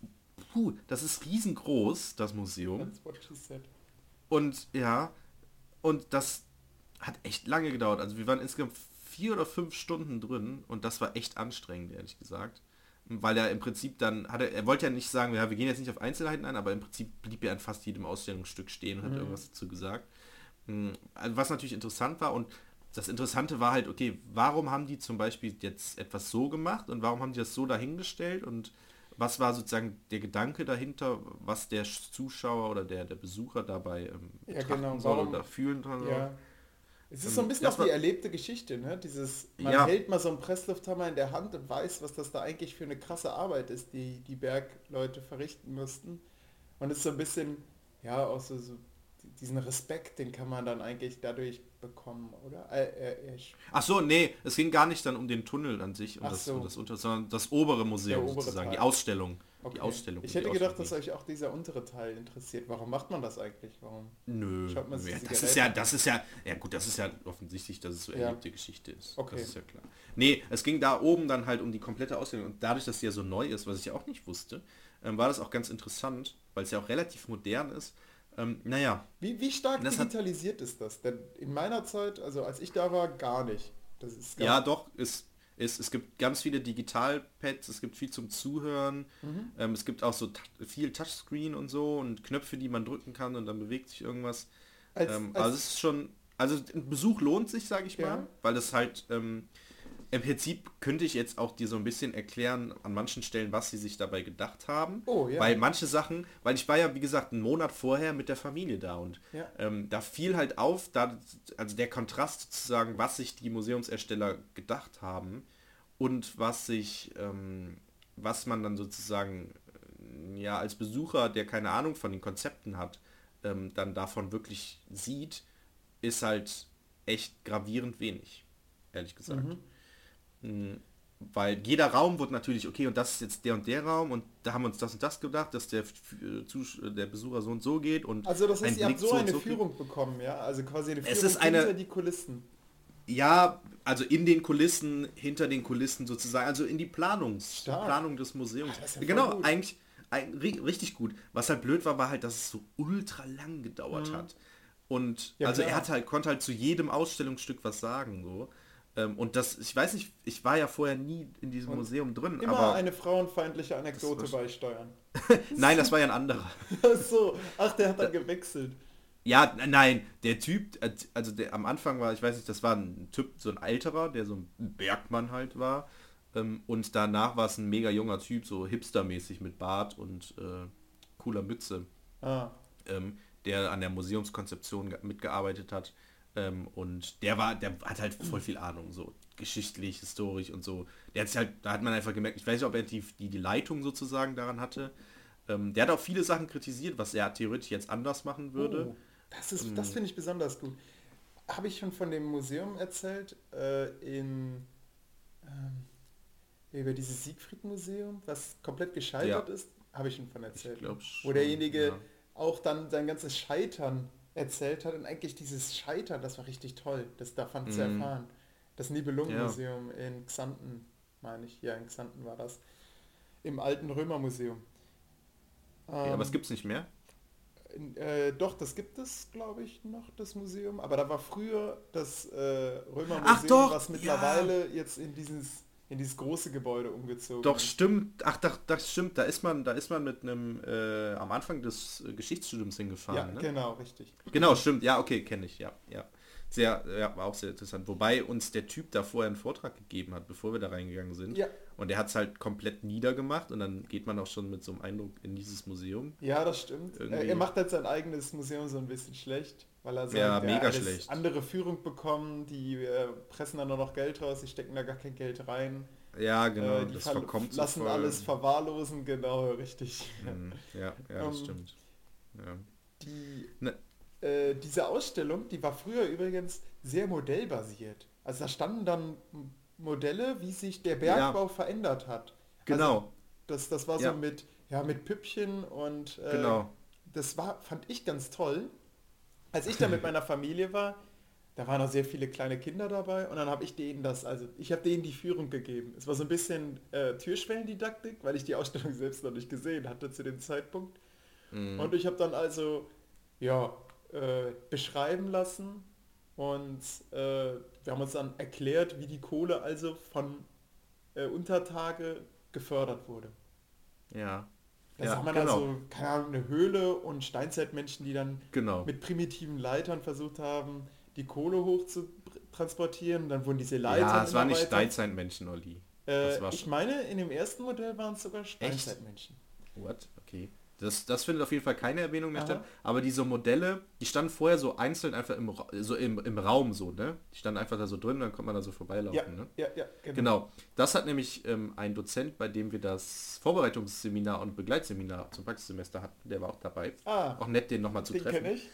puh, das ist riesengroß, das Museum. That's what she said. Und ja, und das hat echt lange gedauert. Also wir waren insgesamt vier oder fünf Stunden drin und das war echt anstrengend, ehrlich gesagt. Weil er im Prinzip dann, hat er, er wollte ja nicht sagen, ja, wir gehen jetzt nicht auf Einzelheiten ein, aber im Prinzip blieb er an fast jedem Ausstellungsstück stehen und hat Mhm. irgendwas dazu gesagt. Mm, also was natürlich interessant war und das Interessante war halt, okay, warum haben die zum Beispiel jetzt etwas so gemacht und warum haben die das so dahingestellt und was war sozusagen der Gedanke dahinter, was der Zuschauer oder der, der Besucher dabei ähm, Ja, betrachten genau, soll warum- oder fühlen soll. Ja. Es ist Ähm, so ein bisschen das auch war- die erlebte Geschichte, ne? Dieses, man Ja. hält mal so einen Presslufthammer in der Hand und weiß, was das da eigentlich für eine krasse Arbeit ist, die die Bergleute verrichten mussten. Und es ist so ein bisschen, ja, auch so, so diesen Respekt, den kann man dann eigentlich dadurch bekommen, oder? Äh, äh, ich, Ach so, nee, es ging gar nicht dann um den Tunnel an sich und Ach das, so. und das unter, sondern das obere Museum Der obere sozusagen, Teil. die Ausstellung. okay. Die Ausstellung. Ich die hätte gedacht, dass Ausstellung. euch auch dieser untere Teil interessiert. Warum macht man das eigentlich? Warum? Nö, Schaut man sich ja, die das Geräte ist ja, an. das ist ja, ja gut, das ist ja offensichtlich, dass es so Ja. erlebte Geschichte ist. Okay. Das ist ja klar. Nee, es ging da oben dann halt um die komplette Ausstellung und dadurch, dass sie ja so neu ist, was ich ja auch nicht wusste, ähm, war das auch ganz interessant, weil es ja auch relativ modern ist. Ähm, naja, Wie, wie stark Das hat- digitalisiert ist das? Denn in meiner Zeit, also als ich da war, gar nicht. Das ist gar ja doch, es, es, es gibt ganz viele Digitalpads, es gibt viel zum Zuhören, Mhm. ähm, es gibt auch so ta- viel Touchscreen und so und Knöpfe, die man drücken kann und dann bewegt sich irgendwas. Als, ähm, als, also es ist schon, also ein Besuch lohnt sich, sage ich Ja. mal, weil es halt ähm, im Prinzip könnte ich jetzt auch dir so ein bisschen erklären an manchen Stellen, was sie sich dabei gedacht haben. Oh, ja. Weil manche Sachen, weil ich war ja wie gesagt einen Monat vorher mit der Familie da und Ja. ähm, da fiel halt auf, da, also der Kontrast sozusagen, was sich die Museumsersteller gedacht haben und was sich, ähm, was man dann sozusagen äh, ja als Besucher, der keine Ahnung von den Konzepten hat, ähm, dann davon wirklich sieht, ist halt echt gravierend wenig, ehrlich gesagt. Mhm. Mm, Weil jeder Raum wird natürlich, okay, und das ist jetzt der und der Raum und da haben wir uns das und das gedacht, dass der, äh, Zusch- der Besucher so und so geht und Also das heißt, ein ihr habt Blick so und eine so Führung bekommen, ja? Also quasi eine Es Führung ist eine- hinter die Kulissen. ja, also in den Kulissen, hinter den Kulissen sozusagen, also in die Planungs Stark. Planung des Museums. Ah, das ist ja voll genau, gut. eigentlich ein, ri- richtig gut. Was halt blöd war, war halt, dass es so ultra lang gedauert Mhm. hat. Und Ja, also klar. er hat halt, konnte halt zu jedem Ausstellungsstück was sagen, so. Ähm, und das, ich weiß nicht, ich war ja vorher nie in diesem Und Museum drin, Immer aber... eine frauenfeindliche Anekdote Das war- beisteuern. Nein, das war ja ein anderer. Ach so, ach, der hat dann gewechselt. Ja, n- nein, der Typ, äh, also der am Anfang war, ich weiß nicht, das war ein Typ, so ein älterer, der so ein Bergmann halt war. Ähm, und danach war es ein mega junger Typ, so hipstermäßig mit Bart und äh, cooler Mütze, Ah, ähm, der an der Museumskonzeption ge- mitgearbeitet hat. Ähm, und der war, der hat halt voll viel Ahnung, so geschichtlich, historisch und so. Der hat sich halt, da hat man einfach gemerkt, ich weiß nicht, ob er die, die, die Leitung sozusagen daran hatte. Ähm, der hat auch viele Sachen kritisiert, was er theoretisch jetzt anders machen würde. oh, das ist, das finde ich besonders gut. Habe ich schon von dem Museum erzählt, äh, in ähm, über dieses Siegfried-Museum, was komplett gescheitert Ja. ist? Habe ich schon von erzählt. Ich glaub ne? schon, Wo derjenige ja. auch dann sein ganzes Scheitern erzählt hat und eigentlich dieses Scheitern, das war richtig toll, das davon zu Mhm. erfahren. Das Nibelungenmuseum in Xanten, meine ich, ja in Xanten war das, im alten Römermuseum. Okay, aber es Ähm, gibt's nicht mehr. äh, doch, das gibt es, glaube ich, noch, das Museum. Aber da war früher das äh, Römermuseum, Ach doch, was mittlerweile jetzt in dieses, in dieses große Gebäude umgezogen Doch, ist. stimmt. Ach, doch, das stimmt. Da ist man, da ist man mit einem äh, am Anfang des äh, Geschichtsstudiums Ja, hingefahren, ne? genau, richtig. Genau, stimmt. Ja, okay, kenne ich, ja, ja. Sehr, ja, war auch sehr interessant. Wobei uns der Typ da vorher einen Vortrag gegeben hat, bevor wir da reingegangen sind. Ja. Und der hat es halt komplett niedergemacht und dann geht man auch schon mit so einem Eindruck in dieses Museum. Ja, das stimmt. Er, Irgendwie- er macht halt sein eigenes Museum so ein bisschen schlecht, weil er sagt, Ja, er mega hat schlecht. andere Führung bekommen, die äh, pressen dann nur noch Geld raus, die stecken da gar kein Geld rein. Ja, genau, äh, die das ver- verkommt so lassen voll. alles verwahrlosen, genau, richtig. Mhm, Ja, ja, das Ähm, stimmt. Ja. Die, Ne. äh, diese Ausstellung, die war früher übrigens sehr modellbasiert. Also da standen dann M- Modelle, wie sich der Bergbau verändert hat. Genau, Also das, das war Ja. so mit, ja, mit Püppchen und äh, genau. das war, fand ich ganz toll. Als ich da mit meiner Familie war, da waren auch sehr viele kleine Kinder dabei und dann habe ich denen das, also ich habe denen die Führung gegeben. Es war so ein bisschen äh, Türschwellendidaktik, weil ich die Ausstellung selbst noch nicht gesehen hatte zu dem Zeitpunkt. Mhm. Und ich habe dann also, ja, äh, beschreiben lassen und äh, wir haben uns dann erklärt, wie die Kohle also von äh, Untertage gefördert wurde. Ja. Da Ja, sah man genau. also, keine Ahnung, eine Höhle und Steinzeitmenschen, die dann Genau. mit primitiven Leitern versucht haben, die Kohle hoch zu transportieren. Dann wurden diese Leitern Ja, es war immer nicht weiter. Steinzeitmenschen, Olli. Das Äh, war ich schon- meine, in dem ersten Modell waren es sogar Steinzeitmenschen. What? Okay. Das, das findet auf jeden Fall keine Erwähnung mehr Aha. statt. Aber diese Modelle, die standen vorher so einzeln einfach im, Ra- so im, im Raum so, ne? Die standen einfach da so drin, dann konnte man da so vorbeilaufen, Ja, ne? ja, ja, genau. Genau. Das hat nämlich ähm, ein Dozent, bei dem wir das Vorbereitungsseminar und Begleitseminar zum Praxissemester hatten, der war auch dabei. Ah, Auch nett, den nochmal zu den treffen. kenne ich.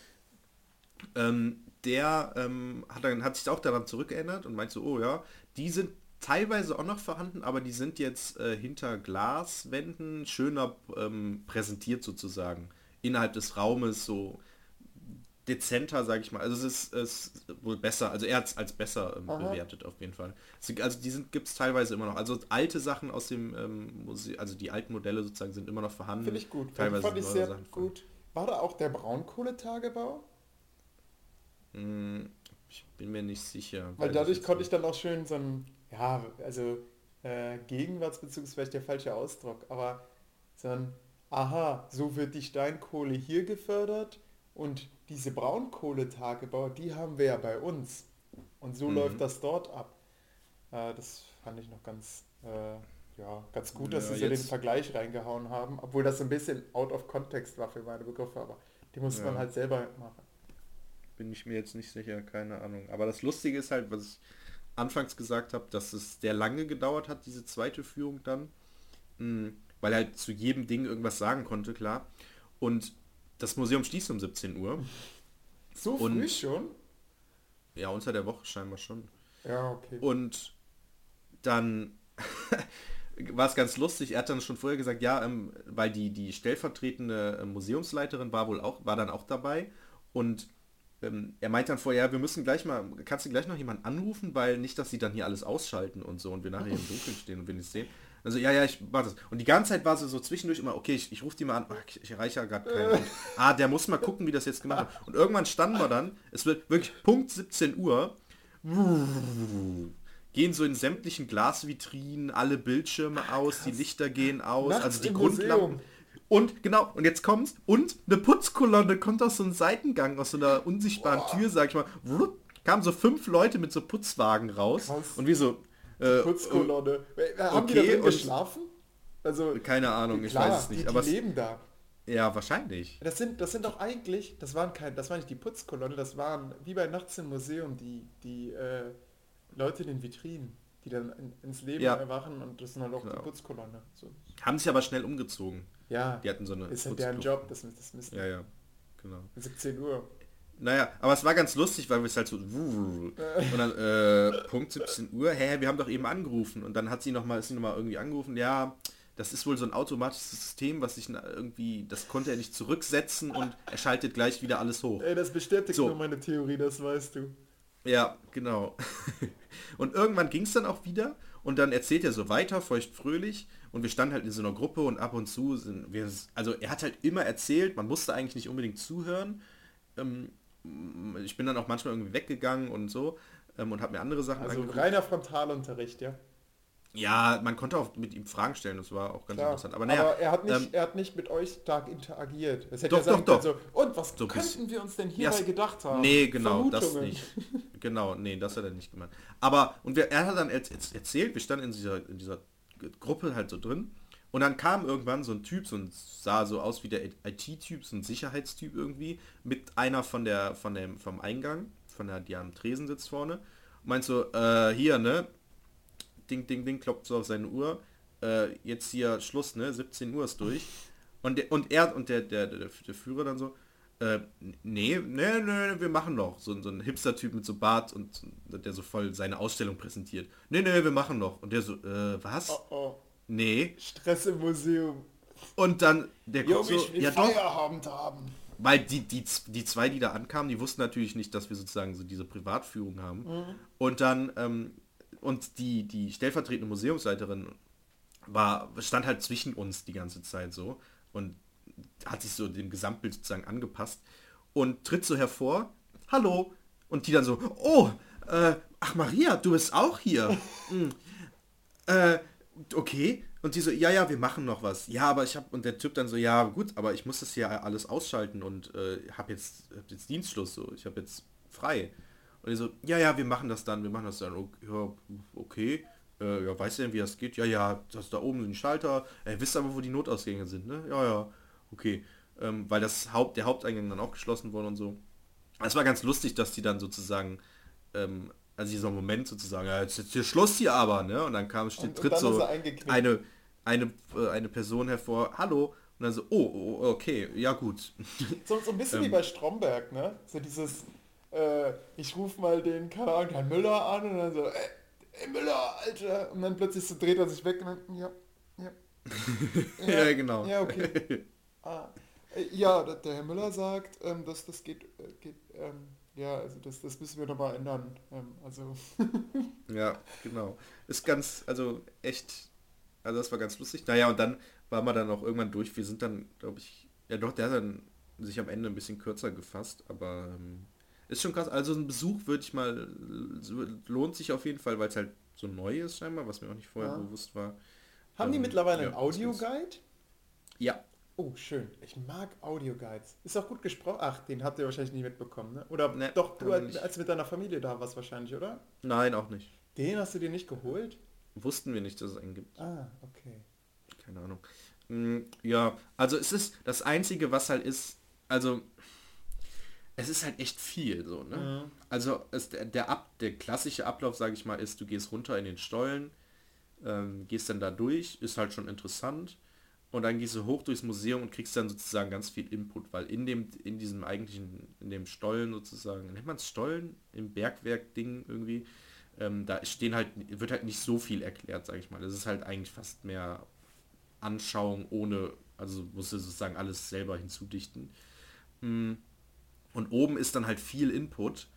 Ähm, der ähm, hat, dann, hat sich auch daran zurückerinnert und meint so, oh ja, die sind teilweise auch noch vorhanden, aber die sind jetzt äh, hinter Glaswänden schöner ähm, präsentiert sozusagen. Innerhalb des Raumes so dezenter, sage ich mal. Also es ist, es ist wohl besser, also er hat es als besser ähm, Aha. bewertet auf jeden Fall. Es- Also die sind gibt es teilweise immer noch. Also alte Sachen aus dem ähm, Museum, also die alten Modelle sozusagen sind immer noch vorhanden. Finde ich gut. Teilweise Fand ich neue sehr Sachen von- gut. War da auch der Braunkohletagebau? Hm, ich bin mir nicht sicher. Weil weiß dadurch jetzt konnte nicht. ich dann auch schön so ein, ja, also äh, Gegenwartsbezug ist vielleicht der falsche Ausdruck, aber so ein, aha, so wird die Steinkohle hier gefördert und diese Braunkohletagebau, die haben wir ja bei uns. Und so Mhm. läuft das dort ab. Äh, das fand ich noch ganz, äh, ja, ganz gut, dass Ja, sie so den jetzt- Vergleich reingehauen haben, obwohl das so ein bisschen out of context war für meine Begriffe, aber die muss man Ja. halt selber machen. Bin ich mir jetzt nicht sicher, keine Ahnung. Aber das Lustige ist halt, was ich anfangs gesagt habe, dass es sehr lange gedauert hat, diese zweite Führung dann. Mh, weil er halt zu jedem Ding irgendwas sagen konnte, klar. Und das Museum schließt um siebzehn Uhr. So Und- früh schon? Ja, unter der Woche scheinbar schon. Ja, okay. Und dann war es ganz lustig, er hat dann schon vorher gesagt, ja, ähm, weil die, die stellvertretende äh, Museumsleiterin war wohl auch, war dann auch dabei und ähm, er meint dann vorher, ja, wir müssen gleich mal, kannst du gleich noch jemanden anrufen, weil nicht, dass sie dann hier alles ausschalten und so und wir nachher hier im Dunkeln stehen und wir nichts sehen. Also ja, ja, ich warte. Und die ganze Zeit war sie so zwischendurch immer, okay, ich, ich rufe die mal an, ach, ich, ich erreiche ja gerade keinen. Und, ah, der muss mal gucken, wie das jetzt gemacht wird. Und irgendwann standen wir dann, es wird wirklich Punkt siebzehn Uhr, gehen so in sämtlichen Glasvitrinen, alle Bildschirme Ach, aus, die krass. Lichter gehen aus, Nachts also die im Grundlampen. Museum. Und genau, und jetzt kommt's, und eine Putzkolonne kommt aus so einem Seitengang, aus so einer unsichtbaren Boah. Tür, sag ich mal, wupp, kamen so fünf Leute mit so Putzwagen raus. Krass. Und wie so, äh, Putzkolonne. Äh, Haben die okay, da drin und- geschlafen? Also, keine Ahnung, ich klar, weiß es nicht, die, aber die es, leben da. ja, wahrscheinlich. Das sind, das sind doch eigentlich, das waren kein, das war nicht die Putzkolonne, das waren wie bei Nachts im Museum die, die äh, Leute in den Vitrinen, die dann in, ins Leben Ja. erwachen und das sind halt auch Genau. die Putzkolonne. So. Haben sich aber schnell umgezogen. Ja, Die hatten so eine ist halt deren Putzkluft. Job, das, das müssen Ja, ja, genau. siebzehn Uhr. Naja, aber es war ganz lustig, weil wir es halt so und dann äh, Punkt siebzehn Uhr, hä, wir haben doch eben angerufen und dann hat sie noch mal, ist sie noch mal irgendwie angerufen, ja, das ist wohl so ein automatisches System, was sich irgendwie, das konnte er nicht zurücksetzen und er schaltet gleich wieder alles hoch. Ey, das bestätigt So. nur meine Theorie, das weißt du. Ja, genau. Und irgendwann ging es dann auch wieder und dann erzählt er so weiter, feuchtfröhlich und wir standen halt in so einer Gruppe und ab und zu sind wir, also er hat halt immer erzählt, man musste eigentlich nicht unbedingt zuhören. Ähm, ich bin dann auch manchmal irgendwie weggegangen und so ähm, und habe mir andere Sachen Also angeguckt. reiner Frontalunterricht, ja. Ja, man konnte auch mit ihm Fragen stellen, das war auch ganz Klar. interessant. Aber naja, er hat nicht, ähm, er hat nicht mit euch stark interagiert. Es hätte Doch, ja sagen doch, können, so, und was So ein könnten bisschen. wir uns denn Ja, hierbei s- gedacht haben? nee, genau, das Vermutungen. nicht. Genau, nee, das hat er nicht gemeint. Aber, und wir, er hat dann erz- erz- erzählt, wir standen in dieser, in dieser Gruppe halt so drin und dann kam irgendwann so ein Typ, so ein, sah so aus wie der I T-Typ, so ein Sicherheitstyp irgendwie, mit einer von der, von dem, vom Eingang, von der, die am Tresen sitzt vorne, und meint so, äh, hier, ne, Ding, Ding, Ding, klopft so auf seine Uhr, äh, jetzt hier Schluss, ne, siebzehn Uhr ist durch. Und, der, und er und der, der, der, der Führer dann so, äh, nee, nee, nee, wir machen noch. So, so ein Hipster-Typ mit so Bart und der so voll seine Ausstellung präsentiert. Nee, nee, wir machen noch. Und der so, äh, was? Oh, oh. Nee. Stress im Museum. Und dann, der Jo, guckt so, ich will ja doch. Feierabend haben. Weil die, die, die zwei, die da ankamen, die wussten natürlich nicht, dass wir sozusagen so diese Privatführung haben. Mhm. Und dann, ähm, und die, die stellvertretende Museumsleiterin war, stand halt zwischen uns die ganze Zeit so und hat sich so dem Gesamtbild sozusagen angepasst und tritt so hervor, hallo, und die dann so, oh, äh, ach Maria, du bist auch hier. Hm. Äh, okay. Und die so, ja, ja, wir machen noch was. Ja, aber ich habe, und der Typ dann so, ja, gut, aber ich muss das hier alles ausschalten und äh, habe jetzt, hab jetzt Dienstschluss, so, ich habe jetzt frei. Und die so, ja, ja, wir machen das dann, wir machen das dann. O- Ja, okay. Äh, ja, weißt du denn, wie das geht? Ja, ja, das da oben sind die Schalter. Ihr wisst aber, wo die Notausgänge sind, ne? Ja, ja, okay. Ähm, weil das Haupt, der Haupteingang dann auch geschlossen wurde und so. Es war ganz lustig, dass die dann sozusagen, ähm, also dieser Moment sozusagen, ja, jetzt ist hier Schluss hier aber, ne? Und dann kam, Und- steht, und tritt dann ist so er eingeknickt. eine, eine, äh, eine Person hervor, hallo, und dann so, oh, oh okay, ja gut. So, so ein bisschen Ähm. wie bei Stromberg, ne? So dieses, äh, ich rufe mal den, keine Ahnung, Herrn Müller an und dann so, ey, ey Müller, Alter. Und dann plötzlich so dreht er sich weg und dann, ja, ja. Ja, genau. Ja, okay. Ah, äh, ja, der, der Herr Müller sagt, ähm, dass das geht, äh, geht ähm, ja, also das, das müssen wir nochmal ändern. Ähm, also, Ja, genau. Ist ganz, also echt, also das war ganz lustig. Naja, und dann war man dann auch irgendwann durch. Wir sind dann, glaube ich, ja doch, der hat dann sich am Ende ein bisschen kürzer gefasst, aber ähm, ist schon krass. Also ein Besuch würde ich mal, lohnt sich auf jeden Fall, weil es halt so neu ist scheinbar, was mir auch nicht vorher Ja. bewusst war. haben die Ähm, mittlerweile ja, einen das ist- Audioguide? Ja, Oh, schön. Ich mag Audioguides. Ist auch gut gesprochen. Ach, den habt ihr wahrscheinlich nicht mitbekommen, ne? Oder Ne, doch, du haben wir als, nicht. als du mit deiner Familie da warst wahrscheinlich, oder? nein, auch nicht. Den hast du dir nicht geholt? Wussten wir nicht, dass es einen gibt. Ah, okay. Keine Ahnung. Mm, Ja, also es ist das Einzige, was halt ist, also es ist halt echt viel so, ne? Mhm. Also es, der, der, Ab, der klassische Ablauf, sage ich mal, ist, du gehst runter in den Stollen, ähm, gehst dann da durch, ist halt schon interessant und dann gehst du hoch durchs Museum und kriegst dann sozusagen ganz viel Input, weil in dem, in diesem eigentlichen, in dem Stollen sozusagen, nennt man es Stollen? Im Bergwerk-Ding irgendwie, ähm, da stehen halt, wird halt nicht so viel erklärt, sage ich mal. Das ist halt eigentlich fast mehr Anschauung ohne, also musst du sozusagen alles selber hinzudichten. Mm. Und oben ist dann halt viel Input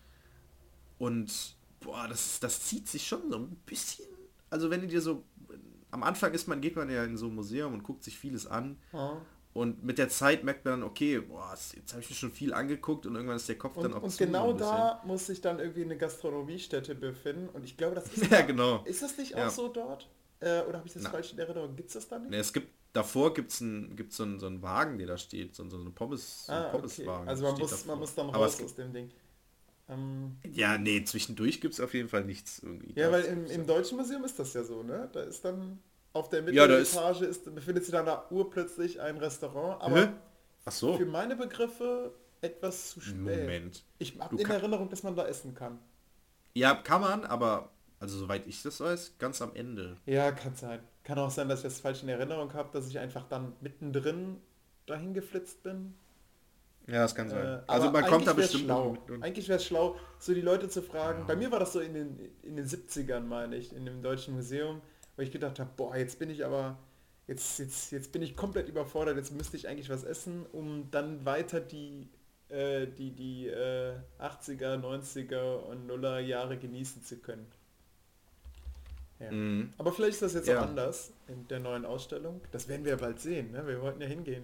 und boah, das, das zieht sich schon so ein bisschen. Also wenn du dir so, am Anfang ist man, geht man ja in so ein Museum und guckt sich vieles an Ja. Und mit der Zeit merkt man dann, okay, boah, jetzt habe ich mir schon viel angeguckt und irgendwann ist der Kopf Und, dann auch und zu. genau so ein bisschen. da muss sich dann irgendwie eine Gastronomiestätte befinden. Und ich glaube, das ist... Ja, da, genau. Ist das nicht Ja. auch so dort? Äh, oder habe ich das Na. falsch in Erinnerung? Gibt es das da nicht? Ne, es gibt, davor gibt es ein, gibt's so, einen, so einen Wagen, der da steht, so, so eine Pommes, so ein Ah, okay. Pommeswagen. Also man steht muss, davor. man muss dann Aber raus es gibt, aus dem Ding. Ähm, ja, nee, zwischendurch gibt es auf jeden Fall nichts irgendwie. ja, Das- weil im, im Deutschen Museum ist das ja so, ne? Da ist dann auf der Ja, da Mitteletage ist, befindet sich dann da urplötzlich ein Restaurant, aber Hä? Ach so. für meine Begriffe etwas zu spät. Moment. Ich habe Du in kann- Erinnerung, dass man da essen kann. Ja, kann man, aber, also soweit ich das weiß, ganz am Ende. Ja, kann sein. Kann auch sein, dass ich das falsch in Erinnerung habe, dass ich einfach dann mittendrin dahin geflitzt bin. Ja, das kann Äh, also aber man kommt da eigentlich wär's bestimmt schlau. noch mit. Eigentlich wäre es schlau, so die Leute zu fragen. Ja. Bei mir war das so in den, in den siebzigern, meine ich, in dem Deutschen Museum, wo ich gedacht habe, boah, jetzt bin ich aber, jetzt, jetzt, jetzt bin ich komplett überfordert, jetzt müsste ich eigentlich was essen, um dann weiter die, äh, die, die äh, achtziger, neunziger und nuller Jahre genießen zu können. Ja. Mhm. Aber vielleicht ist das jetzt Ja. auch anders in der neuen Ausstellung. Das werden wir ja bald sehen, ne? Wir wollten ja hingehen.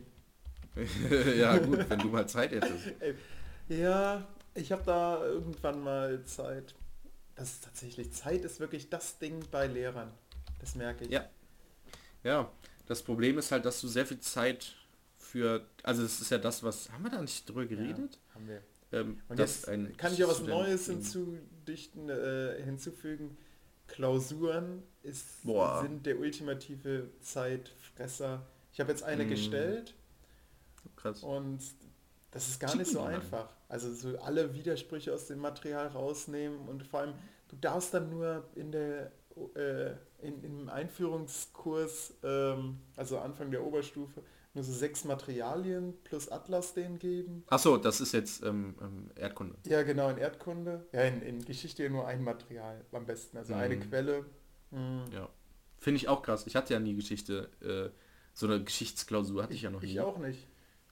Ja gut, wenn du mal Zeit hättest. Ey, ja, ich habe da irgendwann mal Zeit. Das ist tatsächlich, Zeit ist wirklich das Ding bei Lehrern. Das merke ich. Ja. Ja, das Problem ist halt, dass du sehr viel Zeit für, also es ist ja das, was, haben wir da nicht drüber geredet? Ja, haben wir. Ähm, Und dass jetzt ein kann ich ja was Student- Neues hinzudichten, äh, hinzufügen. Klausuren ist, Boah. sind der ultimative Zeitfresser. Ich habe jetzt eine Mm. gestellt Krass. und das ist gar Schicken nicht so die dann. einfach. Also so alle Widersprüche aus dem Material rausnehmen und vor allem, du darfst dann nur in der äh, in, im Einführungskurs, ähm, also Anfang der Oberstufe, nur so sechs Materialien plus Atlas denen geben. Achso, das ist jetzt ähm, ähm, Erdkunde. Ja, genau, in Erdkunde. Ja, in, in Geschichte ja nur ein Material am besten, also eine Mhm. Quelle. Mhm. Ja. Finde ich auch krass. Ich hatte ja nie Geschichte, äh, so eine Geschichtsklausur hatte ich, ja noch nie. Ich auch nicht.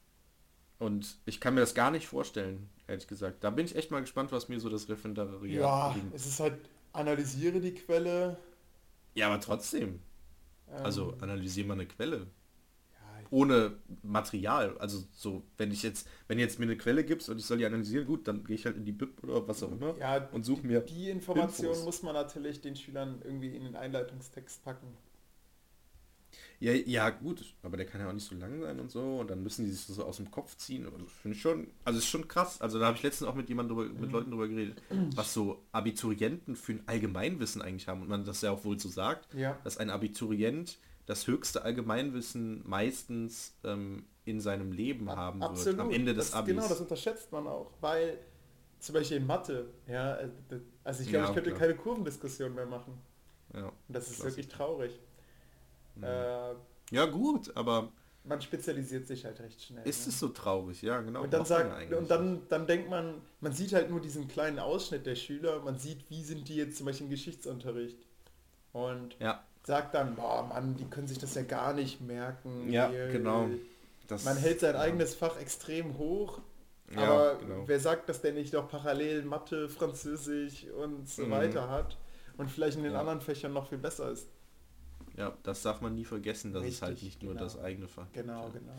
Und ich kann mir das gar nicht vorstellen, ehrlich gesagt. Da bin ich echt mal gespannt, was mir so das Referendariat Ja, bringt. es ist halt, analysiere die Quelle. Ja, aber trotzdem. Ähm, Also analysiere mal eine Quelle. ja, Ohne Material. Also so, wenn ich jetzt, wenn jetzt mir eine Quelle gibst und ich soll die analysieren, gut, dann gehe ich halt in die Bib oder was auch immer ja, und suche mir. die Information Infos. muss man natürlich den Schülern irgendwie in den Einleitungstext packen. Ja, ja, gut, aber der kann ja auch nicht so lang sein und so und dann müssen die sich so aus dem Kopf ziehen. Und das finde ich schon, also es ist schon krass. Also da habe ich letztens auch mit jemandem drüber, mit Leuten drüber geredet, was so Abiturienten für ein Allgemeinwissen eigentlich haben und man das ja auch wohl so sagt, Ja. dass ein Abiturient das höchste Allgemeinwissen meistens ähm, in seinem Leben haben Absolut. wird, am Ende des das, Abis. Genau, das unterschätzt man auch, weil zum Beispiel in Mathe, ja, äh, das- also ich glaube, Ja, ich könnte klar. keine Kurvendiskussion mehr machen. ja. Und das ist Klasse. wirklich traurig. Mhm. Äh, ja gut, aber man spezialisiert sich halt recht schnell. ist ne? es so traurig? Ja, genau. Und dann macht man ja sagt, eigentlich und dann, dann denkt man, man sieht halt nur diesen kleinen Ausschnitt der Schüler, man sieht, wie sind die jetzt zum Beispiel im Geschichtsunterricht. Und ja, sagt dann, boah Mann, die können sich das ja gar nicht merken. Ja, Äh, genau. das, Man hält sein ja. eigenes Fach extrem hoch, Ja, aber genau. wer sagt, dass der nicht doch parallel Mathe, Französisch und so Mhm. weiter hat und vielleicht in den Ja. anderen Fächern noch viel besser ist. Ja, das darf man nie vergessen, dass es halt Richtig, nicht nur genau. das eigene Fach gibt. Genau, Ja. genau.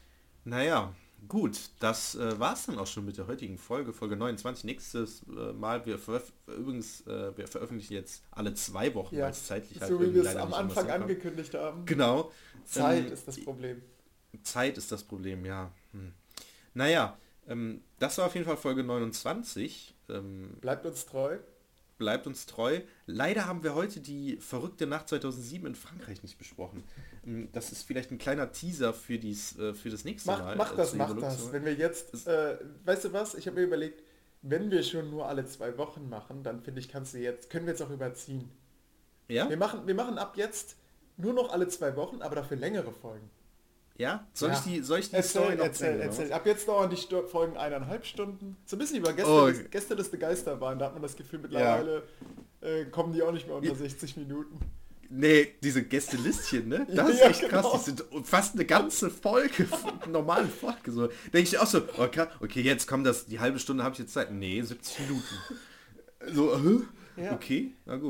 Naja, gut, das äh, war es dann auch schon mit der heutigen Folge, Folge neunundzwanzig. Nächstes äh, Mal, wir veröf übrigens, äh, wir veröffentlichen jetzt alle zwei Wochen, Ja, weil es zeitlich halt so wie irgendwie wir es leider am nicht anders Anfang hinkommt. angekündigt haben. Genau. Zeit Ähm, ist das Problem. Zeit ist das Problem, ja. Hm. Naja, ähm, das war auf jeden Fall Folge neunundzwanzig. Ähm, Bleibt uns treu. bleibt uns treu. Leider haben wir heute die verrückte Nacht zweitausendsieben in Frankreich nicht besprochen. Ähm, Das ist vielleicht ein kleiner Teaser für, dies, äh, für das nächste Macht, Mal. macht äh, das, zur macht Evolution. das. Wenn wir jetzt, äh, weißt du was, ich habe mir überlegt, wenn wir schon nur alle zwei Wochen machen, dann finde ich, kannst du jetzt, können wir jetzt auch überziehen. Ja? Wir machen, wir machen ab jetzt nur noch alle zwei Wochen, aber dafür längere Folgen. Ja? Soll Ja. ich die, soll ich die Erzähl, Story noch erzähl, bringen, oder erzähl. was? Ab jetzt dauern die Sto Folgen eineinhalb Stunden. So ein bisschen wie bei Gäste, Oh. Gästeliste Geisterbahn, da hat man das Gefühl, mittlerweile äh, kommen die auch nicht mehr unter Ja. sechzig Minuten. Nee, diese Gästelistchen, ne? Das Ja, ist echt genau. krass. Die sind fast eine ganze Folge, eine normale Folge. So. Denke ich auch so, oh, krass, okay, jetzt kommt das, die halbe Stunde habe ich jetzt Zeit. Nee, siebzig Minuten. So, äh, Ja. okay, na gut.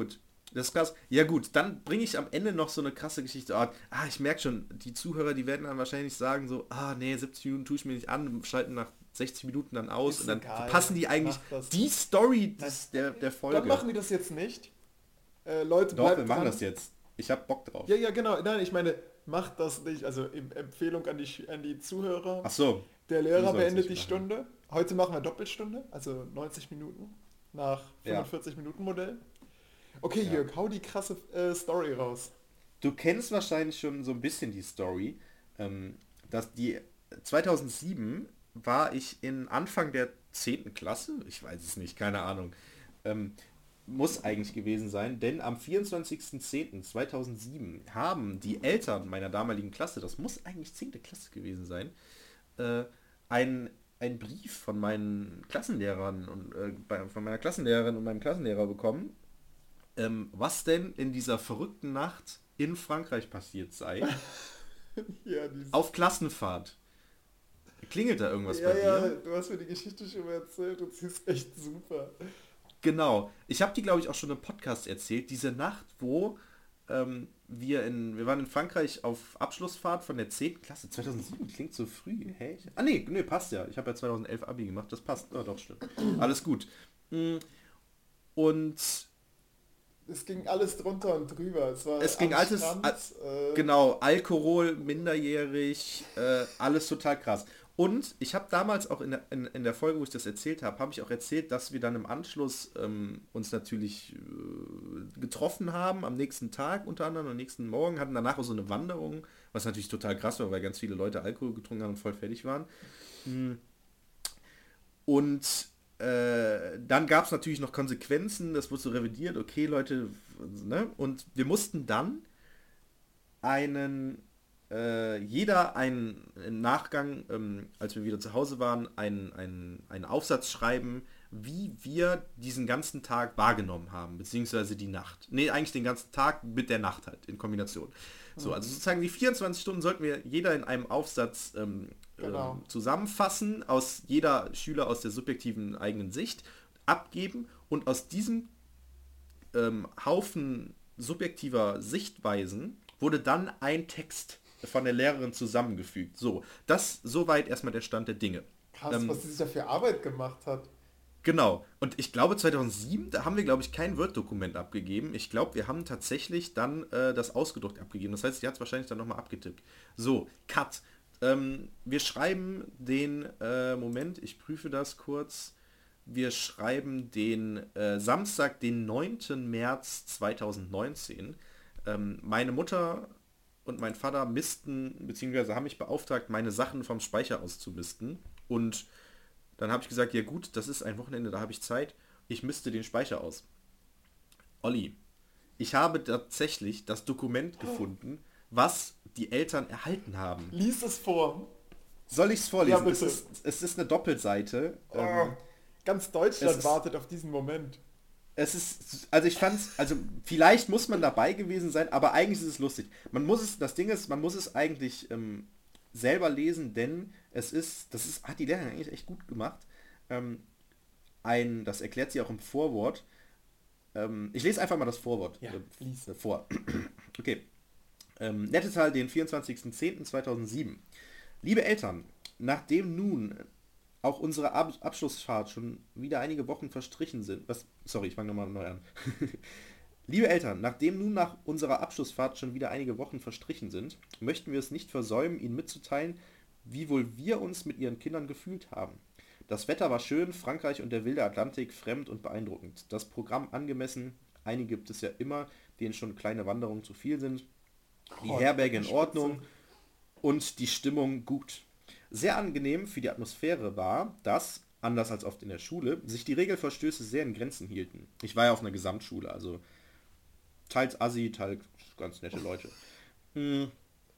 Das ist krass. Ja gut, dann bringe ich am Ende noch so eine krasse Geschichte. Ah, ah, ich merke schon, die Zuhörer, die werden dann wahrscheinlich sagen so, ah nee, siebzig Minuten tue ich mir nicht an, schalten nach sechzig Minuten dann aus Ist und dann egal, passen die eigentlich mach das. die Story des, der, der Folge. Dann machen die das jetzt nicht. Äh, Leute, Doch, bleibt wir machen dran. das jetzt. Ich hab Bock drauf. Ja, ja, genau. Nein, ich meine, macht das nicht. Also em- Empfehlung an die, Sch- an die Zuhörer. Ach so. Der Du Lehrer sollst beendet nicht die machen. Stunde. Heute machen wir Doppelstunde, also neunzig Minuten nach Ja. fünfundvierzig Minuten Modell. Okay, Ja. Jörg, hau die krasse äh, Story raus. Du kennst wahrscheinlich schon so ein bisschen die Story, ähm, dass die zweitausendsieben war ich in Anfang der zehnten Klasse, ich weiß es nicht, keine Ahnung, ähm, muss eigentlich gewesen sein, denn am vierundzwanzigsten zehnten zweitausendsieben haben die Eltern meiner damaligen Klasse, das muss eigentlich zehnte Klasse gewesen sein, äh, ein einen Brief von meinen Klassenlehrern und äh, bei, von meiner Klassenlehrerin und meinem Klassenlehrer bekommen, ähm, was denn in dieser verrückten Nacht in Frankreich passiert sei. Ja, dieses, Auf Klassenfahrt. Klingelt da irgendwas ja, bei ja, dir? du hast mir die Geschichte schon mal erzählt und sie ist echt super. Genau. Ich habe die, glaube ich, auch schon im Podcast erzählt. Diese Nacht, wo ähm, wir in, wir waren in Frankreich auf Abschlussfahrt von der zehnten Klasse. zweitausendsieben klingt so früh. Hä? Ah nee, nee, passt ja. Ich habe ja zweitausendelf Abi gemacht. Das passt. Oh, doch, stimmt. Alles gut. Mm, Und Es ging alles drunter und drüber. Es war Es ging am alles, Strand, al- äh, genau, Alkohol, minderjährig, äh, alles total krass. Und ich habe damals auch in der, in, in der Folge, wo ich das erzählt habe, habe ich auch erzählt, dass wir dann im Anschluss ähm, uns natürlich äh, getroffen haben, am nächsten Tag unter anderem, am nächsten Morgen, hatten danach auch so eine Wanderung, was natürlich total krass war, weil ganz viele Leute Alkohol getrunken haben und voll fertig waren. Mm. Und äh, dann gab es natürlich noch Konsequenzen, das wurde so revidiert, okay Leute, ne? Und wir mussten dann einen, äh, jeder einen im Nachgang, ähm, als wir wieder zu Hause waren, einen, einen, einen Aufsatz schreiben, wie wir diesen ganzen Tag wahrgenommen haben, beziehungsweise die Nacht. Nee, eigentlich den ganzen Tag mit der Nacht halt, in Kombination. So, also sozusagen die vierundzwanzig Stunden sollten wir jeder in einem Aufsatz ähm, Genau. ähm, zusammenfassen, aus jeder Schüler aus der subjektiven eigenen Sicht abgeben und aus diesem ähm, Haufen subjektiver Sichtweisen wurde dann ein Text von der Lehrerin zusammengefügt. So, das soweit erstmal der Stand der Dinge. krass, ähm, was sie sich da für Arbeit gemacht hat. Genau. Und ich glaube zweitausendsieben, da haben wir, glaube ich, kein Word-Dokument abgegeben. Ich glaube, wir haben tatsächlich dann äh, das ausgedruckt abgegeben. Das heißt, die hat es wahrscheinlich dann nochmal abgetippt. So, Cut. Ähm, wir schreiben den, äh, Moment, ich prüfe das kurz. Wir schreiben den äh, Samstag, den neunten März zweitausendneunzehn. Ähm, meine Mutter und mein Vater missten, beziehungsweise haben mich beauftragt, meine Sachen vom Speicher auszumisten. Und dann habe ich gesagt, ja gut, das ist ein Wochenende, da habe ich Zeit. Ich misste den Speicher aus. Olli, ich habe tatsächlich das Dokument gefunden, was die Eltern erhalten haben. Lies es vor. Soll ich es vorlesen? Ja, es, bitte. ist, es ist eine Doppelseite. Oh, Ähm, ganz Deutschland es ist- wartet auf diesen Moment. es ist, also ich fand's, also vielleicht muss man dabei gewesen sein, aber eigentlich ist es lustig. Man muss es, das Ding ist, man muss es eigentlich ähm, selber lesen, denn es ist, das ist, hat die Lehrerin eigentlich echt gut gemacht. Ähm, ein, das erklärt sie auch im Vorwort. Ähm, ich lese einfach mal das Vorwort Ja, äh, lies. äh, vor. Okay. Ähm, Nettetal, den vierundzwanzigsten zehnten zweitausendsieben. Liebe Eltern, nachdem nun auch unsere Ab Abschlussfahrt schon wieder einige Wochen verstrichen sind. Was? Sorry, ich fange nochmal neu an. Liebe Eltern, nachdem nun nach unserer Abschlussfahrt schon wieder einige Wochen verstrichen sind, möchten wir es nicht versäumen, Ihnen mitzuteilen, wie wohl wir uns mit Ihren Kindern gefühlt haben. Das Wetter war schön, Frankreich und der wilde Atlantik fremd und beeindruckend. Das Programm angemessen, einige gibt es ja immer, denen schon kleine Wanderungen zu viel sind. Die Oh, Herberge in Spitze. Ordnung und die Stimmung gut. Sehr angenehm für die Atmosphäre war, dass, anders als oft in der Schule, sich die Regelverstöße sehr in Grenzen hielten. Ich war ja auf einer Gesamtschule, also teils Assi, teils ganz nette Leute. Hm.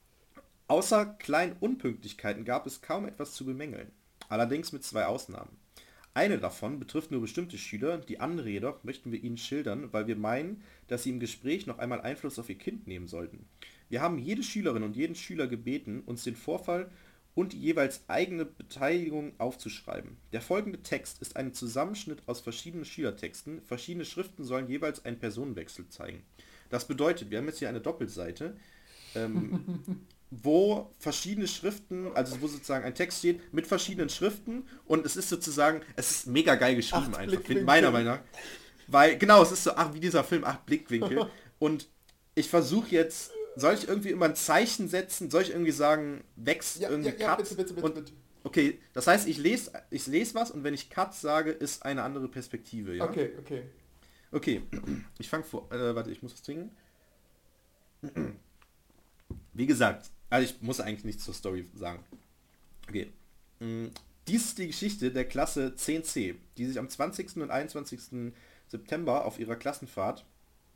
Außer kleinen Unpünktlichkeiten gab es kaum etwas zu bemängeln. Allerdings mit zwei Ausnahmen. Eine davon betrifft nur bestimmte Schüler, die andere jedoch möchten wir Ihnen schildern, weil wir meinen, dass Sie im Gespräch noch einmal Einfluss auf Ihr Kind nehmen sollten. Wir haben jede Schülerin und jeden Schüler gebeten, uns den Vorfall und die jeweils eigene Beteiligung aufzuschreiben. Der folgende Text ist ein Zusammenschnitt aus verschiedenen Schülertexten. Verschiedene Schriften sollen jeweils einen Personenwechsel zeigen. Das bedeutet, wir haben jetzt hier eine Doppelseite, ähm, wo verschiedene Schriften, also wo sozusagen ein Text steht mit verschiedenen Schriften und es ist sozusagen, es ist mega geil geschrieben Acht einfach, Blickwinkel. meiner Meinung nach. Weil, genau, es ist so, ach, wie dieser Film, acht Blickwinkel. Und ich versuche jetzt, soll ich irgendwie immer ein Zeichen setzen? Soll ich irgendwie sagen, wächst Ja, irgendwie ja, ja, Cut? bitte, bitte, bitte, und, bitte. Okay, das heißt, ich lese ich lese was und wenn ich Cut sage, ist eine andere Perspektive, ja? Okay, okay. Okay, ich fange vor, äh, warte, ich muss was trinken. Wie gesagt, also ich muss eigentlich nichts zur Story sagen. Okay. Mm, Dies ist die Geschichte der Klasse zehn C, die sich am zwanzigsten und einundzwanzigsten September auf ihrer Klassenfahrt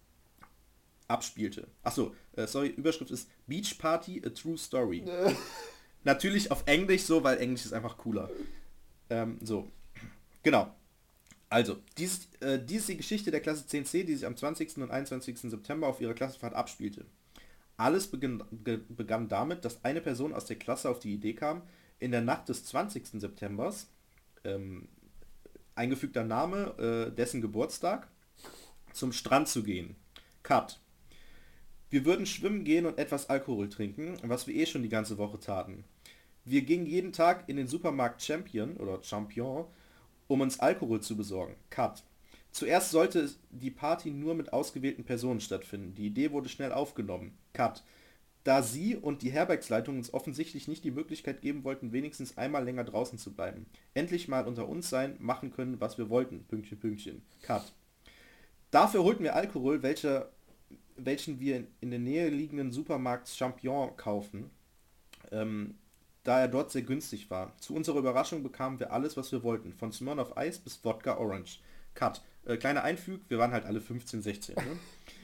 abspielte. Achso, äh, sorry, Überschrift ist Beach Party, a True Story. Natürlich auf Englisch so, weil Englisch ist einfach cooler. Ähm, so, genau. Also, dies, äh, dies ist die Geschichte der Klasse zehn C, die sich am zwanzigsten und einundzwanzigsten September auf ihrer Klassenfahrt abspielte. Alles beginn, ge, begann damit, dass eine Person aus der Klasse auf die Idee kam, in der Nacht des zwanzigsten Septembers, ähm, eingefügter Name, äh, dessen Geburtstag, zum Strand zu gehen. Cut. Wir würden schwimmen gehen und etwas Alkohol trinken, was wir eh schon die ganze Woche taten. Wir gingen jeden Tag in den Supermarkt Champion oder Champion, um uns Alkohol zu besorgen. Cut. Zuerst sollte die Party nur mit ausgewählten Personen stattfinden. Die Idee wurde schnell aufgenommen. Cut. Da sie und die Herbergsleitung uns offensichtlich nicht die Möglichkeit geben wollten, wenigstens einmal länger draußen zu bleiben. Endlich mal unter uns sein, machen können, was wir wollten. Pünktchen, Pünktchen. Cut. Dafür holten wir Alkohol, welcher, welchen wir in, in der Nähe liegenden Supermarkt Champion kaufen, ähm, da er dort sehr günstig war. Zu unserer Überraschung bekamen wir alles, was wir wollten. Von Smirnoff Ice bis Wodka Orange. Cut. Äh, kleiner Einfüg, wir waren halt alle fünfzehn, sechzehn. Ne?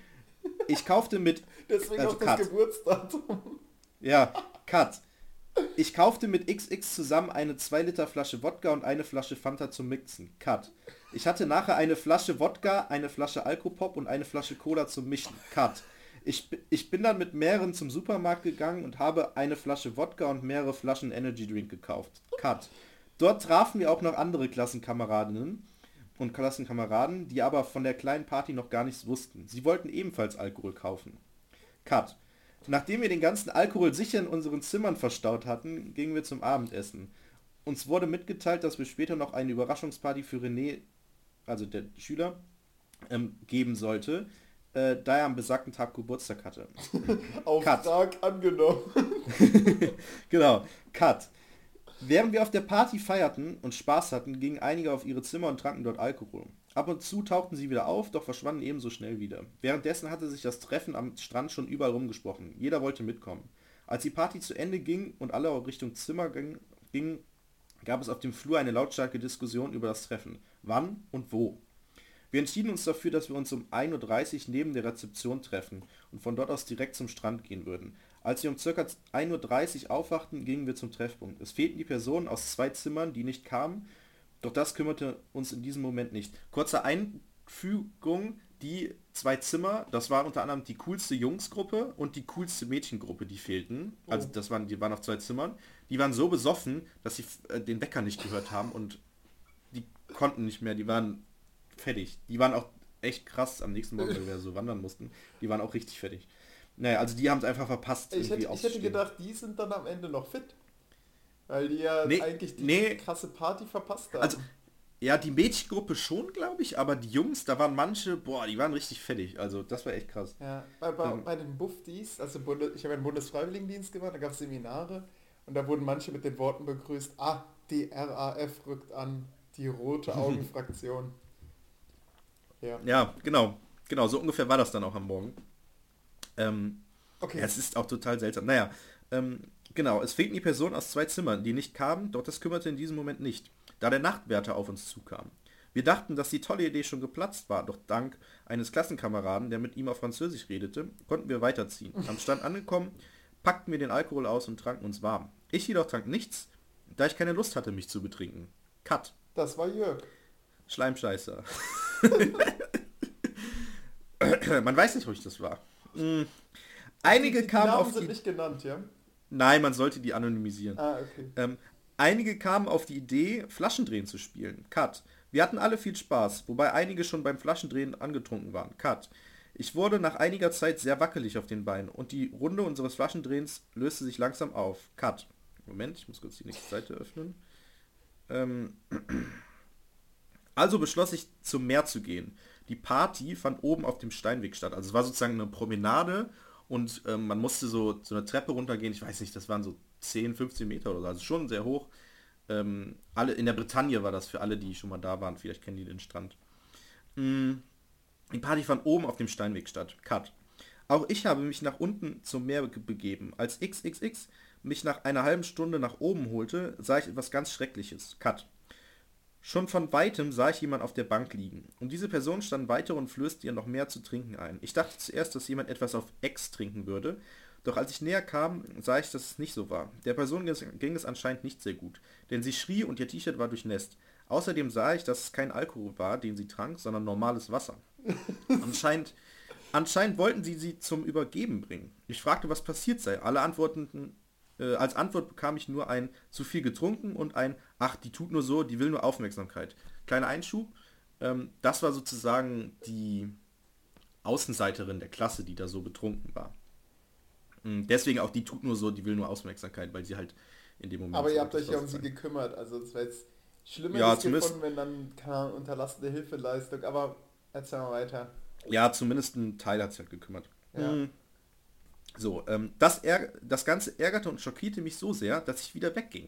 Ich kaufte mit... Deswegen also auch das Cut. Geburtsdatum. Ja, Cut. Ich kaufte mit X X zusammen eine zwei Liter Flasche Wodka und eine Flasche Fanta zum Mixen. Cut. Ich hatte nachher eine Flasche Wodka, eine Flasche Alkopop und eine Flasche Cola zum Mischen. Cut. Ich, ich bin dann mit mehreren zum Supermarkt gegangen und habe eine Flasche Wodka und mehrere Flaschen Energy Drink gekauft. Cut. Dort trafen wir auch noch andere Klassenkameradinnen und Klassenkameraden, die aber von der kleinen Party noch gar nichts wussten. Sie wollten ebenfalls Alkohol kaufen. Cut. Nachdem wir den ganzen Alkohol sicher in unseren Zimmern verstaut hatten, gingen wir zum Abendessen. Uns wurde mitgeteilt, dass wir später noch eine Überraschungsparty für René, also der Schüler, ähm, geben sollte, äh, da er am besagten Tag Geburtstag hatte. Auftrag angenommen. Genau, Cut. Während wir auf der Party feierten und Spaß hatten, gingen einige auf ihre Zimmer und tranken dort Alkohol. Ab und zu tauchten sie wieder auf, doch verschwanden ebenso schnell wieder. Währenddessen hatte sich das Treffen am Strand schon überall rumgesprochen. Jeder wollte mitkommen. Als die Party zu Ende ging und alle Richtung Zimmer gingen, gab es auf dem Flur eine lautstarke Diskussion über das Treffen. Wann und wo. Wir entschieden uns dafür, dass wir uns um ein Uhr dreißig neben der Rezeption treffen und von dort aus direkt zum Strand gehen würden. Als wir um ca. ein Uhr dreißig aufwachten, gingen wir zum Treffpunkt. Es fehlten die Personen aus zwei Zimmern, die nicht kamen, doch das kümmerte uns in diesem Moment nicht. Kurze Einfügung, die zwei Zimmer, das war unter anderem die coolste Jungsgruppe und die coolste Mädchengruppe, die fehlten. Also das waren, die waren auf zwei Zimmern. Die waren so besoffen, dass sie äh, den Wecker nicht gehört haben und die konnten nicht mehr, die waren fertig. Die waren auch echt krass am nächsten Morgen, weil wir so wandern mussten. Die waren auch richtig fertig. Naja, also die haben es einfach verpasst. Ich hätte, ich hätte gedacht, die sind dann am Ende noch fit. Weil die ja nee, eigentlich die nee. krasse Party verpasst haben. Also, ja, die Mädchengruppe schon, glaube ich, aber die Jungs, da waren manche, boah, die waren richtig fertig. Also das war echt krass. Ja, bei, bei, Ähm. bei den Buffdies, also Bundes, ich habe einen Bundesfreiwilligendienst gemacht, da gab es Seminare und da wurden manche mit den Worten begrüßt, ah, die R A F rückt an, die rote Augenfraktion. Ja. Ja, genau. Genau, so ungefähr war das dann auch am Morgen. Ähm, Okay. ja, es ist auch total seltsam. Naja, ähm, genau, es fehlten die Personen aus zwei Zimmern, die nicht kamen, doch das kümmerte in diesem Moment nicht, da der Nachtwärter auf uns zukam. Wir dachten, dass die tolle Idee schon geplatzt war, doch dank eines Klassenkameraden, der mit ihm auf Französisch redete, konnten wir weiterziehen. Am Strand angekommen, packten wir den Alkohol aus und tranken uns warm. Ich jedoch trank nichts, da ich keine Lust hatte, mich zu betrinken. Cut. Das war Jörg. Schleimscheißer. Man weiß nicht, wo ich das war. Mm. Einige die, die kamen Namen auf sind die... nicht genannt, ja? Nein, man sollte die anonymisieren. Ah, okay. Ähm, einige kamen auf die Idee, Flaschendrehen zu spielen. Cut. Wir hatten alle viel Spaß, wobei einige schon beim Flaschendrehen angetrunken waren. Cut. Ich wurde nach einiger Zeit sehr wackelig auf den Beinen und die Runde unseres Flaschendrehens löste sich langsam auf. Cut. Moment, ich muss kurz die nächste Seite öffnen. Ähm, also beschloss ich, zum Meer zu gehen. Die Party fand oben auf dem Steinweg statt. Also es war sozusagen eine Promenade und ähm, man musste so, so eine Treppe runtergehen. Ich weiß nicht, das waren so zehn, fünfzehn Meter oder so. Also schon sehr hoch. Ähm, alle, in der Bretagne war das für alle, die schon mal da waren. Vielleicht kennen die den Strand. Mm, die Party fand oben auf dem Steinweg statt. Cut. Auch ich habe mich nach unten zum Meer be- begeben. Als X X X mich nach einer halben Stunde nach oben holte, sah ich etwas ganz Schreckliches. Cut. Schon von weitem sah ich jemand auf der Bank liegen. Und diese Person stand weiter und flößte ihr noch mehr zu trinken ein. Ich dachte zuerst, dass jemand etwas auf X trinken würde, doch als ich näher kam, sah ich, dass es nicht so war. Der Person ging es anscheinend nicht sehr gut, denn sie schrie und ihr T-Shirt war durchnässt. Außerdem sah ich, dass es kein Alkohol war, den sie trank, sondern normales Wasser. Anscheinend, anscheinend wollten sie sie zum Übergeben bringen. Ich fragte, was passiert sei. Alle antworteten, äh, als Antwort bekam ich nur ein zu viel getrunken und ein ach, die tut nur so, die will nur Aufmerksamkeit. Kleiner Einschub, ähm, das war sozusagen die Außenseiterin der Klasse, die da so betrunken war. Mm, Deswegen auch die tut nur so, die will nur Aufmerksamkeit, weil sie halt in dem Moment... Aber so ihr habt wirklich euch ja um sie sozusagen- gekümmert, also es wäre jetzt schlimmer Ja, ja, zumindest- gefunden, wenn dann, keine Ahnung, unterlassene Hilfeleistung, aber erzähl mal weiter. Ja, zumindest ein Teil hat sich halt gekümmert. Ja. Mm. So, ähm, das, ärg- das Ganze ärgerte und schockierte mich so sehr, dass ich wieder wegging.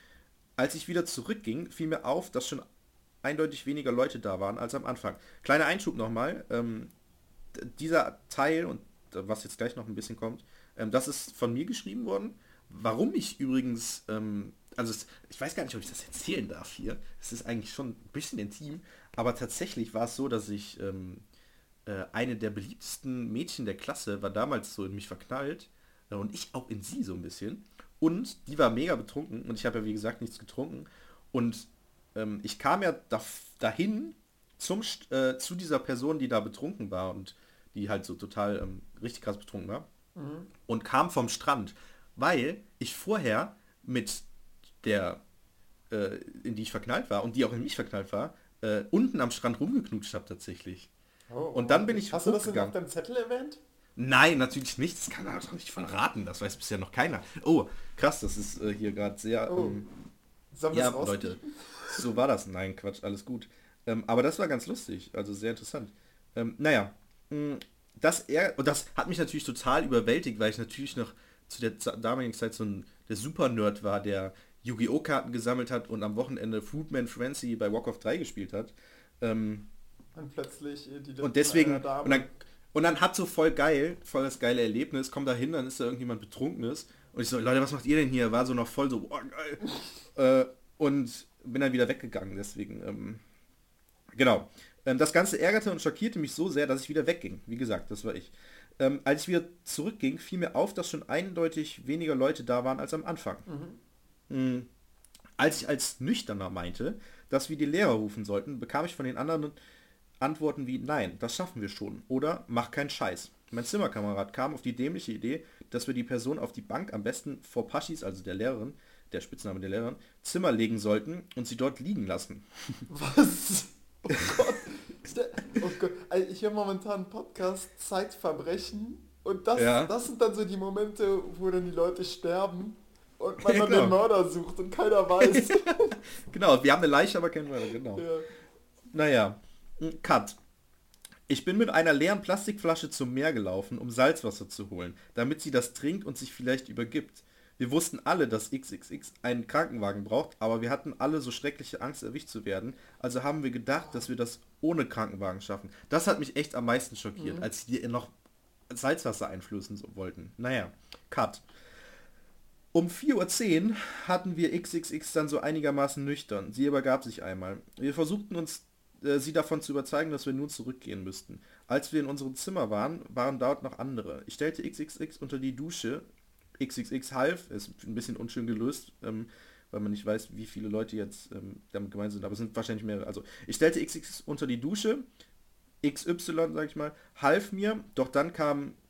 Als ich wieder zurückging, fiel mir auf, dass schon eindeutig weniger Leute da waren als am Anfang. Kleiner Einschub nochmal, ähm, d- dieser Teil, und äh, was jetzt gleich noch ein bisschen kommt, ähm, das ist von mir geschrieben worden. Warum ich übrigens, ähm, also es, ich weiß gar nicht, ob ich das erzählen darf hier, es ist eigentlich schon ein bisschen intim, aber tatsächlich war es so, dass ich, ähm, äh, eine der beliebtesten Mädchen der Klasse war damals so in mich verknallt äh, und ich auch in sie so ein bisschen. Und die war mega betrunken und ich habe ja wie gesagt nichts getrunken. Und ähm, ich kam ja da, dahin zum, St- äh, zu dieser Person, die da betrunken war und die halt so total ähm, richtig krass betrunken war. Mhm. Und kam vom Strand, weil ich vorher mit der, äh, in die ich verknallt war und die auch in mich verknallt war, äh, unten am Strand rumgeknutscht habe tatsächlich. Oh, Und dann bin ich Hast du das denn auf hochgegangen. deinem Zettel erwähnt? Nein, natürlich nicht. Das kann man doch nicht verraten. Das weiß bisher noch keiner. Oh, krass, das ist äh, hier gerade sehr... Oh. Ähm, Sollen wir ja, es raus- Leute, so war das. Nein, Quatsch, alles gut. Ähm, aber das war ganz lustig, also sehr interessant. Ähm, naja, mh, das, er, und das hat mich natürlich total überwältigt, weil ich natürlich noch zu der za- damaligen Zeit so ein der Super-Nerd war, der Yu-Gi-Oh! Karten gesammelt hat und am Wochenende Fruitman Frenzy bei Walk of drei gespielt hat. Ähm, Und plötzlich äh, die Lippen und deswegen, einer Dame. und dann, und dann hat so voll geil, voll das geile Erlebnis, komm da hin, dann ist da irgendjemand Betrunkenes und ich so, Leute, was macht ihr denn hier? War so noch voll so, boah, geil. äh, und bin dann wieder weggegangen, deswegen, ähm, genau. Ähm, das Ganze ärgerte und schockierte mich so sehr, dass ich wieder wegging. Wie gesagt, das war ich. Ähm, als ich wieder zurückging, fiel mir auf, dass schon eindeutig weniger Leute da waren als am Anfang. Mhm. Mm. Als ich als Nüchterner meinte, dass wir die Lehrer rufen sollten, bekam ich von den anderen Antworten wie nein, das schaffen wir schon oder mach keinen Scheiß. Mein Zimmerkamerad kam auf die dämliche Idee, dass wir die Person auf die Bank am besten vor Paschis, also der Lehrerin, der Spitzname der Lehrerin, Zimmer legen sollten und sie dort liegen lassen. Was? Oh Gott. Ste- Oh Gott. Also ich höre momentan einen Podcast Zeitverbrechen und das, Ja. das sind dann so die Momente, wo dann die Leute sterben und man Ja, dann genau. den Mörder sucht und keiner weiß. Genau, wir haben eine Leiche, aber keinen Mörder, genau. Ja. Naja, m, Cut. Ich bin mit einer leeren Plastikflasche zum Meer gelaufen, um Salzwasser zu holen, damit sie das trinkt und sich vielleicht übergibt. Wir wussten alle, dass X X X einen Krankenwagen braucht, aber wir hatten alle so schreckliche Angst, erwischt zu werden. Also haben wir gedacht, dass wir das ohne Krankenwagen schaffen. Das hat mich echt am meisten schockiert, als die noch Salzwasser einflößen so wollten. Naja, Cut. Um vier Uhr zehn hatten wir X X X dann so einigermaßen nüchtern. Sie übergab sich einmal. Wir versuchten uns, äh, sie davon zu überzeugen, dass wir nun zurückgehen müssten. Als wir in unserem Zimmer waren, waren dort noch andere. Ich stellte X X X unter die Dusche. X X X half, ist ein bisschen unschön gelöst, ähm, weil man nicht weiß, wie viele Leute jetzt ähm, damit gemeint sind, aber es sind wahrscheinlich mehrere. Also ich stellte X X X unter die Dusche, X Y, sag ich mal, half mir, doch dann kam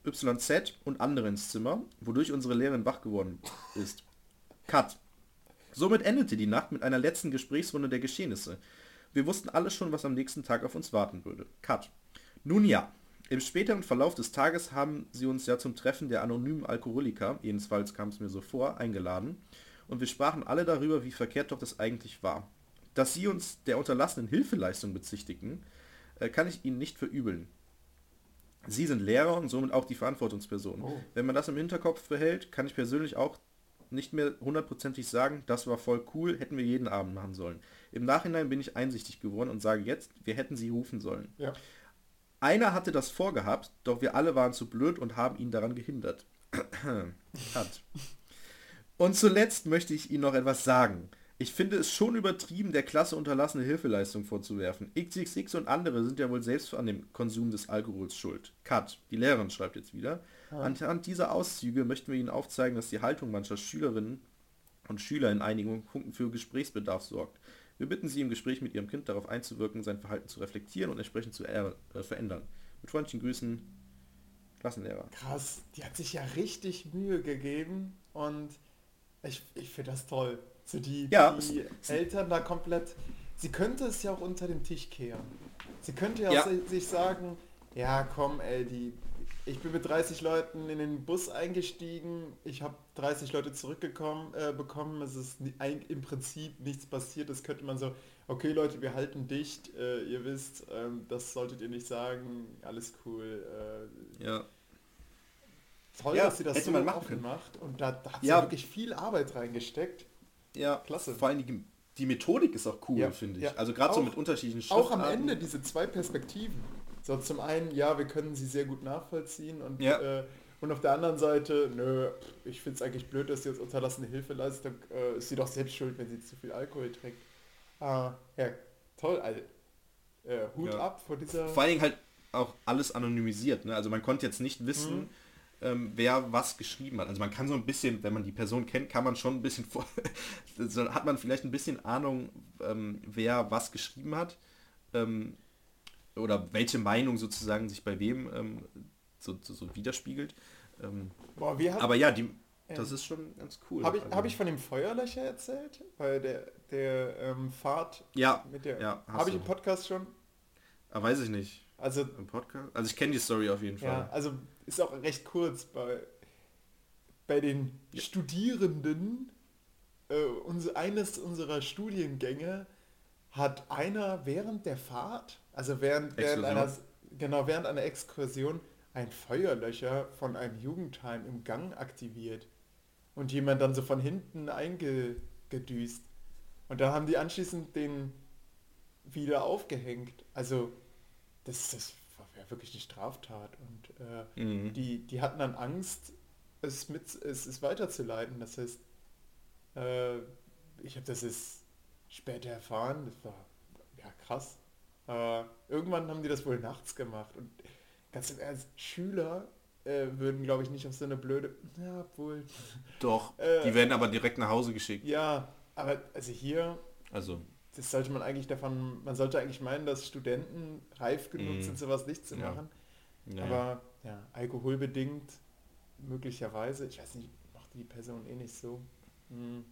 Y Z und andere ins Zimmer, wodurch unsere Lehrerin wach geworden ist. Cut. Somit endete die Nacht mit einer letzten Gesprächsrunde der Geschehnisse. Wir wussten alle schon, was am nächsten Tag auf uns warten würde. Cut. Nun ja, im späteren Verlauf des Tages haben sie uns ja zum Treffen der anonymen Alkoholiker, jedenfalls kam es mir so vor, eingeladen. Und wir sprachen alle darüber, wie verkehrt doch das eigentlich war. Dass sie uns der unterlassenen Hilfeleistung bezichtigten, äh, kann ich ihnen nicht verübeln. Sie sind Lehrer und somit auch die Verantwortungsperson. Oh. Wenn man das im Hinterkopf behält, kann ich persönlich auch nicht mehr hundertprozentig sagen, das war voll cool, hätten wir jeden Abend machen sollen. Im Nachhinein bin ich einsichtig geworden und sage jetzt, wir hätten sie rufen sollen. Ja. Einer hatte das vorgehabt, doch wir alle waren zu blöd und haben ihn daran gehindert. Hat. Und zuletzt möchte ich Ihnen noch etwas sagen. Ich finde es schon übertrieben, der Klasse unterlassene Hilfeleistung vorzuwerfen. X X X und andere sind ja wohl selbst an dem Konsum des Alkohols schuld. Cut. Die Lehrerin schreibt jetzt wieder. Ah. Anhand dieser Auszüge möchten wir Ihnen aufzeigen, dass die Haltung mancher Schülerinnen und Schüler in einigen Punkten für Gesprächsbedarf sorgt. Wir bitten Sie im Gespräch mit Ihrem Kind darauf einzuwirken, sein Verhalten zu reflektieren und entsprechend zu äh, verändern. Mit freundlichen Grüßen, Klassenlehrer. Krass, die hat sich ja richtig Mühe gegeben und ich, ich finde das toll. So die, Ja, die es- Eltern da komplett, sie könnte es ja auch unter den Tisch kehren. Sie könnte ja, Ja. auch si- sich sagen, ja komm ey, die, ich bin mit dreißig Leuten in den Bus eingestiegen, ich habe dreißig Leute zurückgekommen äh, bekommen, es ist ni- ein, im Prinzip nichts passiert, das könnte man so, okay Leute, wir halten dicht, äh, ihr wisst, ähm, das solltet ihr nicht sagen, alles cool. Äh, Ja. toll, Ja, dass sie das hätte so man machen offen können. macht und da, da hat sie Ja. wirklich viel Arbeit reingesteckt. Ja, Klasse. Vor allem die, die Methodik ist auch cool, Ja, finde ich. ja. Also gerade so Auch- mit unterschiedlichen Auch am Schriftarten. Ende diese zwei Perspektiven. So zum einen, ja, wir können sie sehr gut nachvollziehen und, Ja. äh, und auf der anderen Seite, nö, ich finde es eigentlich blöd, dass sie jetzt unterlassene Hilfeleistung, äh, ist sie doch selbst schuld, wenn sie zu viel Alkohol trinkt. Ah, ja, toll, also, äh, Hut Ja. ab vor dieser... Vor allen Dingen halt auch alles anonymisiert. Ne? Also man konnte jetzt nicht wissen, Mhm. ähm, wer was geschrieben hat. Also man kann so ein bisschen, wenn man die Person kennt, kann man schon ein bisschen vor... so hat man vielleicht ein bisschen Ahnung, ähm, wer was geschrieben hat. Ähm, oder welche Meinung sozusagen sich bei wem ähm, so, so, so widerspiegelt. Ähm, Boah, wir haben... aber ja, die, Ja. das ist schon ganz cool. Habe ich, Also- hab ich von dem Feuerlöcher erzählt? Bei der, der ähm, Fahrt Ja, mit der... ja, hast Habe ich du. im Podcast schon? Ah, weiß ich nicht. Also, Im Podcast? Also ich kenne die Story auf jeden Fall. ja, also ist auch recht kurz. Bei, bei den Ja. Studierenden, äh, unser, eines unserer Studiengänge hat einer während der Fahrt, also während, während, Exkursion. einer, genau, während einer Exkursion, ein Feuerlöcher von einem Jugendheim im Gang aktiviert und jemand dann so von hinten eingedüst. Und dann haben die anschließend den wieder aufgehängt. Also das, das war ja wirklich eine Straftat und äh, Mhm. die, die hatten dann Angst, es, mit, es, es weiterzuleiten. Das heißt, äh, ich habe das jetzt später erfahren, das war ja krass. Äh, irgendwann haben die das wohl nachts gemacht und ganz im Ernst, Schüler äh, würden glaube ich nicht auf so eine blöde, ja obwohl, Doch, Äh, die werden aber direkt nach Hause geschickt. ja, aber also hier, Also, das sollte man eigentlich davon, man sollte eigentlich meinen, dass Studenten reif genug Mhm. sind, sowas nicht zu Ja. machen. naja. Aber ja, alkoholbedingt möglicherweise, ich weiß nicht, machte die Person eh nicht so. Hm.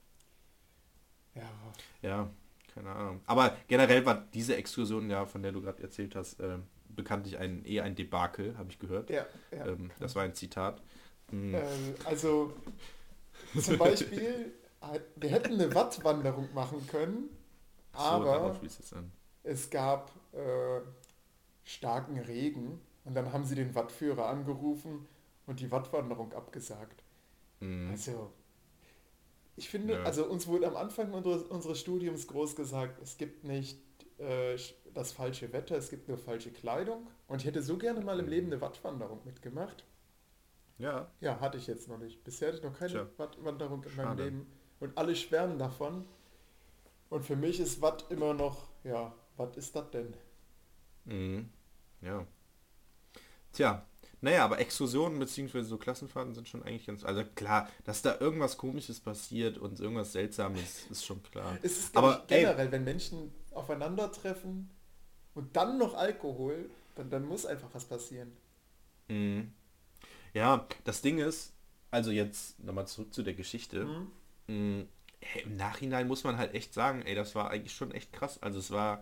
Ja, Ja, keine Ahnung. Aber generell war diese Exkursion, ja, von der du gerade erzählt hast, äh, bekanntlich ein, eher ein Debakel, habe ich gehört. ja, ja. Ähm, das war ein Zitat. Hm, Äh, also zum Beispiel, äh, wir hätten eine Wattwanderung machen können, so, aber darauf schließt es an. es gab äh, starken Regen und dann haben sie den Wattführer angerufen und die Wattwanderung abgesagt. Hm, Also, ich finde, Ja. also uns wurde am Anfang unseres, unseres Studiums groß gesagt, es gibt nicht äh, das falsche Wetter, es gibt nur falsche Kleidung. Und ich hätte so gerne mal im Leben eine Wattwanderung mitgemacht. ja, Ja, hatte ich jetzt noch nicht. Bisher hatte ich noch keine Tja. Wattwanderung in meinem Schade. Leben. Und alle schwärmen davon. Und für mich ist Watt immer noch, ja, was ist das denn? mhm, ja. Tja, naja, aber Exkursionen bzw. so Klassenfahrten sind schon eigentlich ganz... Also klar, dass da irgendwas Komisches passiert und irgendwas Seltsames, ist schon klar. Es ist Aber, aber generell, wenn Menschen aufeinandertreffen und dann noch Alkohol, dann, dann muss einfach was passieren. Mhm. Ja, das Ding ist, also jetzt nochmal zurück zu der Geschichte. Mhm. Mh, ey, im Nachhinein muss man halt echt sagen, ey, das war eigentlich schon echt krass. Also es war,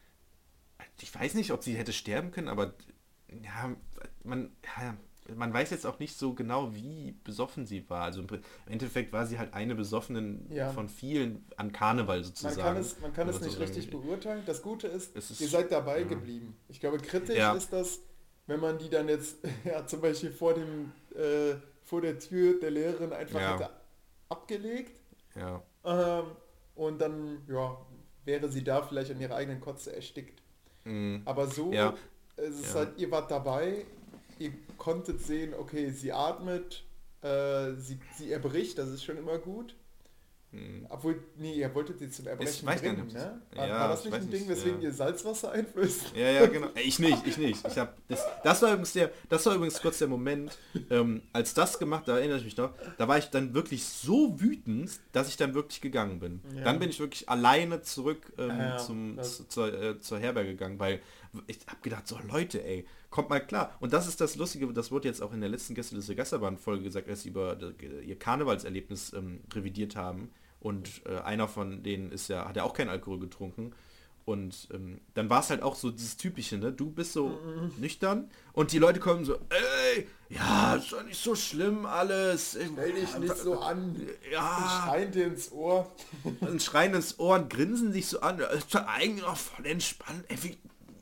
ich weiß nicht, ob sie hätte sterben können, aber ja, man, ja, man weiß jetzt auch nicht so genau, wie besoffen sie war. Also im Endeffekt war sie halt eine Besoffenen Ja. von vielen an Karneval Man sozusagen. kann es, man kann Wenn es man nicht so richtig sagen will. beurteilen. Das Gute ist, Es ist- ihr seid dabei ja. geblieben. Ich glaube, kritisch Ja. ist das, wenn man die dann jetzt ja, zum Beispiel vor dem äh, vor der Tür der Lehrerin einfach Ja. hätte abgelegt Ja, ähm, und dann ja, wäre sie da vielleicht an ihrer eigenen Kotze erstickt. mm, Aber so, Ja. es ist Ja. halt, ihr wart dabei, ihr konntet sehen, okay, sie atmet, äh, sie, sie erbricht, das ist schon immer gut. mm. Obwohl, nee, ihr wolltet sie zum Erbrechen weiß gar bringen, nicht, ne? ob das- War, ja, war das ich nicht weiß ein Ding, nicht, weswegen ja. ihr Salzwasser einflößt? Ja, ja, genau. Ey, Ich nicht, ich nicht. Ich hab das, das war übrigens der, das war übrigens kurz der Moment, ähm, als das gemacht, da erinnere ich mich noch, da war ich dann wirklich so wütend, dass ich dann wirklich gegangen bin. Ja. Dann bin ich wirklich alleine zurück ähm, Ja, ja, zum, das- zu, zur, äh, zur Herberge gegangen, weil ich hab gedacht, so Leute, ey, kommt mal klar. Und das ist das Lustige, das wurde jetzt auch in der letzten Gäste des Geisterbahn-Folge gesagt, als sie über äh, ihr Karnevalserlebnis ähm, revidiert haben. Und äh, einer von denen ist ja, hat ja auch keinen Alkohol getrunken. Und ähm, dann war es halt auch so dieses Typische, ne? Du bist so nüchtern und die Leute kommen so, ey, ja, ist doch nicht so schlimm alles. Stell dich nicht so an und Ja, schreien dir ins Ohr. und schreien ins Ohr und grinsen sich so an. Das ist doch eigentlich noch voll entspannt. Ey, wie,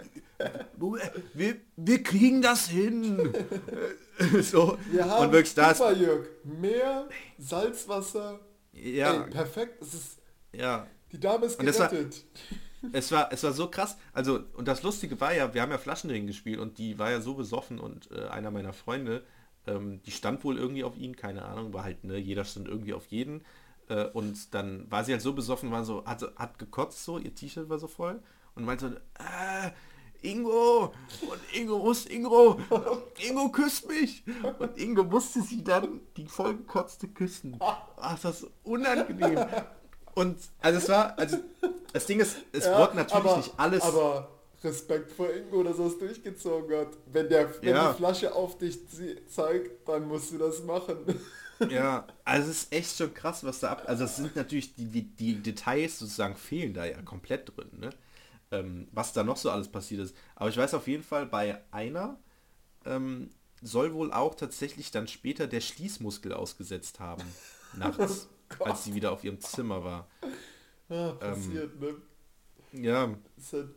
wir, wir kriegen das hin. so. Wir haben, und wirklich da ist, guck mal, Jörg, Meer, Salzwasser, ja, ey, perfekt, es ist, ja. die Dame ist Und das war- gerettet. Es war, es war so krass. Also, und das Lustige war ja, wir haben ja Flaschendrehen gespielt und die war ja so besoffen und äh, einer meiner Freunde, ähm, die stand wohl irgendwie auf ihn, keine Ahnung, war halt, ne, jeder stand irgendwie auf jeden. Äh, und dann war sie halt so besoffen, war so, hat, hat gekotzt so, ihr T-Shirt war so voll und meinte so, äh, Ingo! Und Ingo muss, Ingo! Ingo küsst mich! Und Ingo musste sie dann die vollgekotzte küssen. Ach, das ist unangenehm. Und also es war, also das Ding ist, es Ja, wurde natürlich aber, nicht alles. Aber Respekt vor Ingo, dass er es durchgezogen hat. Wenn, der, wenn Ja. die Flasche auf dich zie- zeigt, dann musst du das machen. Ja, also es ist echt schon krass, was da ab. Also es sind natürlich die, die, die Details sozusagen fehlen da ja komplett drin, ne? Ähm, was da noch so alles passiert ist. Aber ich weiß auf jeden Fall, bei einer ähm, soll wohl auch tatsächlich dann später der Schließmuskel ausgesetzt haben. Nachts, Gott. als sie wieder auf ihrem Zimmer war. Ah, passiert, Ähm, ne? Ja, Ist halt,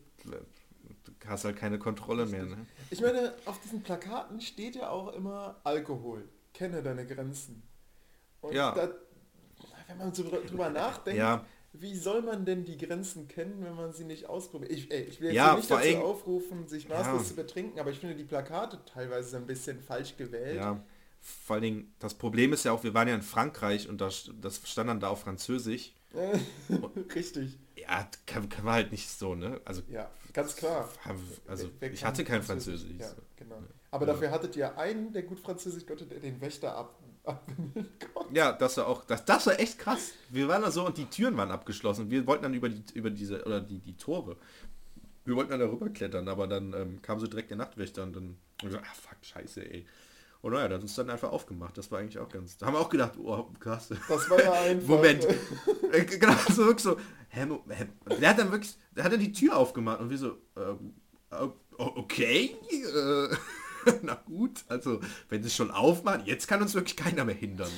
du hast halt keine Kontrolle mehr, ne? ich meine, auf diesen Plakaten steht ja auch immer Alkohol. Kenne deine Grenzen. Und Ja. da, wenn man so drü- drüber nachdenkt, Ja. wie soll man denn die Grenzen kennen, wenn man sie nicht ausprobiert? Ich, ey, ich will jetzt Ja, hier nicht vor dazu allem- aufrufen, sich maßlos Ja. zu betrinken, aber ich finde die Plakate teilweise ein bisschen falsch gewählt. Ja, vor allen Dingen, das Problem ist ja auch, wir waren ja in Frankreich und das, das stand dann da auf Französisch. Richtig. Ja, kann, kann man halt nicht so, ne? Also, Ja, ganz klar. also Wer- wer ich kann hatte kein Französisch. Ja, so. genau. Aber dafür hattet ihr einen, der gut Französisch konnte, der den Wächter ab, abwimmeln konnte. Ja, das war auch, das, das war echt krass. Wir waren da so und die Türen waren abgeschlossen. Wir wollten dann über die, über diese, oder die, die Tore. Wir wollten dann darüber klettern, aber dann ähm, kam so direkt der Nachtwächter und dann, und wir so, ah fuck, scheiße, ey. Und naja, der hat uns dann einfach aufgemacht. Das war eigentlich auch ganz, da haben wir auch gedacht, oh, krass. Das war ja einfach... Moment. Äh, genau, so wirklich so. Hä, Mo- hä, der hat dann wirklich, der hat dann die Tür aufgemacht und wir so, ähm, o- o- okay, äh, na gut, also wenn sie es schon aufmachen, jetzt kann uns wirklich keiner mehr hindern.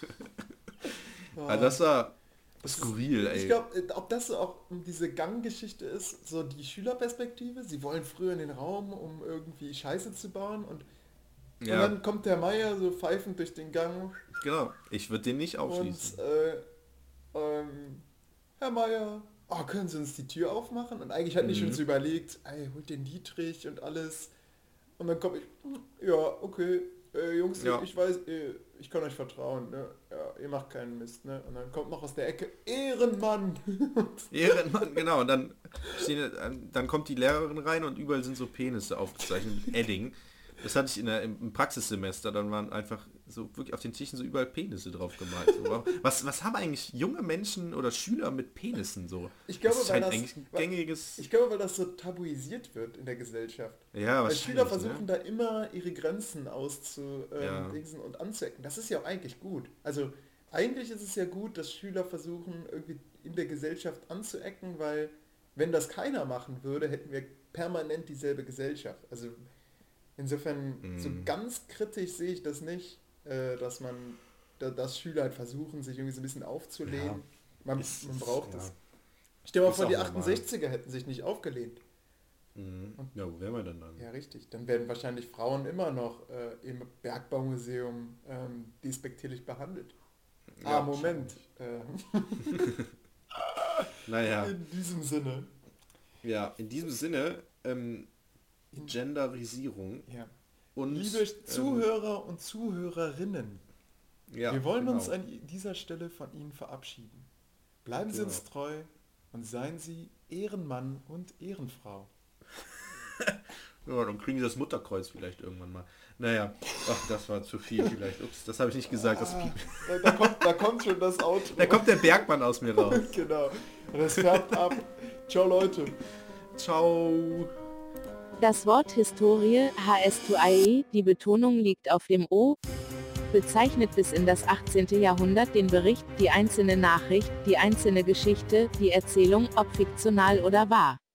Also das war skurril, ey. Ich glaube, ob das so auch diese Ganggeschichte ist, so die Schülerperspektive, sie wollen früher in den Raum, um irgendwie Scheiße zu bauen und, Ja, und dann kommt der Meier so pfeifend durch den Gang genau. Ich würde den nicht und aufschließen. äh, ähm, Herr Meier, oh, können Sie uns die Tür aufmachen? Und eigentlich hatten die Mhm. schon so überlegt, ey, holt den Dietrich und alles. Und dann komme ich, ja, okay, äh, Jungs, Ja. ich weiß, äh, ich kann euch vertrauen, ne? Ja, ihr macht keinen Mist, ne? Und dann kommt noch aus der Ecke, Ehrenmann! Ehrenmann, genau. Und dann, stehen, dann kommt die Lehrerin rein und überall sind so Penisse aufgezeichnet mit Edding. Das hatte ich in der, im Praxissemester. Dann waren einfach so wirklich auf den Tischen so überall Penisse drauf gemalt. So. Was, was haben eigentlich junge Menschen oder Schüler mit Penissen so? Ich glaube, das weil scheint das, eigentlich ein gängiges... Ich glaube, weil das so tabuisiert wird in der Gesellschaft. Ja, weil Schüler wahrscheinlich, versuchen ne? da immer ihre Grenzen auszudingsen Ja. und anzuecken. Das ist ja auch eigentlich gut. Also eigentlich ist es ja gut, dass Schüler versuchen, irgendwie in der Gesellschaft anzuecken, weil wenn das keiner machen würde, hätten wir permanent dieselbe Gesellschaft. Also insofern, Mhm. so ganz kritisch sehe ich das nicht, äh, dass man, da, dass Schüler halt versuchen, sich irgendwie so ein bisschen aufzulehnen. Ja. Man, Ist- man ist- braucht ja. es. Stell dir mal Ist vor, auch die normal. achtundsechziger hätten sich nicht aufgelehnt. Mhm. Ja, wo wären wir denn dann? Ja, richtig. Dann werden wahrscheinlich Frauen immer noch äh, im Bergbaumuseum ähm, despektierlich behandelt. Ja, ah, Moment. Äh, Naja, in diesem Sinne. ja, in diesem Sinne, ähm, In- Genderisierung Ja. und... Liebe Zuhörer und Zuhörerinnen, ähm, ja, wir wollen genau. uns an dieser Stelle von Ihnen verabschieden. Bleiben Sie Genau. uns treu und seien Sie Ehrenmann und Ehrenfrau. Ja, dann kriegen sie das Mutterkreuz vielleicht irgendwann mal. Naja, ach, das war zu viel vielleicht. Ups, das habe ich nicht gesagt. Das Ah, piep. da, da, kommt, da kommt schon das Auto. Da kommt der Bergmann aus mir raus. Genau. Und es färbt ab. Ciao, Leute. Ciao. Das Wort Historie, H S zwei I E, die Betonung liegt auf dem O, bezeichnet bis in das achtzehnte Jahrhundert den Bericht, die einzelne Nachricht, die einzelne Geschichte, die Erzählung, ob fiktional oder wahr.